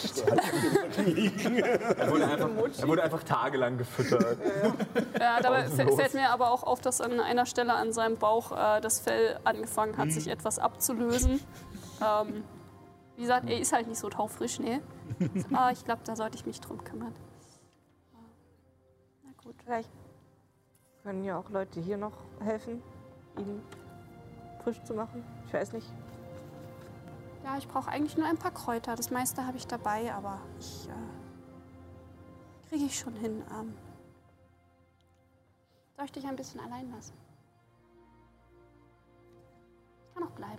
Er wurde einfach tagelang gefüttert. Ja, dabei Pausenlos. fällt mir aber auch auf, dass an einer Stelle an seinem Bauch das Fell angefangen hat, sich etwas abzulösen. Wie gesagt, er ist halt nicht so taufrisch, ne? Ich glaube, da sollte ich mich drum kümmern. Na gut. Vielleicht können ja auch Leute hier noch helfen, ihn frisch zu machen. Ich weiß nicht. Ja, ich brauche eigentlich nur ein paar Kräuter. Das meiste habe ich dabei, aber kriege ich schon hin. Soll ich dich ein bisschen allein lassen? Ich kann auch bleiben.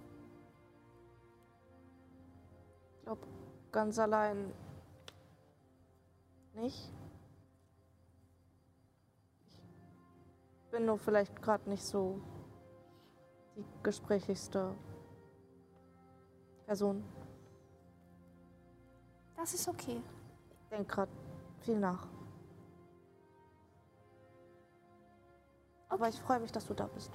Ich glaube, ganz allein nicht. Ich bin nur vielleicht gerade nicht so die gesprächigste Person. Das ist okay. Ich denke gerade viel nach. Aber ich freue mich, dass du da bist.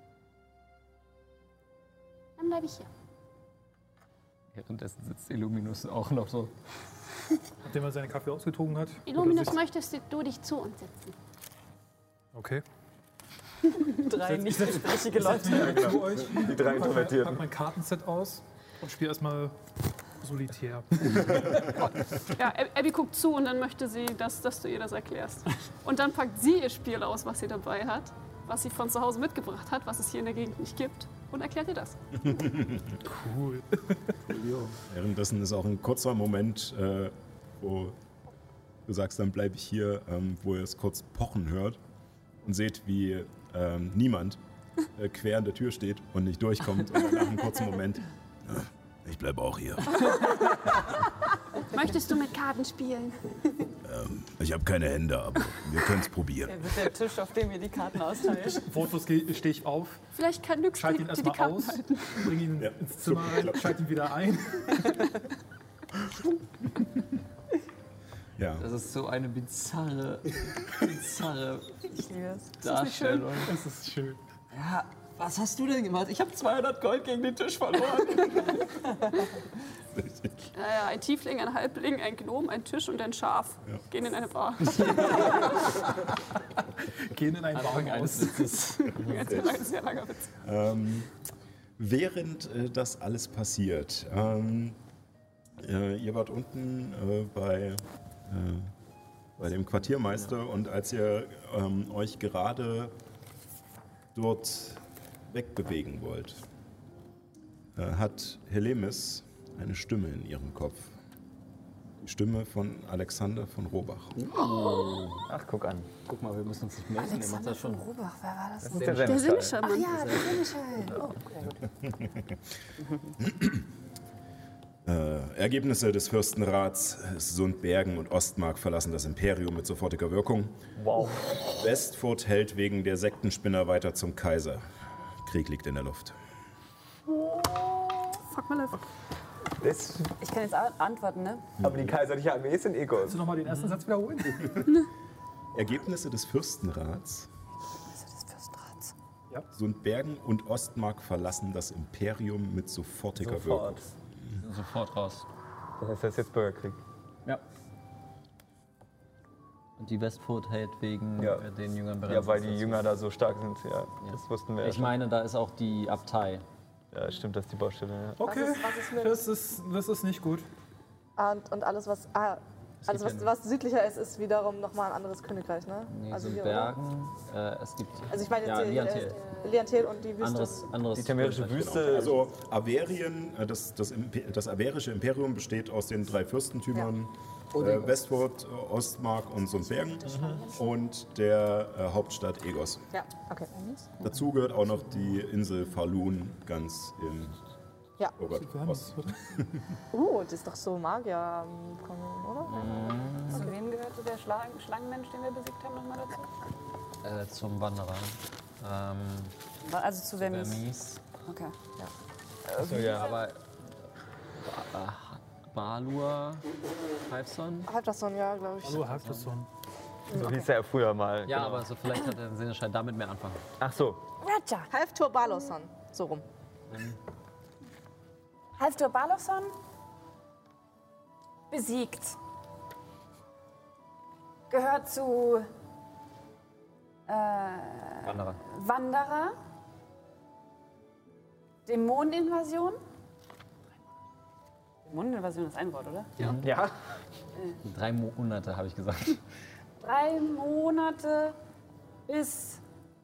Dann bleibe ich hier. Währenddessen sitzt Illuminus auch noch so. Nachdem er seinen Kaffee ausgetrunken hat. Illuminus, wird er möchtest du dich zu uns setzen? Okay. 3 nicht gesprächige Leute. Zu euch. Die drei Pack Introvertierten. mein Kartenset aus und spiele erstmal Solitär. Ja, Abby guckt zu und dann möchte sie, dass du ihr das erklärst. Und dann packt sie ihr Spiel aus, was sie dabei hat, was sie von zu Hause mitgebracht hat, was es hier in der Gegend nicht gibt, und erklärt ihr das. Cool. Währenddessen ist auch ein kurzer Moment, wo du sagst, dann bleibe ich hier, wo ihr es kurz pochen hört und seht, wie niemand quer an der Tür steht und nicht durchkommt. Und dann nach einem kurzen Moment, ich bleibe auch hier. Möchtest du mit Karten spielen? Ich habe keine Hände, aber wir können es probieren. Der wird der Tisch, auf dem wir die Karten austeilen. Wortlos stehe ich auf, Vielleicht kann Nyx schalte ihn die erstmal Karten aus, halten. bringe ihn ins Zimmer rein, schalte ihn wieder ein. Ja. Das ist so eine bizarre Ich liebe es. Darstellung. Das ist schön. Ja, was hast du denn gemacht? Ich habe 200 Gold gegen den Tisch verloren. Naja, ein Tiefling, ein Halbling, ein Gnom, ein Tisch und ein Schaf gehen in eine Bar. Gehen in einen Anfang Baum eines aus. Witzes. Ein sehr langer Witz. Während das alles passiert, ihr wart unten bei dem Quartiermeister und als ihr euch gerade dort wegbewegen wollt, hat Helemis eine Stimme in ihrem Kopf. Die Stimme von Alexander von Robach. Ach, guck an. Guck mal, wir müssen uns nicht melden. Der macht das schon. Robach, wer war das? Das ist der Der Seneschall. Sinneschall, Mann. Ja, der Sinneschall. Oh, Ergebnisse des Fürstenrats Sundbergen und Ostmark verlassen das Imperium mit sofortiger Wirkung. Wow. Westfurt hält wegen der Sektenspinner weiter zum Kaiser. Krieg liegt in der Luft. Fuck my life. Das, Ich kann jetzt antworten, ne? aber die kaiserliche Armee ist in Egos. Kannst du nochmal den ersten Satz wiederholen? Ergebnisse des Fürstenrats Also des Fürstenrats. Sundbergen und Ostmark verlassen das Imperium mit sofortiger Wirkung. Sofort. Sofort raus. Das heißt, das ist jetzt Bürgerkrieg. Ja. Und die Westfurt hält wegen Ja. den Jüngern Ja, weil die Jünger da so stark sind. Ja, das wussten wir ja Ich schon. meine, da ist auch die Abtei. Ja, stimmt, das ist die Baustelle. Ja. Was Okay, ist mit- das ist nicht gut. Und alles, was südlicher ist, ist wiederum nochmal ein anderes Königreich, ne? Nee, Also so hier, Bergen. Es gibt Also ich meine jetzt ja, hier, Liantel. Liantel und die Wüste. Anderes Die temerische Königreich, Wüste. Also Averien, das averische Imperium besteht aus den 3 Fürstentümern Westfurt, Ostmark und Sundbergen und der Hauptstadt Egos. Ja, okay. Dazu gehört auch noch die Insel Falun ganz im Ja. Ost. Das ist doch so Magier, oder? Zu wem gehörte der Schlangenmensch, den wir besiegt haben, nochmal dazu? Zum Wanderer. Also zu Vermis. Vermis. Okay. Achso, ja. Aber Balur, Halfson? Halbtasson, ja, glaube ich. Hallo, Halbtasson. So hieß er ja früher mal. Ja, genau. aber so vielleicht hat der Sinneschein damit mehr anfangen. Ach so. Raja. Halftur Balosson, so rum. Halfdur Balosson besiegt. Gehört zu Wanderer. Wanderer. Dämoneninvasion. Dämoneninvasion ist ein Wort, oder? Ja. 3 Monate, habe ich gesagt. 3 Monate bis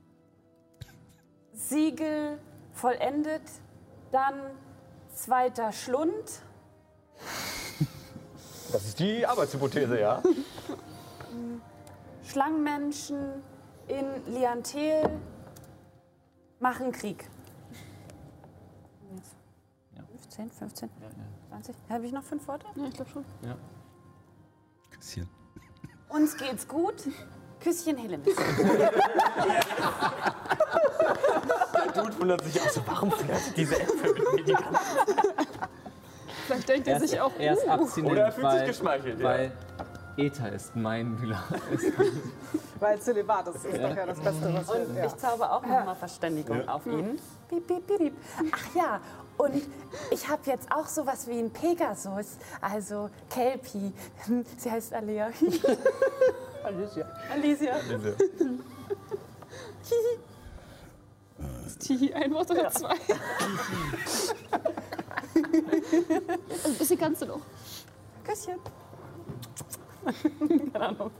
Siegel vollendet. Dann 2. Schlund. Das ist die Arbeitshypothese, ja. Schlangenmenschen in Liantel machen Krieg. Ja. 15, 15, Ja, ja. 20. Habe ich noch 5 Worte? Ja, ich glaube schon. Küsschen. Uns geht's gut. Küsschen Helemis. Der Dude wundert sich auch so, warum flirtet diese Äpfel mit mir die ganze Zeit? Vielleicht denkt er sich auch, Er ist abstinent, Oder er fühlt sich weil, geschmeichelt, ja. weil Ether ist mein Müller. Weil Zölibat, das ist doch ja das Beste, was wir... Und ich zauber auch nochmal Verständigung auf ihn. Piep, piep, piep, piep. Ach ja, und ich habe jetzt auch sowas wie einen Pegasus, also Kelpie. Sie heißt Alea. Alicia. Alicia. ist Tihi ein Wort oder 2? Ein bisschen kannst du noch. Küsschen. Keine Ahnung.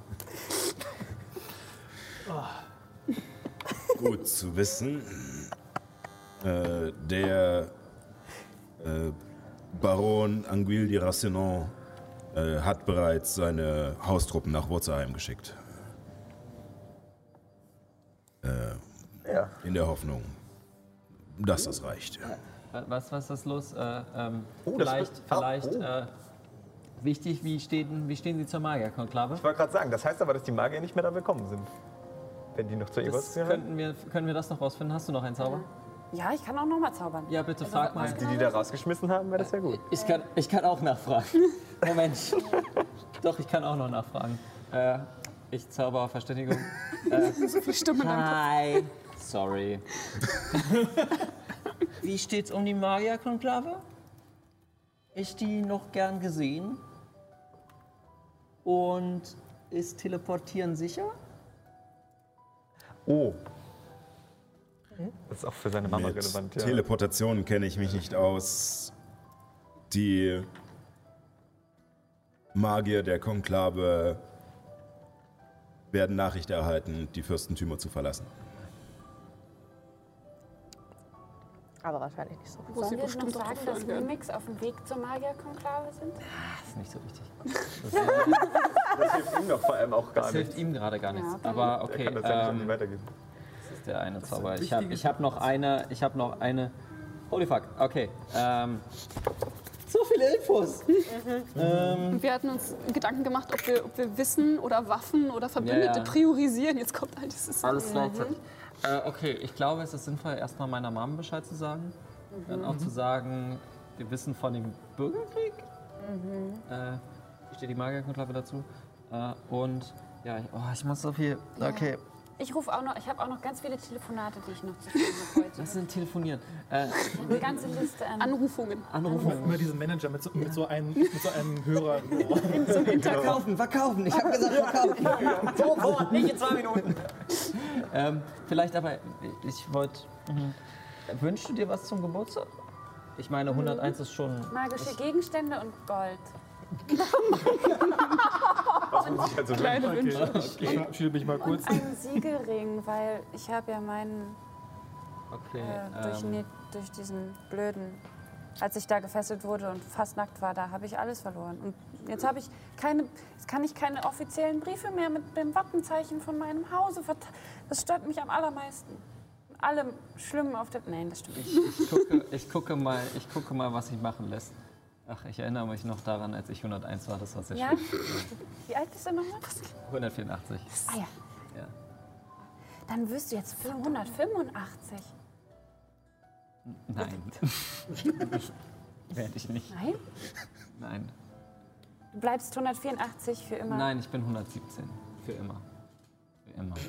Gut zu wissen. Der Baron Anguille de Rassenant hat bereits seine Haustruppen nach Wurzelheim geschickt. Ja. In der Hoffnung, dass das reicht. Was ist los? das Vielleicht Wichtig, wie stehen Sie zur Magierkonklave? Ich wollte gerade sagen, das heißt aber, dass die Magier nicht mehr da willkommen sind. Wenn die noch zu Evos gehören. Können wir das noch rausfinden? Hast du noch einen Zauber? Ja, ich kann auch noch mal zaubern. Ja, bitte frag mal. Die da rausgeschmissen haben, wäre das ja gut. Ich kann auch nachfragen. Moment. Doch, ich kann auch noch nachfragen. Ich zauber auf Verständigung. So viele Stimmen in deinem Kopf. Hi. Sorry. Wie steht's um die Magierkonklave? Ist die noch gern gesehen? Und ist Teleportieren sicher? Oh. Das ist auch für seine Mama Mit relevant. Ja. Teleportation kenne ich mich nicht aus. Die Magier der Konklave werden Nachricht erhalten, die Fürstentümer zu verlassen. Aber wahrscheinlich nicht so. Wo sie Sollen wir noch bestimmt sagen, drauf dass hören werden. Mimics auf dem Weg zur Magierkonklave sind? Das ist nicht so wichtig. Das hilft ihm doch vor allem auch gar Das nicht. hilft ihm gerade gar nichts. Ja, Aber Er okay, kann das ja nicht an ihn weitergeben. das ist der eine Zauber. Ich hab noch eine. Holy fuck, okay. So viele Infos. Und wir hatten uns Gedanken gemacht, ob wir Wissen oder Waffen oder Verbündete Ja. priorisieren. Jetzt kommt all dieses. Alles gleichzeitig. Okay, ich glaube, es ist sinnvoll, erstmal meiner Mom Bescheid zu sagen. Dann auch zu sagen, wir wissen von dem Bürgerkrieg. Wie steht die Magierkonklave dazu? Und ja, ich muss so viel. Okay. Ich rufe auch noch, ich habe auch noch ganz viele Telefonate, die ich noch zu führen habe heute. Was sind telefonieren? Eine ganze Liste an Anrufungen. Anrufen. Immer diese Manager mit so einem Hörer. Verkaufen. Ich habe gesagt, verkaufen. Sofort, nicht in 2 Minuten. Vielleicht aber, ich wollte. Wünschst du dir was zum Geburtstag? Ich meine, 101 ist schon. magische Gegenstände und Gold. Was muss ich also Kleine Wünsche. Ich schiebe mich mal kurz. Und einen Siegelring, weil ich habe ja meinen Okay. durch diesen blöden, als ich da gefesselt wurde und fast nackt war, da habe ich alles verloren. Und jetzt habe ich jetzt kann ich keine offiziellen Briefe mehr mit dem Wappenzeichen von meinem Hause das stört mich am allermeisten. Alle Schlimmen auf der, nein, das stimmt nicht. Ich gucke mal, was sich machen lässt. Ach, ich erinnere mich noch daran, als ich 101 war, das war sehr Ja? schön. Wie alt bist du nochmal? 184. Ah ja. Ja. Dann wirst du jetzt 185. Nein. Werde ich nicht. Nein? Nein. Du bleibst 184 für immer. Nein, ich bin 117. Für immer. Für immer.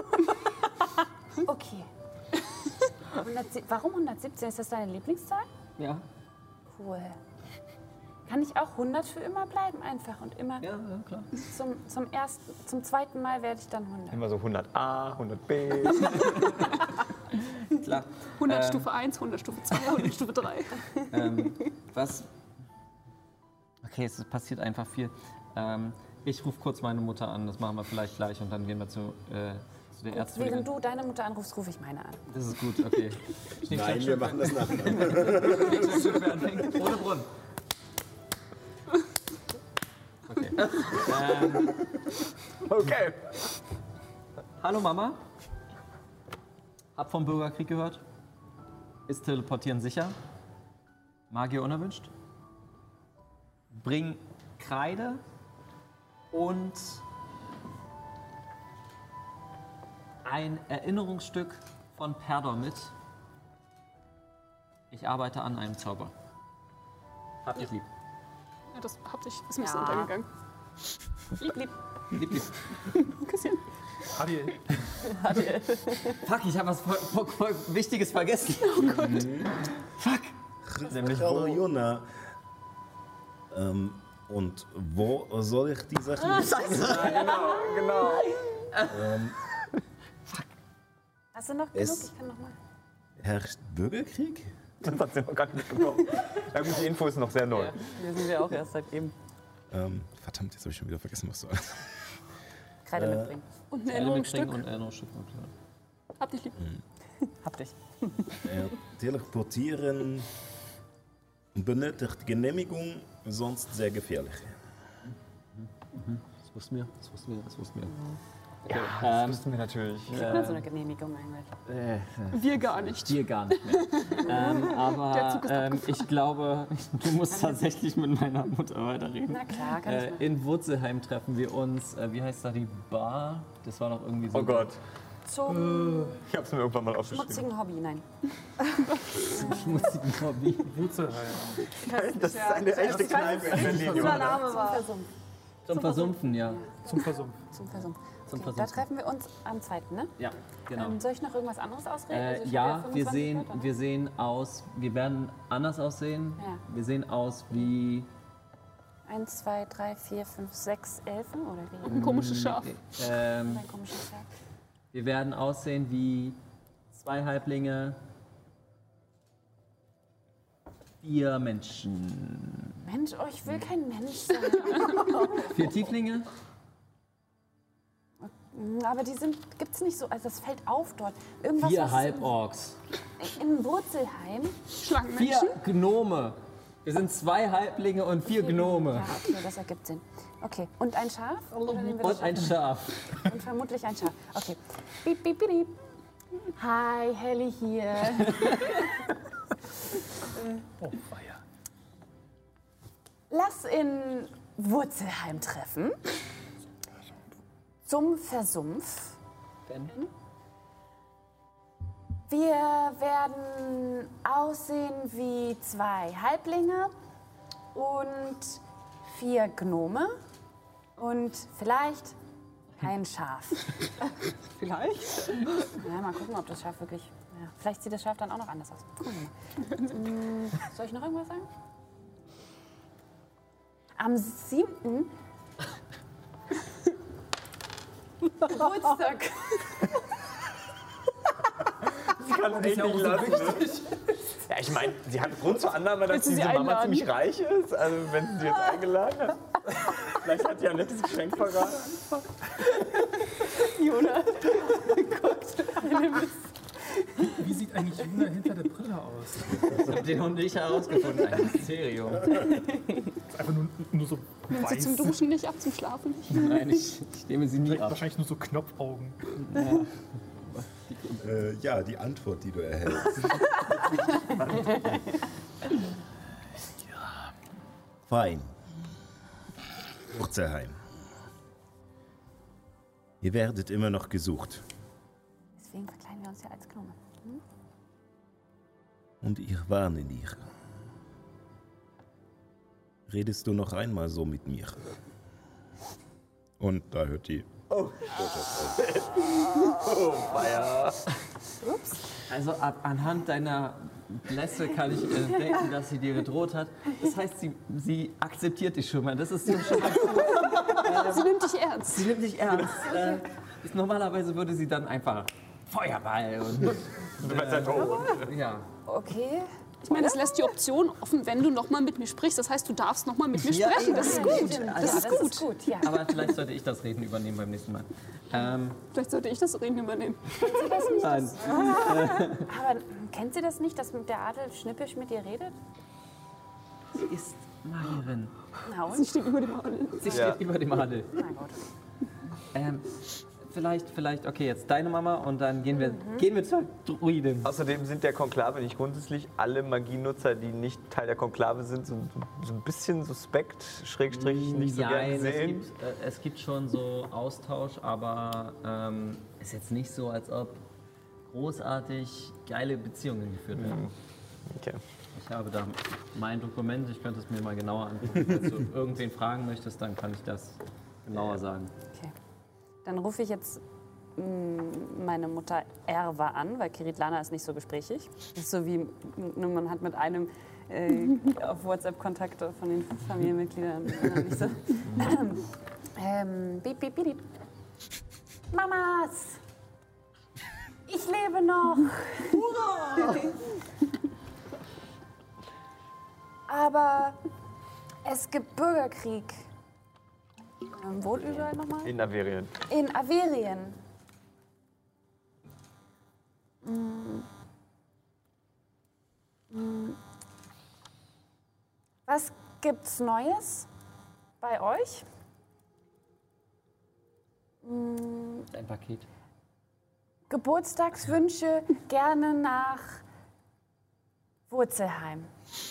Okay. Warum 117? Ist das deine Lieblingszahl? Ja? Cool. Kann ich auch 100 für immer bleiben einfach und immer Ja, klar. zum zweiten Mal werde ich dann 100. Immer so 100a, 100b. Klar. 100 Stufe 1, 100 Stufe 2, 100 Stufe 3. Was? Okay, es passiert einfach viel. Ich rufe kurz meine Mutter an, das machen wir vielleicht gleich und dann gehen wir zu der Ärztin. Während du deine Mutter anrufst, rufe ich meine an. Das ist gut, okay. Nein, wir machen das nachher. Ohne Brunnen. Okay. Okay. Hallo Mama. Hab vom Bürgerkrieg gehört. Ist Teleportieren sicher? Magier unerwünscht? Bring Kreide und ein Erinnerungsstück von Perdor mit. Ich arbeite an einem Zauber. Hab dich lieb. Ja, das ist mir so untergegangen. Lieb, lieb. Lieb, lieb. Küsschen. Adiel. Fuck, ich habe was voll Wichtiges vergessen. Oh Gott. Fuck. Nämlich Hallo Jona. Und wo soll ich die Sachen? Genau. Hast du noch genug? Ich kann noch mal. Herrscht Bürgerkrieg? Das hat sie noch gar nicht mitbekommen. Ja, gut, die Info ist noch sehr neu. Wir sind ja auch erst seit eben. Verdammt, jetzt habe ich schon wieder vergessen, was du alles. Kreide mitbringen. Und ein Kreide Erinnerungsstück. mitbringen und Erinnerungsstück. Hab dich lieb. Hab dich. Teleportieren benötigt Genehmigung, sonst sehr gefährlich. Das wussten wir. Das wussten wir natürlich. Kriegt man so eine Genehmigung eigentlich? Wir gar nicht. Dir gar nicht mehr. Der Aber Zug ist abgefahren. ich glaube, du musst tatsächlich mit meiner Mutter weiterreden. Na klar, kann ich machen. In Wurzelheim treffen wir uns. Wie heißt da die Bar? Das war doch irgendwie so. Oh Gott. Zum Ich hab's mir irgendwann mal aufgeschrieben. schmutzigen Hobby, nein. schmutzigen Hobby. Wurzelheim. Das ist eine echte Kneipe in Berlin. Dieser Name war. Zum Versumpfen, ja. Zum Versumpf. Zum Versumpf. Zum Okay, da Versumpfen. treffen wir uns am 2., ne? Ja, genau. Soll ich noch irgendwas anderes ausreden? Also ich hab Ja, 25 Wörter, ne? wir sehen aus, wir werden anders aussehen. Ja. Wir sehen aus wie 1, 2, 3, 4, 5, 6 Elfen oder wie? Ein komisches Schaf. ähm, Ein komisches Schaf. wir werden aussehen wie 2 Halblinge, 4 Menschen. Mensch, oh, ich will kein Mensch sein. 4 Tieflinge? Aber die gibt's nicht so, also das fällt auf dort. Irgendwas 4 was Halborks. in Wurzelheim. 4 Schlangenmenschen. Gnome. Wir sind 2 Halblinge und 4 Gnome. Ja, okay, das ergibt Sinn. Okay, und ein Schaf? Oder nehmen wir das Und ein Schaf? Schaf. Und vermutlich ein Schaf. Okay. Piep, piep, piep, piep. Hi, Helly hier. Oh, weia. Lass in Wurzelheim treffen. Zum Versumpf. Wir werden aussehen wie 2 Halblinge und 4 Gnome und vielleicht ein Schaf. Vielleicht. Ja, mal gucken, ob das Schaf wirklich... Ja, vielleicht sieht das Schaf dann auch noch anders aus. Gucken wir mal. Soll ich noch irgendwas sagen? Am 7. Geburtstag. Sie kann es echt nicht lassen. Ja, ich meine, sie hat Grund zur Annahme, dass Willst du sie diese Mama einladen? ziemlich reich ist. Also wenn sie sie jetzt eingeladen hat. Vielleicht hat sie ja ein nettes Geschenk verraten. Jona. Guckt. Wie sieht eigentlich Juna hinter der Brille aus? Das habt ihr noch nicht herausgefunden. Ein Mysterium. Ist einfach nur so Nimmt sie zum weiß. Duschen nicht ab, zum Schlafen nicht. Nein, ich nehme sie nie ab. Wahrscheinlich nur so Knopfaugen. Ja, die Antwort, die du erhältst. Fein. Wurzelheim. Ihr werdet immer noch gesucht. Deswegen verkleiden wir uns ja als Gnome. Und ich warne dich. Redest du noch einmal so mit mir? Und da hört die. Also anhand deiner Blässe kann ich denken, dass sie dir gedroht hat. Das heißt, sie akzeptiert dich schon mal. Das ist schon mal gut. Sie nimmt dich ernst. Sie nimmt dich ernst. Normalerweise würde sie dann einfach Feuerball und ja. Okay. Ich meine, das lässt die Option offen, wenn du nochmal mit mir sprichst. Das heißt, du darfst nochmal mit mir sprechen. Das ist gut. Das ist gut. Ja. Aber vielleicht sollte ich das Reden übernehmen beim nächsten Mal. Vielleicht sollte ich das Reden übernehmen. Nein. Aber kennt sie das nicht, dass der Adel schnippisch mit ihr redet? Sie ist Magierin. Na Sie und? steht über dem Adel. Sie steht über dem Adel. Na gut. Vielleicht, okay, jetzt deine Mama und dann gehen wir zur Druidin. Außerdem sind der Konklave nicht grundsätzlich alle Magienutzer, die nicht Teil der Konklave sind, so ein bisschen suspekt, schrägstrich nicht so gern sehen. Es gibt schon so Austausch, aber ist jetzt nicht so, als ob großartig geile Beziehungen geführt werden. Okay. Ich habe da mein Dokument, ich könnte es mir mal genauer angucken. Wenn du irgendwen fragen möchtest, dann kann ich das genauer sagen. Okay. Dann rufe ich jetzt meine Mutter Erwa an, weil Kiritlana ist nicht so gesprächig. Das ist so wie, man hat mit einem auf WhatsApp Kontakte von den Familienmitgliedern. Nicht so. Piep, piep, piep. Mamas! Ich lebe noch! Aber es gibt Bürgerkrieg. Wo überall nochmal? In Averien. In Averien. Was gibt's Neues bei euch? ein Paket. Geburtstagswünsche gerne nach Wurzelheim.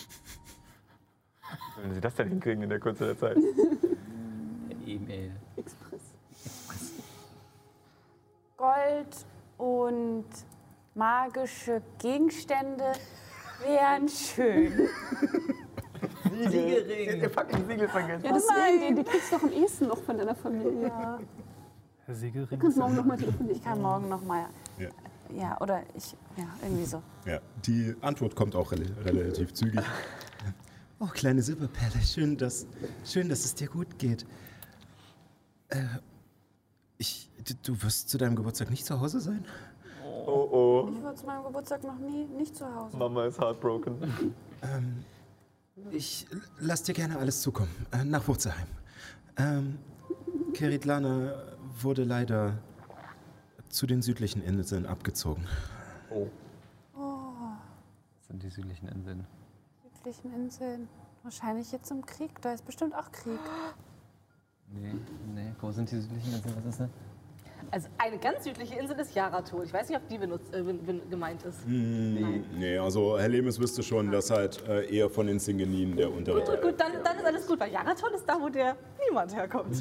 Wie sollen Sie das denn hinkriegen in der Kürze der Zeit? E-Mail. Gold und magische Gegenstände wären schön. Siegelring. Der fucking Siegel vergessen. Ja, das ist die kriegst du doch am ehesten noch von deiner Familie. Ja. Herr Siegelring. Du kannst morgen noch mal telefonieren. Ich kann morgen noch mal. Ja. Ja, oder ich. Ja, irgendwie so. Ja, die Antwort kommt auch relativ zügig. Oh, kleine Silberperle, schön, dass es dir gut geht. Du wirst zu deinem Geburtstag nicht zu Hause sein? Oh, Ich war zu meinem Geburtstag noch nicht zu Hause. Mama ist heartbroken. Ich lass dir gerne alles zukommen. Nach Wurzelheim. Keritlana wurde leider zu den südlichen Inseln abgezogen. Oh. Das sind die südlichen Inseln. Südlichen Inseln. Wahrscheinlich jetzt im Krieg. Da ist bestimmt auch Krieg. Nee. Wo sind die südlichen Inseln? Was ist das? Also eine ganz südliche Insel ist Yarathol. Ich weiß nicht, ob die gemeint ist. Nee, also Herr Lemes wüsste schon, dass halt eher von den Singeninen der untere Teil. Gut, dann ist alles gut, weil Yarathol ist da, wo der niemand herkommt.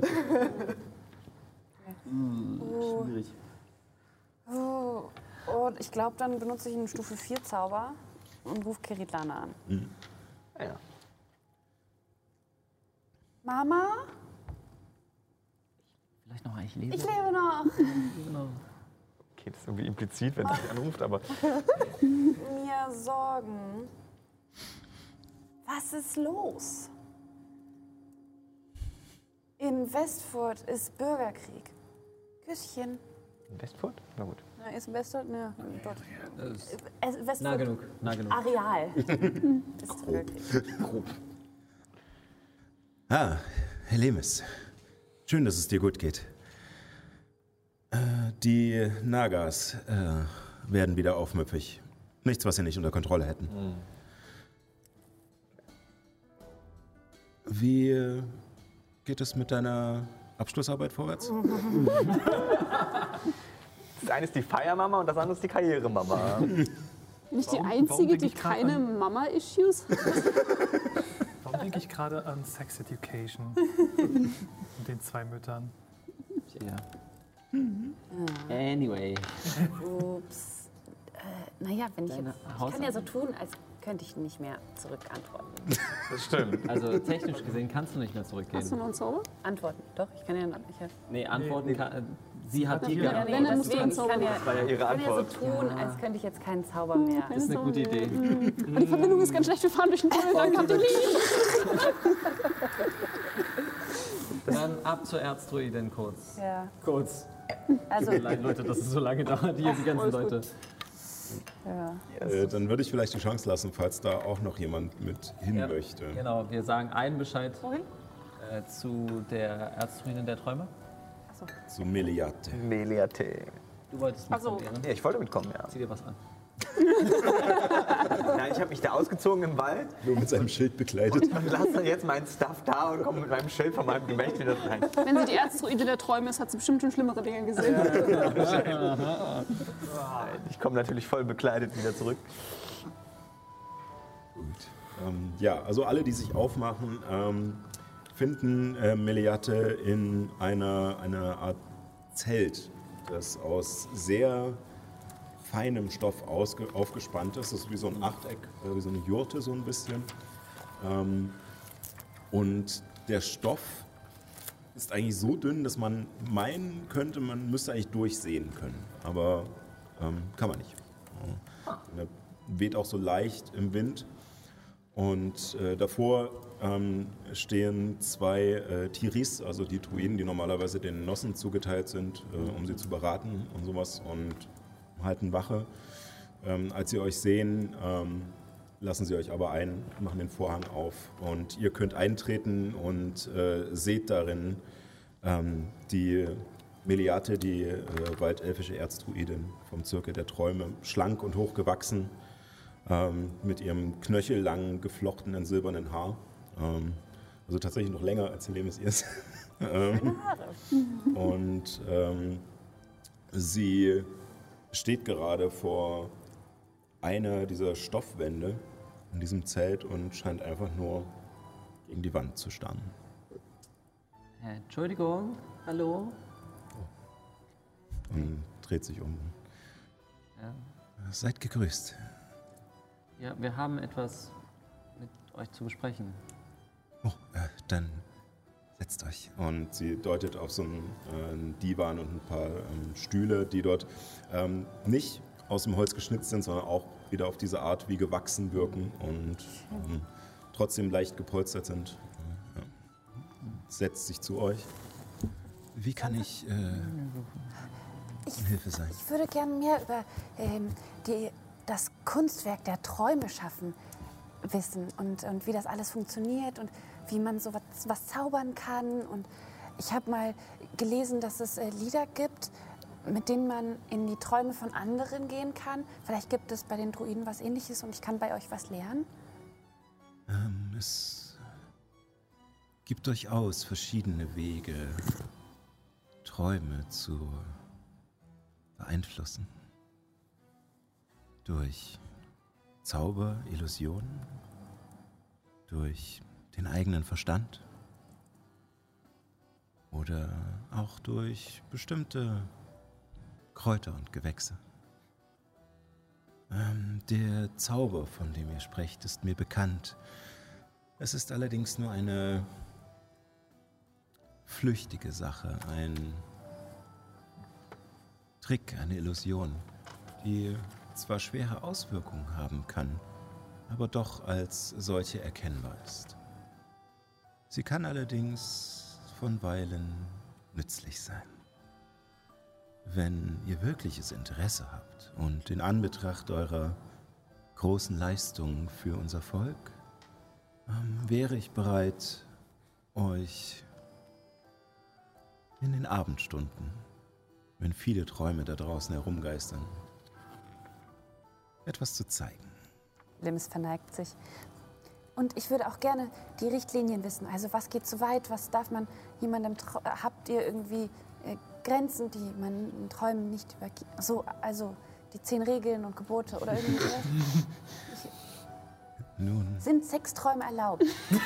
Schwierig. Oh, und ich glaube, dann benutze ich einen Stufe 4 Zauber und rufe Keritlana an. Ja. Mama? Vielleicht noch ich lese. Ich lebe noch. Okay, das ist irgendwie implizit, wenn sie anruft, aber. Mir Sorgen. Was ist los? In Westfurt ist Bürgerkrieg. Küsschen. In Westfurt? Na gut. Na, ist Westfurt? Ne, dort. Westfurt. Nah genug. Areal. Ist Bürgerkrieg. Grob. Herr Lemes. Schön, dass es dir gut geht. Die Nagas werden wieder aufmüpfig. Nichts, was sie nicht unter Kontrolle hätten. Wie geht es mit deiner Abschlussarbeit vorwärts? Das eine ist die Feiermama und das andere ist die Karrieremama. Bin ich die Einzige, die keine Mama-Issues hat? Warum denke ich gerade an Sex Education und den 2 Müttern? Ja. Anyway. Ups. Naja, wenn ich Deine ich kann ja so tun, als könnte ich nicht mehr zurückantworten. Das stimmt. Also technisch gesehen kannst du nicht mehr zurückgehen. Hast du noch einen Zauber? Antworten. Doch, ich kann ja. Nee, antworten kann. Sie hat die Ja, geantwortet. nee, Wenn, dann musst du deswegen, einen ich Zauber kann ja, Das war ja ihre ich kann ja so Antwort. tun, als könnte ich jetzt keinen Zauber mehr. Das ist eine gute Idee. Aber die Verbindung ist ganz schlecht. Wir fahren durch den Tunnel, dann kommt die Linie. Dann ab zur Erzdruidin kurz. Ja. Kurz. Also, Tut mir leid, Leute, dass es so lange dauert, hier die ganzen Leute. ja. Dann würde ich vielleicht die Chance lassen, falls da auch noch jemand mit hin Ja, möchte. Genau, wir sagen einen Bescheid Wohin? zu der Erzdruidin der Träume. Zu Meliate. Meliate. Du wolltest Also- mitkommen, Ja, ich wollte mitkommen, ja. Zieh dir was an. Nein, ich habe mich da ausgezogen im Wald Nur mit seinem Schild bekleidet. und lasse jetzt meinen Stuff da und komme mit meinem Schild von meinem Gemächt wieder rein. Wenn sie die Erzdruide der Träume ist, hat sie bestimmt schon schlimmere Dinge gesehen. Ich komme natürlich voll bekleidet wieder zurück. Gut. Ja, also alle, die sich aufmachen, finden Meliate in einer Art Zelt, das aus sehr feinem Stoff aufgespannt ist. Das ist wie so ein Achteck, wie so eine Jurte so ein bisschen. Und der Stoff ist eigentlich so dünn, dass man meinen könnte, man müsste eigentlich durchsehen können. Aber kann man nicht. Er weht auch so leicht im Wind. Und davor stehen 2 Tiris, also die Druiden, die normalerweise den Nossen zugeteilt sind, um sie zu beraten und sowas, und halten Wache. Als sie euch sehen, lassen sie euch aber ein, machen den Vorhang auf und ihr könnt eintreten und seht darin die Meliate, die waldelfische Erzdruidin vom Zirkel der Träume, schlank und hochgewachsen, mit ihrem knöchellangen, geflochtenen silbernen Haar. Also tatsächlich noch länger als Helemis ist. Und Sie steht gerade vor einer dieser Stoffwände in diesem Zelt und scheint einfach nur gegen die Wand zu starren. Entschuldigung, hallo? Und dreht sich um. Ja. Seid gegrüßt. Ja, wir haben etwas mit euch zu besprechen. Oh, dann setzt euch. Und sie deutet auf so einen Divan und ein paar Stühle, die dort nicht aus dem Holz geschnitzt sind, sondern auch wieder auf diese Art wie gewachsen wirken und trotzdem leicht gepolstert sind. Ja. Setzt sich zu euch. Wie kann ich Hilfe sein? Ich würde gerne mehr über das Kunstwerk der Träume schaffen wissen und wie das alles funktioniert und wie man so was zaubern kann. Und ich habe mal gelesen, dass es Lieder gibt, mit denen man in die Träume von anderen gehen kann. Vielleicht gibt es bei den Druiden was Ähnliches und ich kann bei euch was lernen. Es gibt durchaus verschiedene Wege, Träume zu beeinflussen. Durch Zauber, Illusionen, durch den eigenen Verstand oder auch durch bestimmte Kräuter und Gewächse. Der Zauber, von dem ihr sprecht, ist mir bekannt. Es ist allerdings nur eine flüchtige Sache, ein Trick, eine Illusion, die zwar schwere Auswirkungen haben kann, aber doch als solche erkennbar ist. Sie kann allerdings von Weilen nützlich sein. Wenn ihr wirkliches Interesse habt und in Anbetracht eurer großen Leistungen für unser Volk, wäre ich bereit, euch in den Abendstunden, wenn viele Träume da draußen herumgeistern, etwas zu zeigen. Lims verneigt sich. Und ich würde auch gerne die Richtlinien wissen. Also was geht zu weit, was darf man jemandem... Habt ihr irgendwie Grenzen, die man in Träumen nicht übergeht? So, also die 10 Regeln und Gebote oder irgendwie sowas? Nun... Sind Sexträume erlaubt?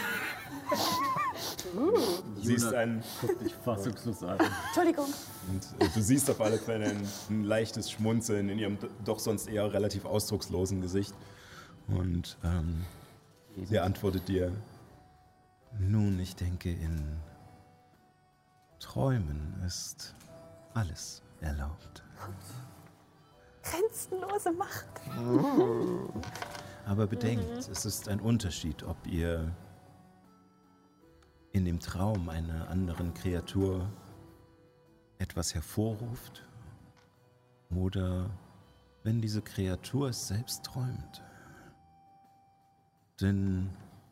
Du siehst einen... Guck dich fassungslos an. Entschuldigung. Und du siehst auf alle Fälle ein leichtes Schmunzeln in ihrem doch sonst eher relativ ausdruckslosen Gesicht. Und sie antwortet dir, nun, ich denke, in Träumen ist alles erlaubt. Grenzenlose Macht. Aber bedenkt, es ist ein Unterschied, ob ihr in dem Traum einer anderen Kreatur etwas hervorruft oder wenn diese Kreatur es selbst träumt. Denn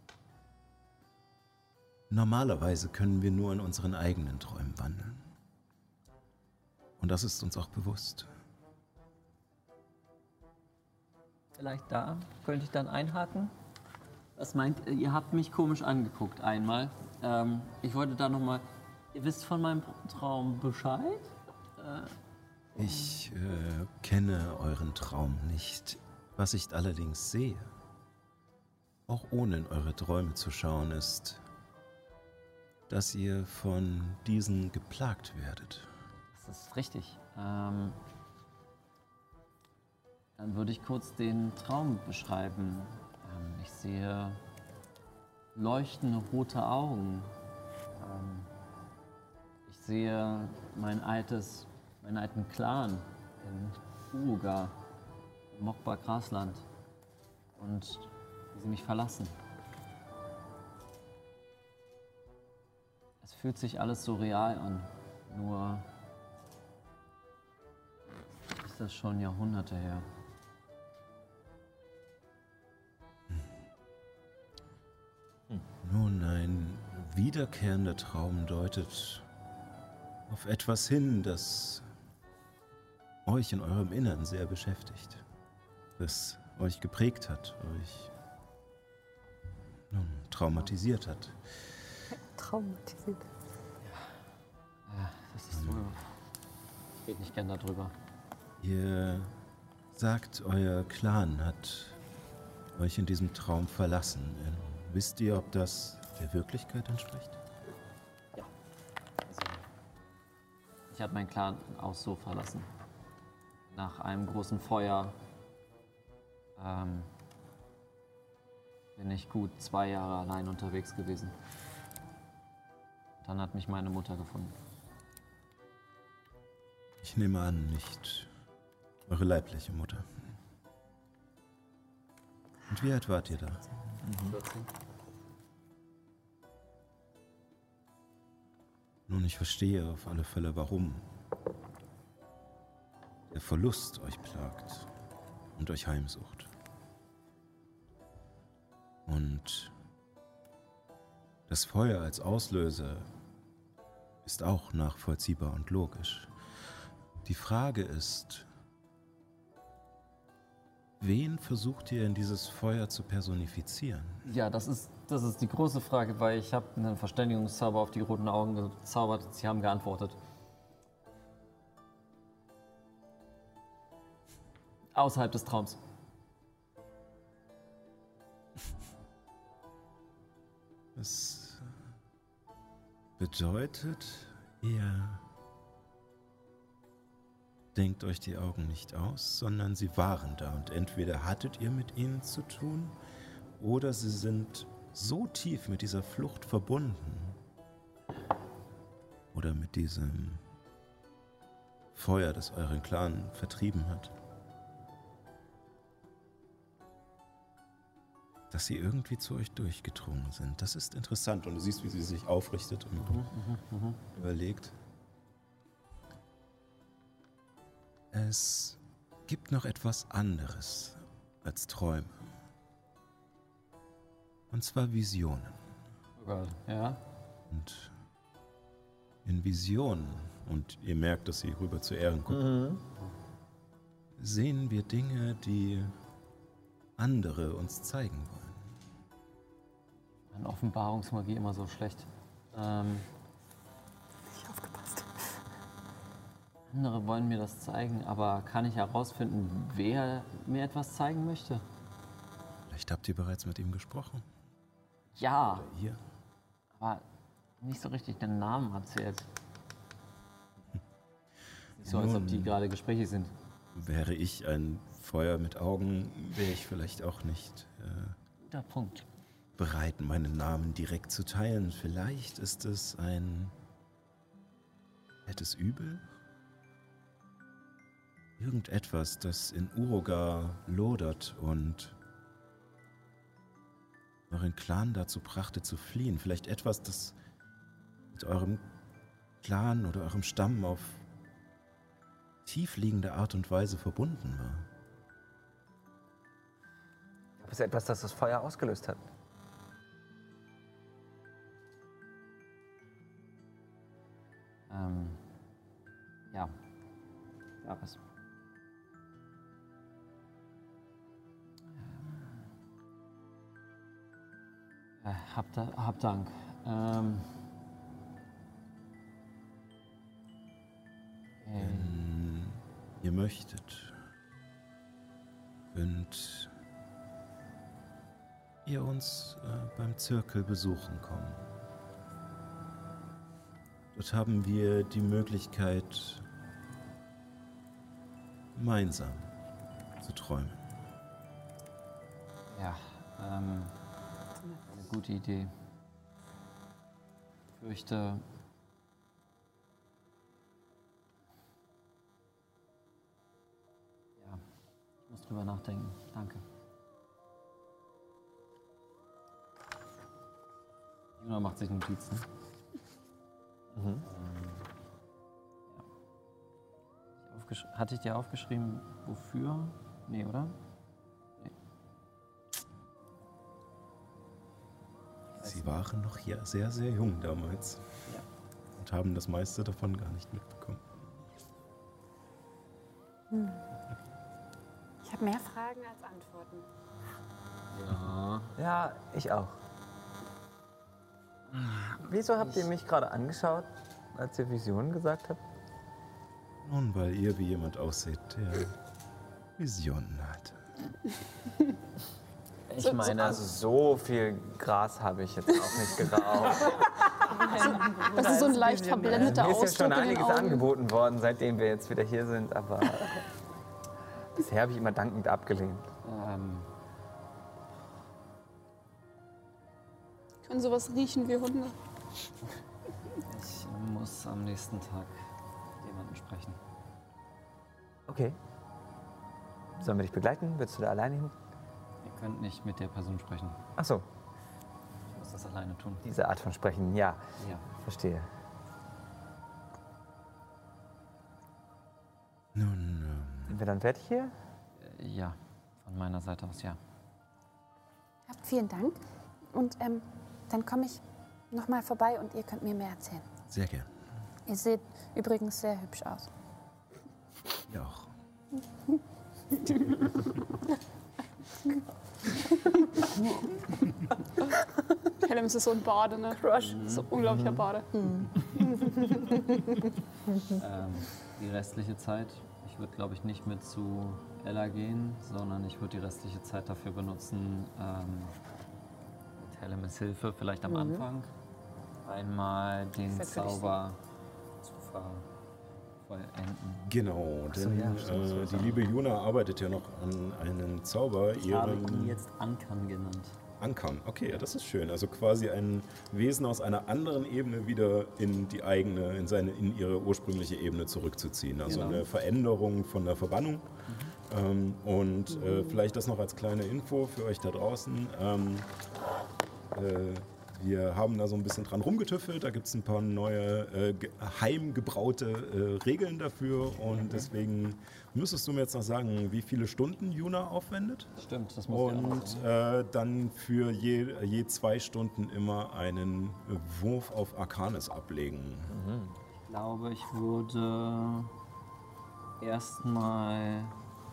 normalerweise können wir nur in unseren eigenen Träumen wandeln. Und das ist uns auch bewusst. Vielleicht da könnte ich dann einhaken. Was meint ihr? Ihr habt mich komisch angeguckt einmal. Ich wollte da nochmal... Ihr wisst von meinem Traum Bescheid? Ich kenne euren Traum nicht. Was ich allerdings sehe, auch ohne in eure Träume zu schauen, ist, dass ihr von diesen geplagt werdet. Das ist richtig. Dann würde ich kurz den Traum beschreiben. Ich sehe leuchtende rote Augen. Ich sehe meinen alten Clan in Uruga, im Mokba Grasland. Und wie sie mich verlassen. Es fühlt sich alles so real an. Nur ist das schon Jahrhunderte her. Nun, ein wiederkehrender Traum deutet auf etwas hin, das euch in eurem Innern sehr beschäftigt. Das euch geprägt hat, euch traumatisiert hat. Traumatisiert. Das ist so. red nicht gern darüber. Ihr sagt, euer Clan hat euch in diesem Traum verlassen. Wisst ihr, ob das der Wirklichkeit entspricht? Ja. Also, ich habe meinen Clan auch so verlassen. Nach einem großen Feuer bin ich gut 2 Jahre allein unterwegs gewesen. Dann hat mich meine Mutter gefunden. Ich nehme an, nicht eure leibliche Mutter. Und wie alt wart ihr da? 14. Nun, ich verstehe auf alle Fälle, warum der Verlust euch plagt und euch heimsucht. Und das Feuer als Auslöser ist auch nachvollziehbar und logisch. Die Frage ist, wen versucht ihr in dieses Feuer zu personifizieren? Ja, das ist die große Frage, weil ich habe einen Verständigungszauber auf die roten Augen gezaubert. Sie haben geantwortet. Außerhalb des Traums. Das bedeutet, ihr denkt euch die Augen nicht aus, sondern sie waren da und entweder hattet ihr mit ihnen zu tun oder sie sind so tief mit dieser Flucht verbunden oder mit diesem Feuer, das euren Clan vertrieben hat, dass sie irgendwie zu euch durchgedrungen sind. Das ist interessant und du siehst, wie sie sich aufrichtet und überlegt. Es gibt noch etwas anderes als Träume. Und zwar Visionen. Oh Gott, ja. Und in Visionen, und ihr merkt, dass sie rüber zu Ehren gucken, sehen wir Dinge, die andere uns zeigen wollen. Meine Offenbarungsmagie immer so schlecht. Nicht aufgepasst. Andere wollen mir das zeigen, aber kann ich herausfinden, wer mir etwas zeigen möchte? Vielleicht habt ihr bereits mit ihm gesprochen. Ja, Oder ihr. aber nicht so richtig den Namen erzählt. Nicht so, als ob die gerade Gespräche sind. Wäre ich ein Feuer mit Augen, wäre ich vielleicht auch nicht Guter Punkt. bereit, meinen Namen direkt zu teilen. Vielleicht ist es ein fettes Übel? Irgendetwas, das in Urogar lodert und euren Clan dazu brachte zu fliehen. Vielleicht etwas, das mit eurem Clan oder eurem Stamm auf tiefliegende Art und Weise verbunden war. Gab es etwas, das das Feuer ausgelöst hat? Ja. Ja, was? Hab Dank. Wenn ihr möchtet, könnt ihr uns beim Zirkel besuchen kommen. Dort haben wir die Möglichkeit, gemeinsam zu träumen. Ja, eine gute Idee. Ich fürchte, ja, ich muss drüber nachdenken. Danke. Juna macht sich Notizen. Ja. Hatte ich dir aufgeschrieben, wofür? Nee, oder? Nee. Sie waren noch ja sehr, sehr jung damals. Ja. Und haben das meiste davon gar nicht mitbekommen. Ich habe mehr Fragen als Antworten. Ja. Ja, ich auch. Wieso habt ihr mich gerade angeschaut, als ihr Visionen gesagt habt? Und weil ihr wie jemand aussieht, der Visionen hat. Ich meine, also so viel Gras habe ich jetzt auch nicht geraucht. Das ist so ein leicht verblendeter Mir ist ja Ausdruck schon in den einiges Augen. angeboten worden, seitdem wir jetzt wieder hier sind, aber bisher habe ich immer dankend abgelehnt. Können sowas riechen wie Hunde? Ich muss am nächsten Tag jemanden sprechen. Okay. Sollen wir dich begleiten? Willst du da alleine hin? Ihr könnt nicht mit der Person sprechen. Ach so, Ich muss das alleine tun. diese Art von Sprechen, ja, Ja. verstehe. Nun, Sind wir dann fertig hier? Ja, von meiner Seite aus ja. Ja, vielen Dank. Und dann komme ich noch mal vorbei und ihr könnt mir mehr erzählen. sehr gern. Ihr seht übrigens sehr hübsch aus. Ja auch. Hellemis ist so ein Bade, ne? Crush. So ein unglaublicher Bade. Die restliche Zeit, ich würde glaube ich nicht mit zu Ella gehen, sondern ich würde die restliche Zeit dafür benutzen, mit Hellemis Hilfe vielleicht am Anfang einmal den Das wär für dich Zauber zu vollenden. Genau, denn ja, stimmt, die liebe Juna arbeitet ja noch an einem Zauber, Ich habe ihren ihn jetzt Ankan genannt. Ankern. Okay, ja, das ist schön. Also quasi ein Wesen aus einer anderen Ebene wieder in die eigene, in ihre ursprüngliche Ebene zurückzuziehen. Also Genau. eine Veränderung von der Verbannung. Und vielleicht das noch als kleine Info für euch da draußen. Wir haben da so ein bisschen dran rumgetüffelt. Da gibt es ein paar neue heimgebraute Regeln dafür. Und deswegen müsstest du mir jetzt noch sagen, wie viele Stunden Juna aufwendet. Stimmt, das muss ich auch noch Und sagen. dann für je 2 Stunden immer einen Wurf auf Arcanis ablegen. Ich glaube, ich würde erstmal,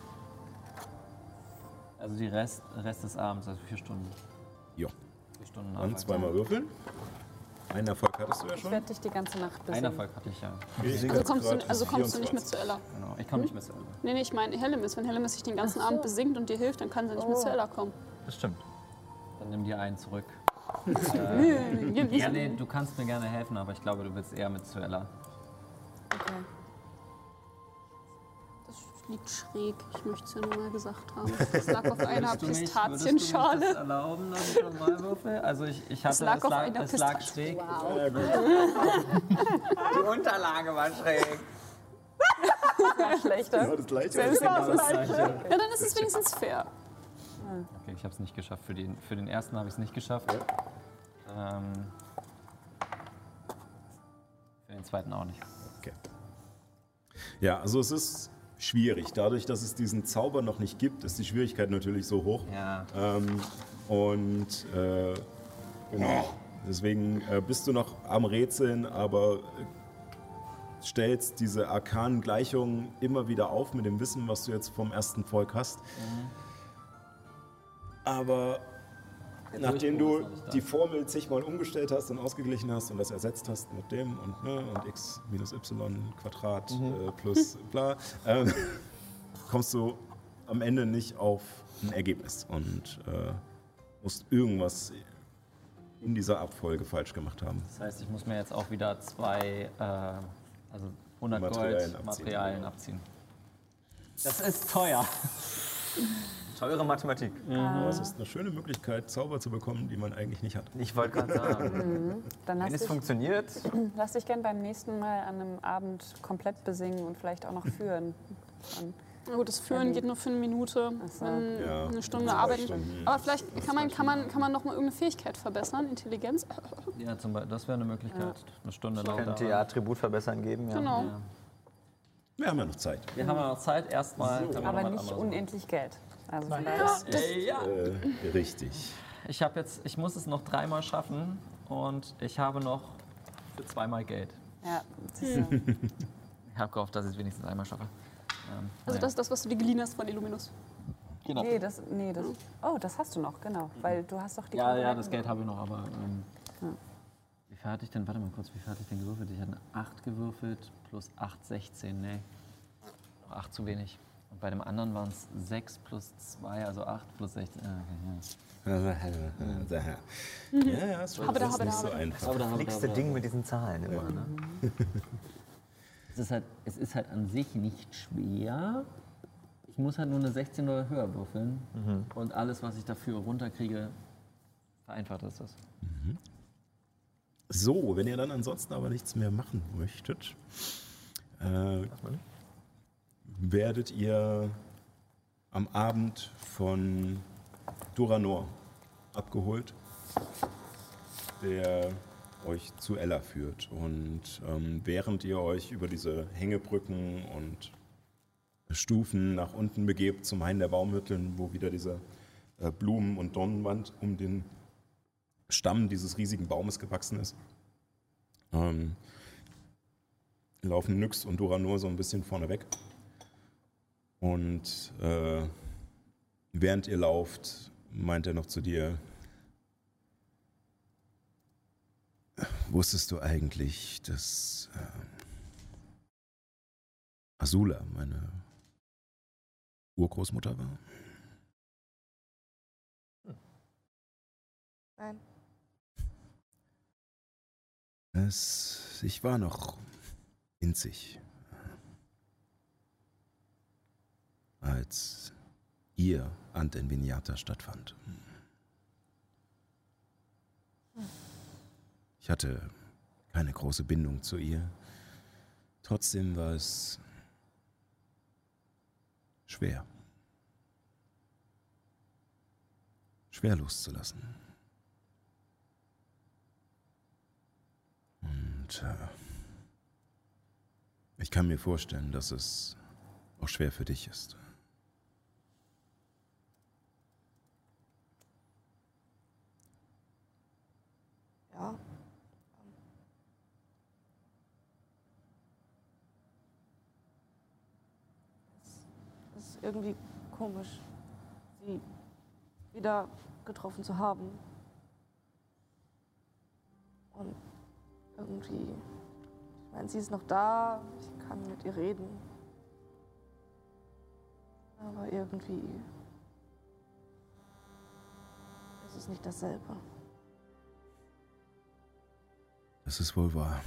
also die Rest des Abends, also 4 Stunden. Ja. 4 Stunden Dann arbeiten. zweimal würfeln. Einen Erfolg hattest du ja Ich schon. werde dich die ganze Nacht Einen besingen. Erfolg hatte ich ja. Also kommst du nicht mit zu Ella. Genau. Ich komme nicht mehr zu Ella. Nee, ich meine Hellemis. Wenn Hellemis sich den ganzen Abend besingt und dir hilft, dann kann sie nicht mit zu Ella kommen. Das stimmt. Dann nimm dir einen zurück. Gib Ja, nee, du kannst mir gerne helfen, aber ich glaube, du willst eher mit zu Ella. Okay. Das liegt schräg. Ich möchte es ja nur mal gesagt haben. Das lag auf einer Würdest du mich das Pistazienschale. erlauben, dass ich nochmal würfel? Also ich hatte, Es lag auf einer es lag Pistazie. schräg. Die Unterlage war schräg. Schlechter. das gleiche. Ja, dann ist es wenigstens fair. Okay, ich habe es nicht geschafft. Für den ersten habe ich es nicht geschafft. Für den zweiten auch nicht. Okay. Ja, also es ist schwierig. Dadurch, dass es diesen Zauber noch nicht gibt, ist die Schwierigkeit natürlich so hoch. Ja. Genau. Deswegen bist du noch am Rätseln, aber stellst diese arkanen Gleichungen immer wieder auf mit dem Wissen, was du jetzt vom ersten Volk hast. Aber nachdem du die Formel zigmal umgestellt hast und ausgeglichen hast und das ersetzt hast mit dem und x minus y Quadrat plus bla, kommst du am Ende nicht auf ein Ergebnis und musst irgendwas in dieser Abfolge falsch gemacht haben. Das heißt, ich muss mir jetzt auch wieder 2, also 100 Materialien Gold abziehen. Materialien abziehen. Das ist teuer. Teure Mathematik. Aber es ist eine schöne Möglichkeit, Zauber zu bekommen, die man eigentlich nicht hat. Ich wollte gerade sagen, Dann wenn es funktioniert, lass dich gern beim nächsten Mal an einem Abend komplett besingen und vielleicht auch noch führen. Dann Na gut, das Führen geht nur für eine Minute, so. wenn Ja, eine Stunde 2 arbeiten. Stunden. Aber vielleicht kann man noch mal irgendeine Fähigkeit verbessern, Intelligenz. Ja, zum Beispiel, das wäre eine Möglichkeit. Eine Stunde lang. könnte ihr Attribut verbessern geben. Ja. Genau. Ja. Wir haben ja noch Zeit. Wir haben ja noch Zeit, erstmal. können wir noch Aber was nicht anderes unendlich Geld. Also von daher. machen. Ja. Richtig. Ich muss es noch 3-mal schaffen und ich habe noch für 2-mal Geld. Ja, Ich habe gehofft, dass ich es wenigstens einmal schaffe. Also das ist das, was du dir geliehen hast von Illuminus. Genau. nee, das. Oh, das hast du noch, genau. Weil du hast doch die Ja, Konkurrenten das Geld habe ich noch, aber. Ja. Wie viel hatte ich denn? Warte mal kurz, wie viel hatte ich denn gewürfelt? Ich hatte eine 8 gewürfelt plus 8, 16. Nee. 8 zu wenig. Und bei dem anderen waren es 6 plus 2, also 8 plus 16. Ja, ist schon Habada, alles nicht habada, so einfach. Das fliegste Ding mit diesen Zahlen immer. Ne? Es ist halt an sich nicht schwer. Ich muss halt nur eine 16 oder höher würfeln. Und alles, was ich dafür runterkriege, vereinfacht ist das. So, wenn ihr dann ansonsten aber nichts mehr machen möchtet, werdet ihr am Abend von Duranor abgeholt, der euch zu Ella führt. Und während ihr euch über diese Hängebrücken und Stufen nach unten begebt zum Hain der Baumhütteln, wo wieder diese Blumen- und Dornenwand um den Stamm dieses riesigen Baumes gewachsen ist, laufen Nyx und Duranor so ein bisschen vorne weg. Und während ihr lauft, meint er noch zu dir: Wusstest du eigentlich, dass Azula meine Urgroßmutter war? Nein. Ich war noch winzig, als ihr Ant in Vinyata stattfand. Ich hatte keine große Bindung zu ihr. Trotzdem war es schwer. Schwer loszulassen. Und ich kann mir vorstellen, dass es auch schwer für dich ist. Ja. Es ist irgendwie komisch, sie wieder getroffen zu haben. Und irgendwie, ich meine, sie ist noch da, ich kann mit ihr reden. Aber irgendwie ist es nicht dasselbe. Das ist wohl wahr.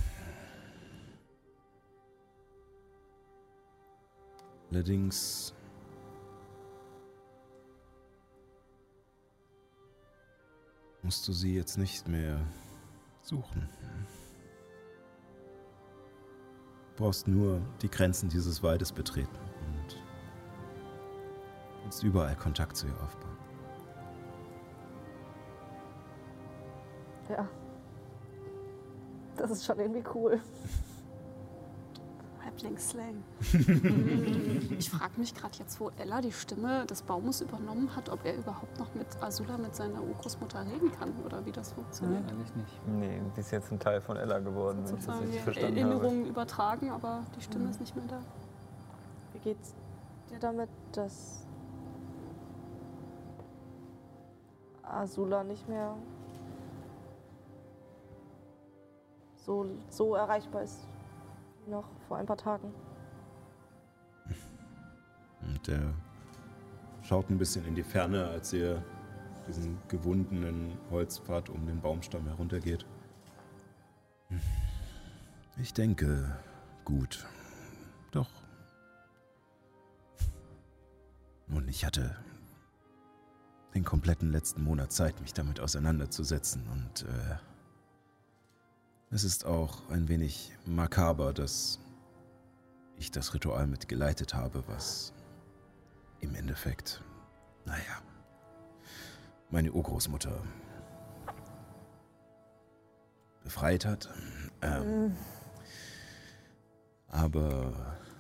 Allerdings musst du sie jetzt nicht mehr suchen. Du brauchst nur die Grenzen dieses Waldes betreten und kannst überall Kontakt zu ihr aufbauen. Ja. Das ist schon irgendwie cool. Halblingsslang. Ich frage mich gerade jetzt, wo Ella die Stimme des Baumes übernommen hat, ob er überhaupt noch mit Azula, mit seiner Urgroßmutter reden kann oder wie das funktioniert. Eigentlich nicht. Nee, die ist jetzt ein Teil von Ella geworden, wenn ich das Sozusagen richtig die verstanden Erinnerungen übertragen, aber die Stimme ist nicht mehr da. Wie geht's dir damit, dass Azula nicht mehr so erreichbar ist wie noch vor ein paar Tagen? Und er schaut ein bisschen in die Ferne, als ihr diesen gewundenen Holzpfad um den Baumstamm heruntergeht. Ich denke, gut. Doch. Und ich hatte den kompletten letzten Monat Zeit, mich damit auseinanderzusetzen. Und es ist auch ein wenig makaber, dass ich das Ritual mitgeleitet habe, was im Endeffekt, naja, meine Urgroßmutter befreit hat. Aber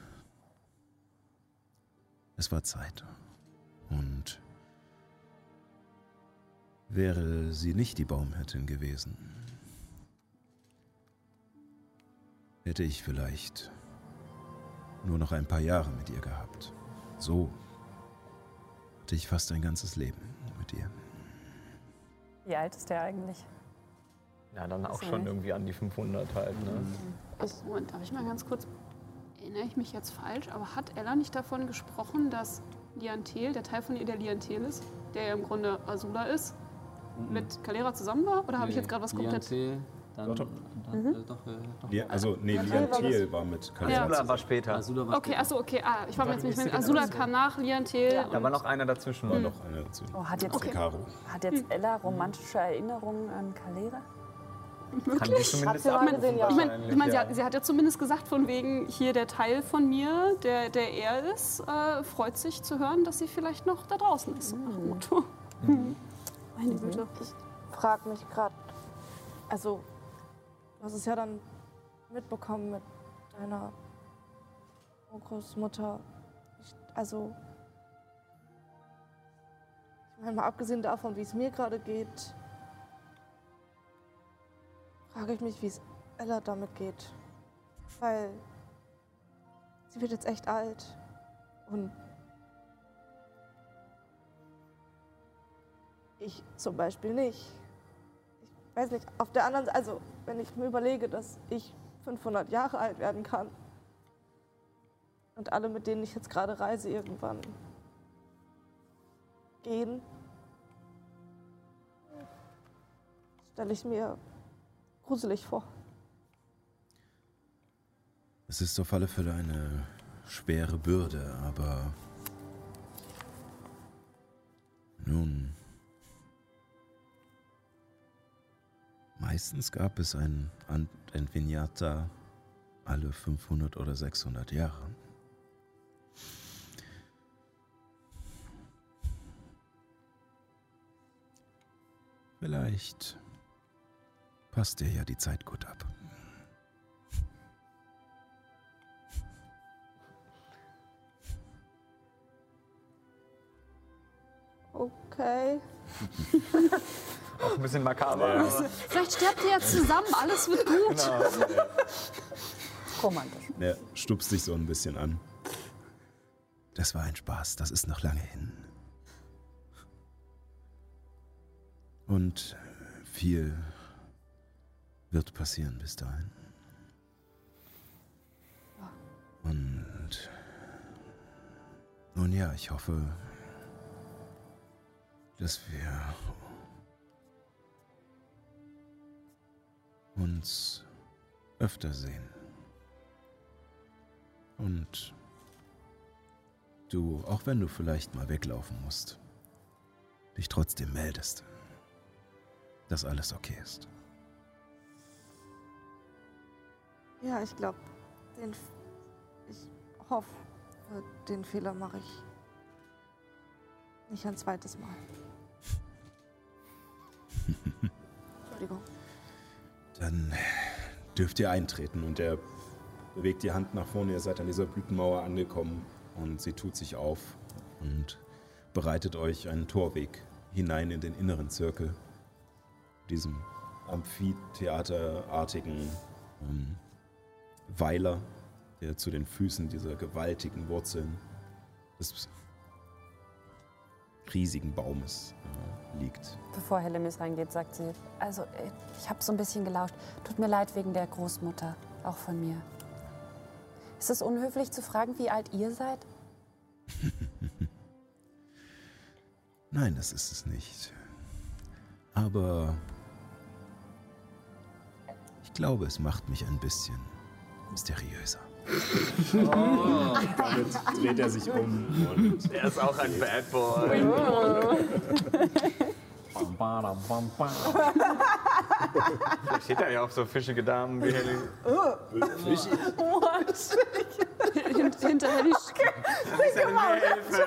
es war Zeit. Und wäre sie nicht die Baumhirtin gewesen, hätte ich vielleicht nur noch ein paar Jahre mit ihr gehabt. So hatte ich fast ein ganzes Leben mit ihr. Wie alt ist der eigentlich? Ja, dann auch schon irgendwie an die 500 halt. Ne? Moment, darf ich mal ganz kurz erinnere ich mich jetzt falsch, aber hat Ella nicht davon gesprochen, dass Liantel, der Teil von ihr, der Liantel ist, der ja im Grunde Azula ist, mit Kalera zusammen war? Oder habe ich jetzt gerade was komplett... Liantel, Liantel war mit Kalera. Azula war später. Azula war Okay, achso, okay. Ich war mir jetzt nicht mehr... Azula kam nach Liantel. Da war noch einer dazwischen. Oh, hat jetzt Ella romantische Erinnerungen an Kalera? Kann die zumindest gesehen, ja. Ich meine, sie hat ja zumindest gesagt, von wegen, hier der Teil von mir, der er ist, freut sich zu hören, dass sie vielleicht noch da draußen ist. Nach dem Motto. Meine Güte. Ich frage mich gerade, also, du hast es ja dann mitbekommen mit deiner Großmutter. Ich meine, mal abgesehen davon, wie es mir gerade geht, frage ich mich, wie es Ella damit geht. Weil sie wird jetzt echt alt. Und ich zum Beispiel nicht. Ich weiß nicht, auf der anderen Seite, also wenn ich mir überlege, dass ich 500 Jahre alt werden kann und alle, mit denen ich jetzt gerade reise, irgendwann gehen, stelle ich mir gruselig vor. Es ist auf alle Fälle eine schwere Bürde, aber nun, meistens gab es ein Vignata alle 500 oder 600 Jahre. Vielleicht passt dir ja die Zeit gut ab. Okay. Auch ein bisschen makaber. Ja. Vielleicht sterbt ihr ja zusammen, alles wird gut. Genau. Romantisch. Er stupst dich so ein bisschen an. Das war ein Spaß, das ist noch lange hin. Und viel wird passieren bis dahin. Und nun ja, ich hoffe, dass wir uns öfter sehen. Und du, auch wenn du vielleicht mal weglaufen musst, dich trotzdem meldest, dass alles okay ist. Ja, ich glaube, ich hoffe, den Fehler mache ich nicht ein zweites Mal. Entschuldigung. Dann dürft ihr eintreten. Und er bewegt die Hand nach vorne. Ihr seid an dieser Blütenmauer angekommen und sie tut sich auf und bereitet euch einen Torweg hinein in den inneren Zirkel, diesem amphitheaterartigen Weiler, der zu den Füßen dieser gewaltigen Wurzeln des riesigen Baumes liegt. Bevor Helemis reingeht, sagt sie, also ich habe so ein bisschen gelauscht. Tut mir leid wegen der Großmutter, auch von mir. Ist es unhöflich zu fragen, wie alt ihr seid? Nein, das ist es nicht. Aber ich glaube, es macht mich ein bisschen mysteriöser. Oh. Damit dreht er sich um und Er ist auch ein Bad Boy. Vielleicht steht da ja auch so fischige Damen wie Helly. Fischig. Hinter Helly. Das ist ja eine Hilfe.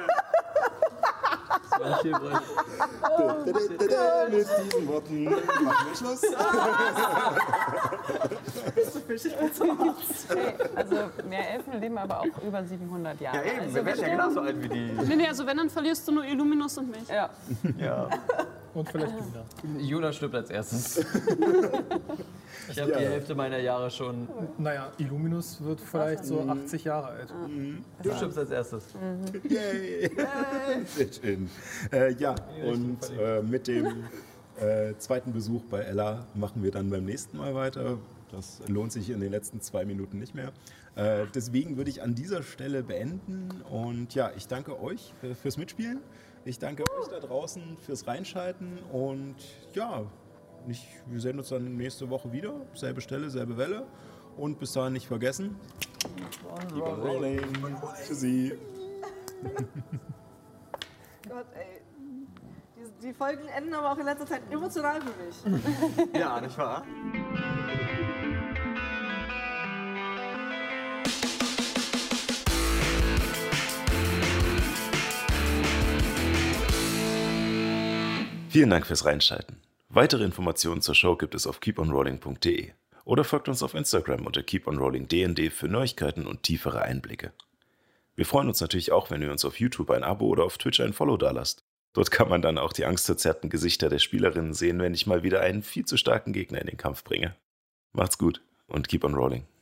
Mit diesen Worten machen wir Schluss. Hey, also Meerelfen leben aber auch über 700 Jahre. Ja eben, Also wir werden ja genauso alt wie die. Nee, also wenn, dann verlierst du nur Illuminus und mich. Ja. Ja. Und vielleicht Kinder. Juna stirbt als erstes. Ich habe die Hälfte meiner Jahre schon. Naja, Illuminus wird vielleicht so 80 Jahre alt. Du stirbst als erstes. Yay! Sehr schön. Ja, und mit dem zweiten Besuch bei Ella machen wir dann beim nächsten Mal weiter. Das lohnt sich in den letzten 2 Minuten nicht mehr. Deswegen würde ich an dieser Stelle beenden. Und ja, ich danke euch fürs Mitspielen. Ich danke euch da draußen fürs Reinschalten. Und ja, wir sehen uns dann nächste Woche wieder. Selbe Stelle, selbe Welle. Und bis dahin nicht vergessen. Keep on rolling. Tschüssi. Gott, ey. Die Folgen enden aber auch in letzter Zeit emotional für mich. Ja, nicht wahr? Vielen Dank fürs Reinschalten. Weitere Informationen zur Show gibt es auf keeponrolling.de oder folgt uns auf Instagram unter keeponrollingdnd für Neuigkeiten und tiefere Einblicke. Wir freuen uns natürlich auch, wenn ihr uns auf YouTube ein Abo oder auf Twitch ein Follow dalasst. Dort kann man dann auch die angstverzerrten Gesichter der Spielerinnen sehen, wenn ich mal wieder einen viel zu starken Gegner in den Kampf bringe. Macht's gut und keep on rolling.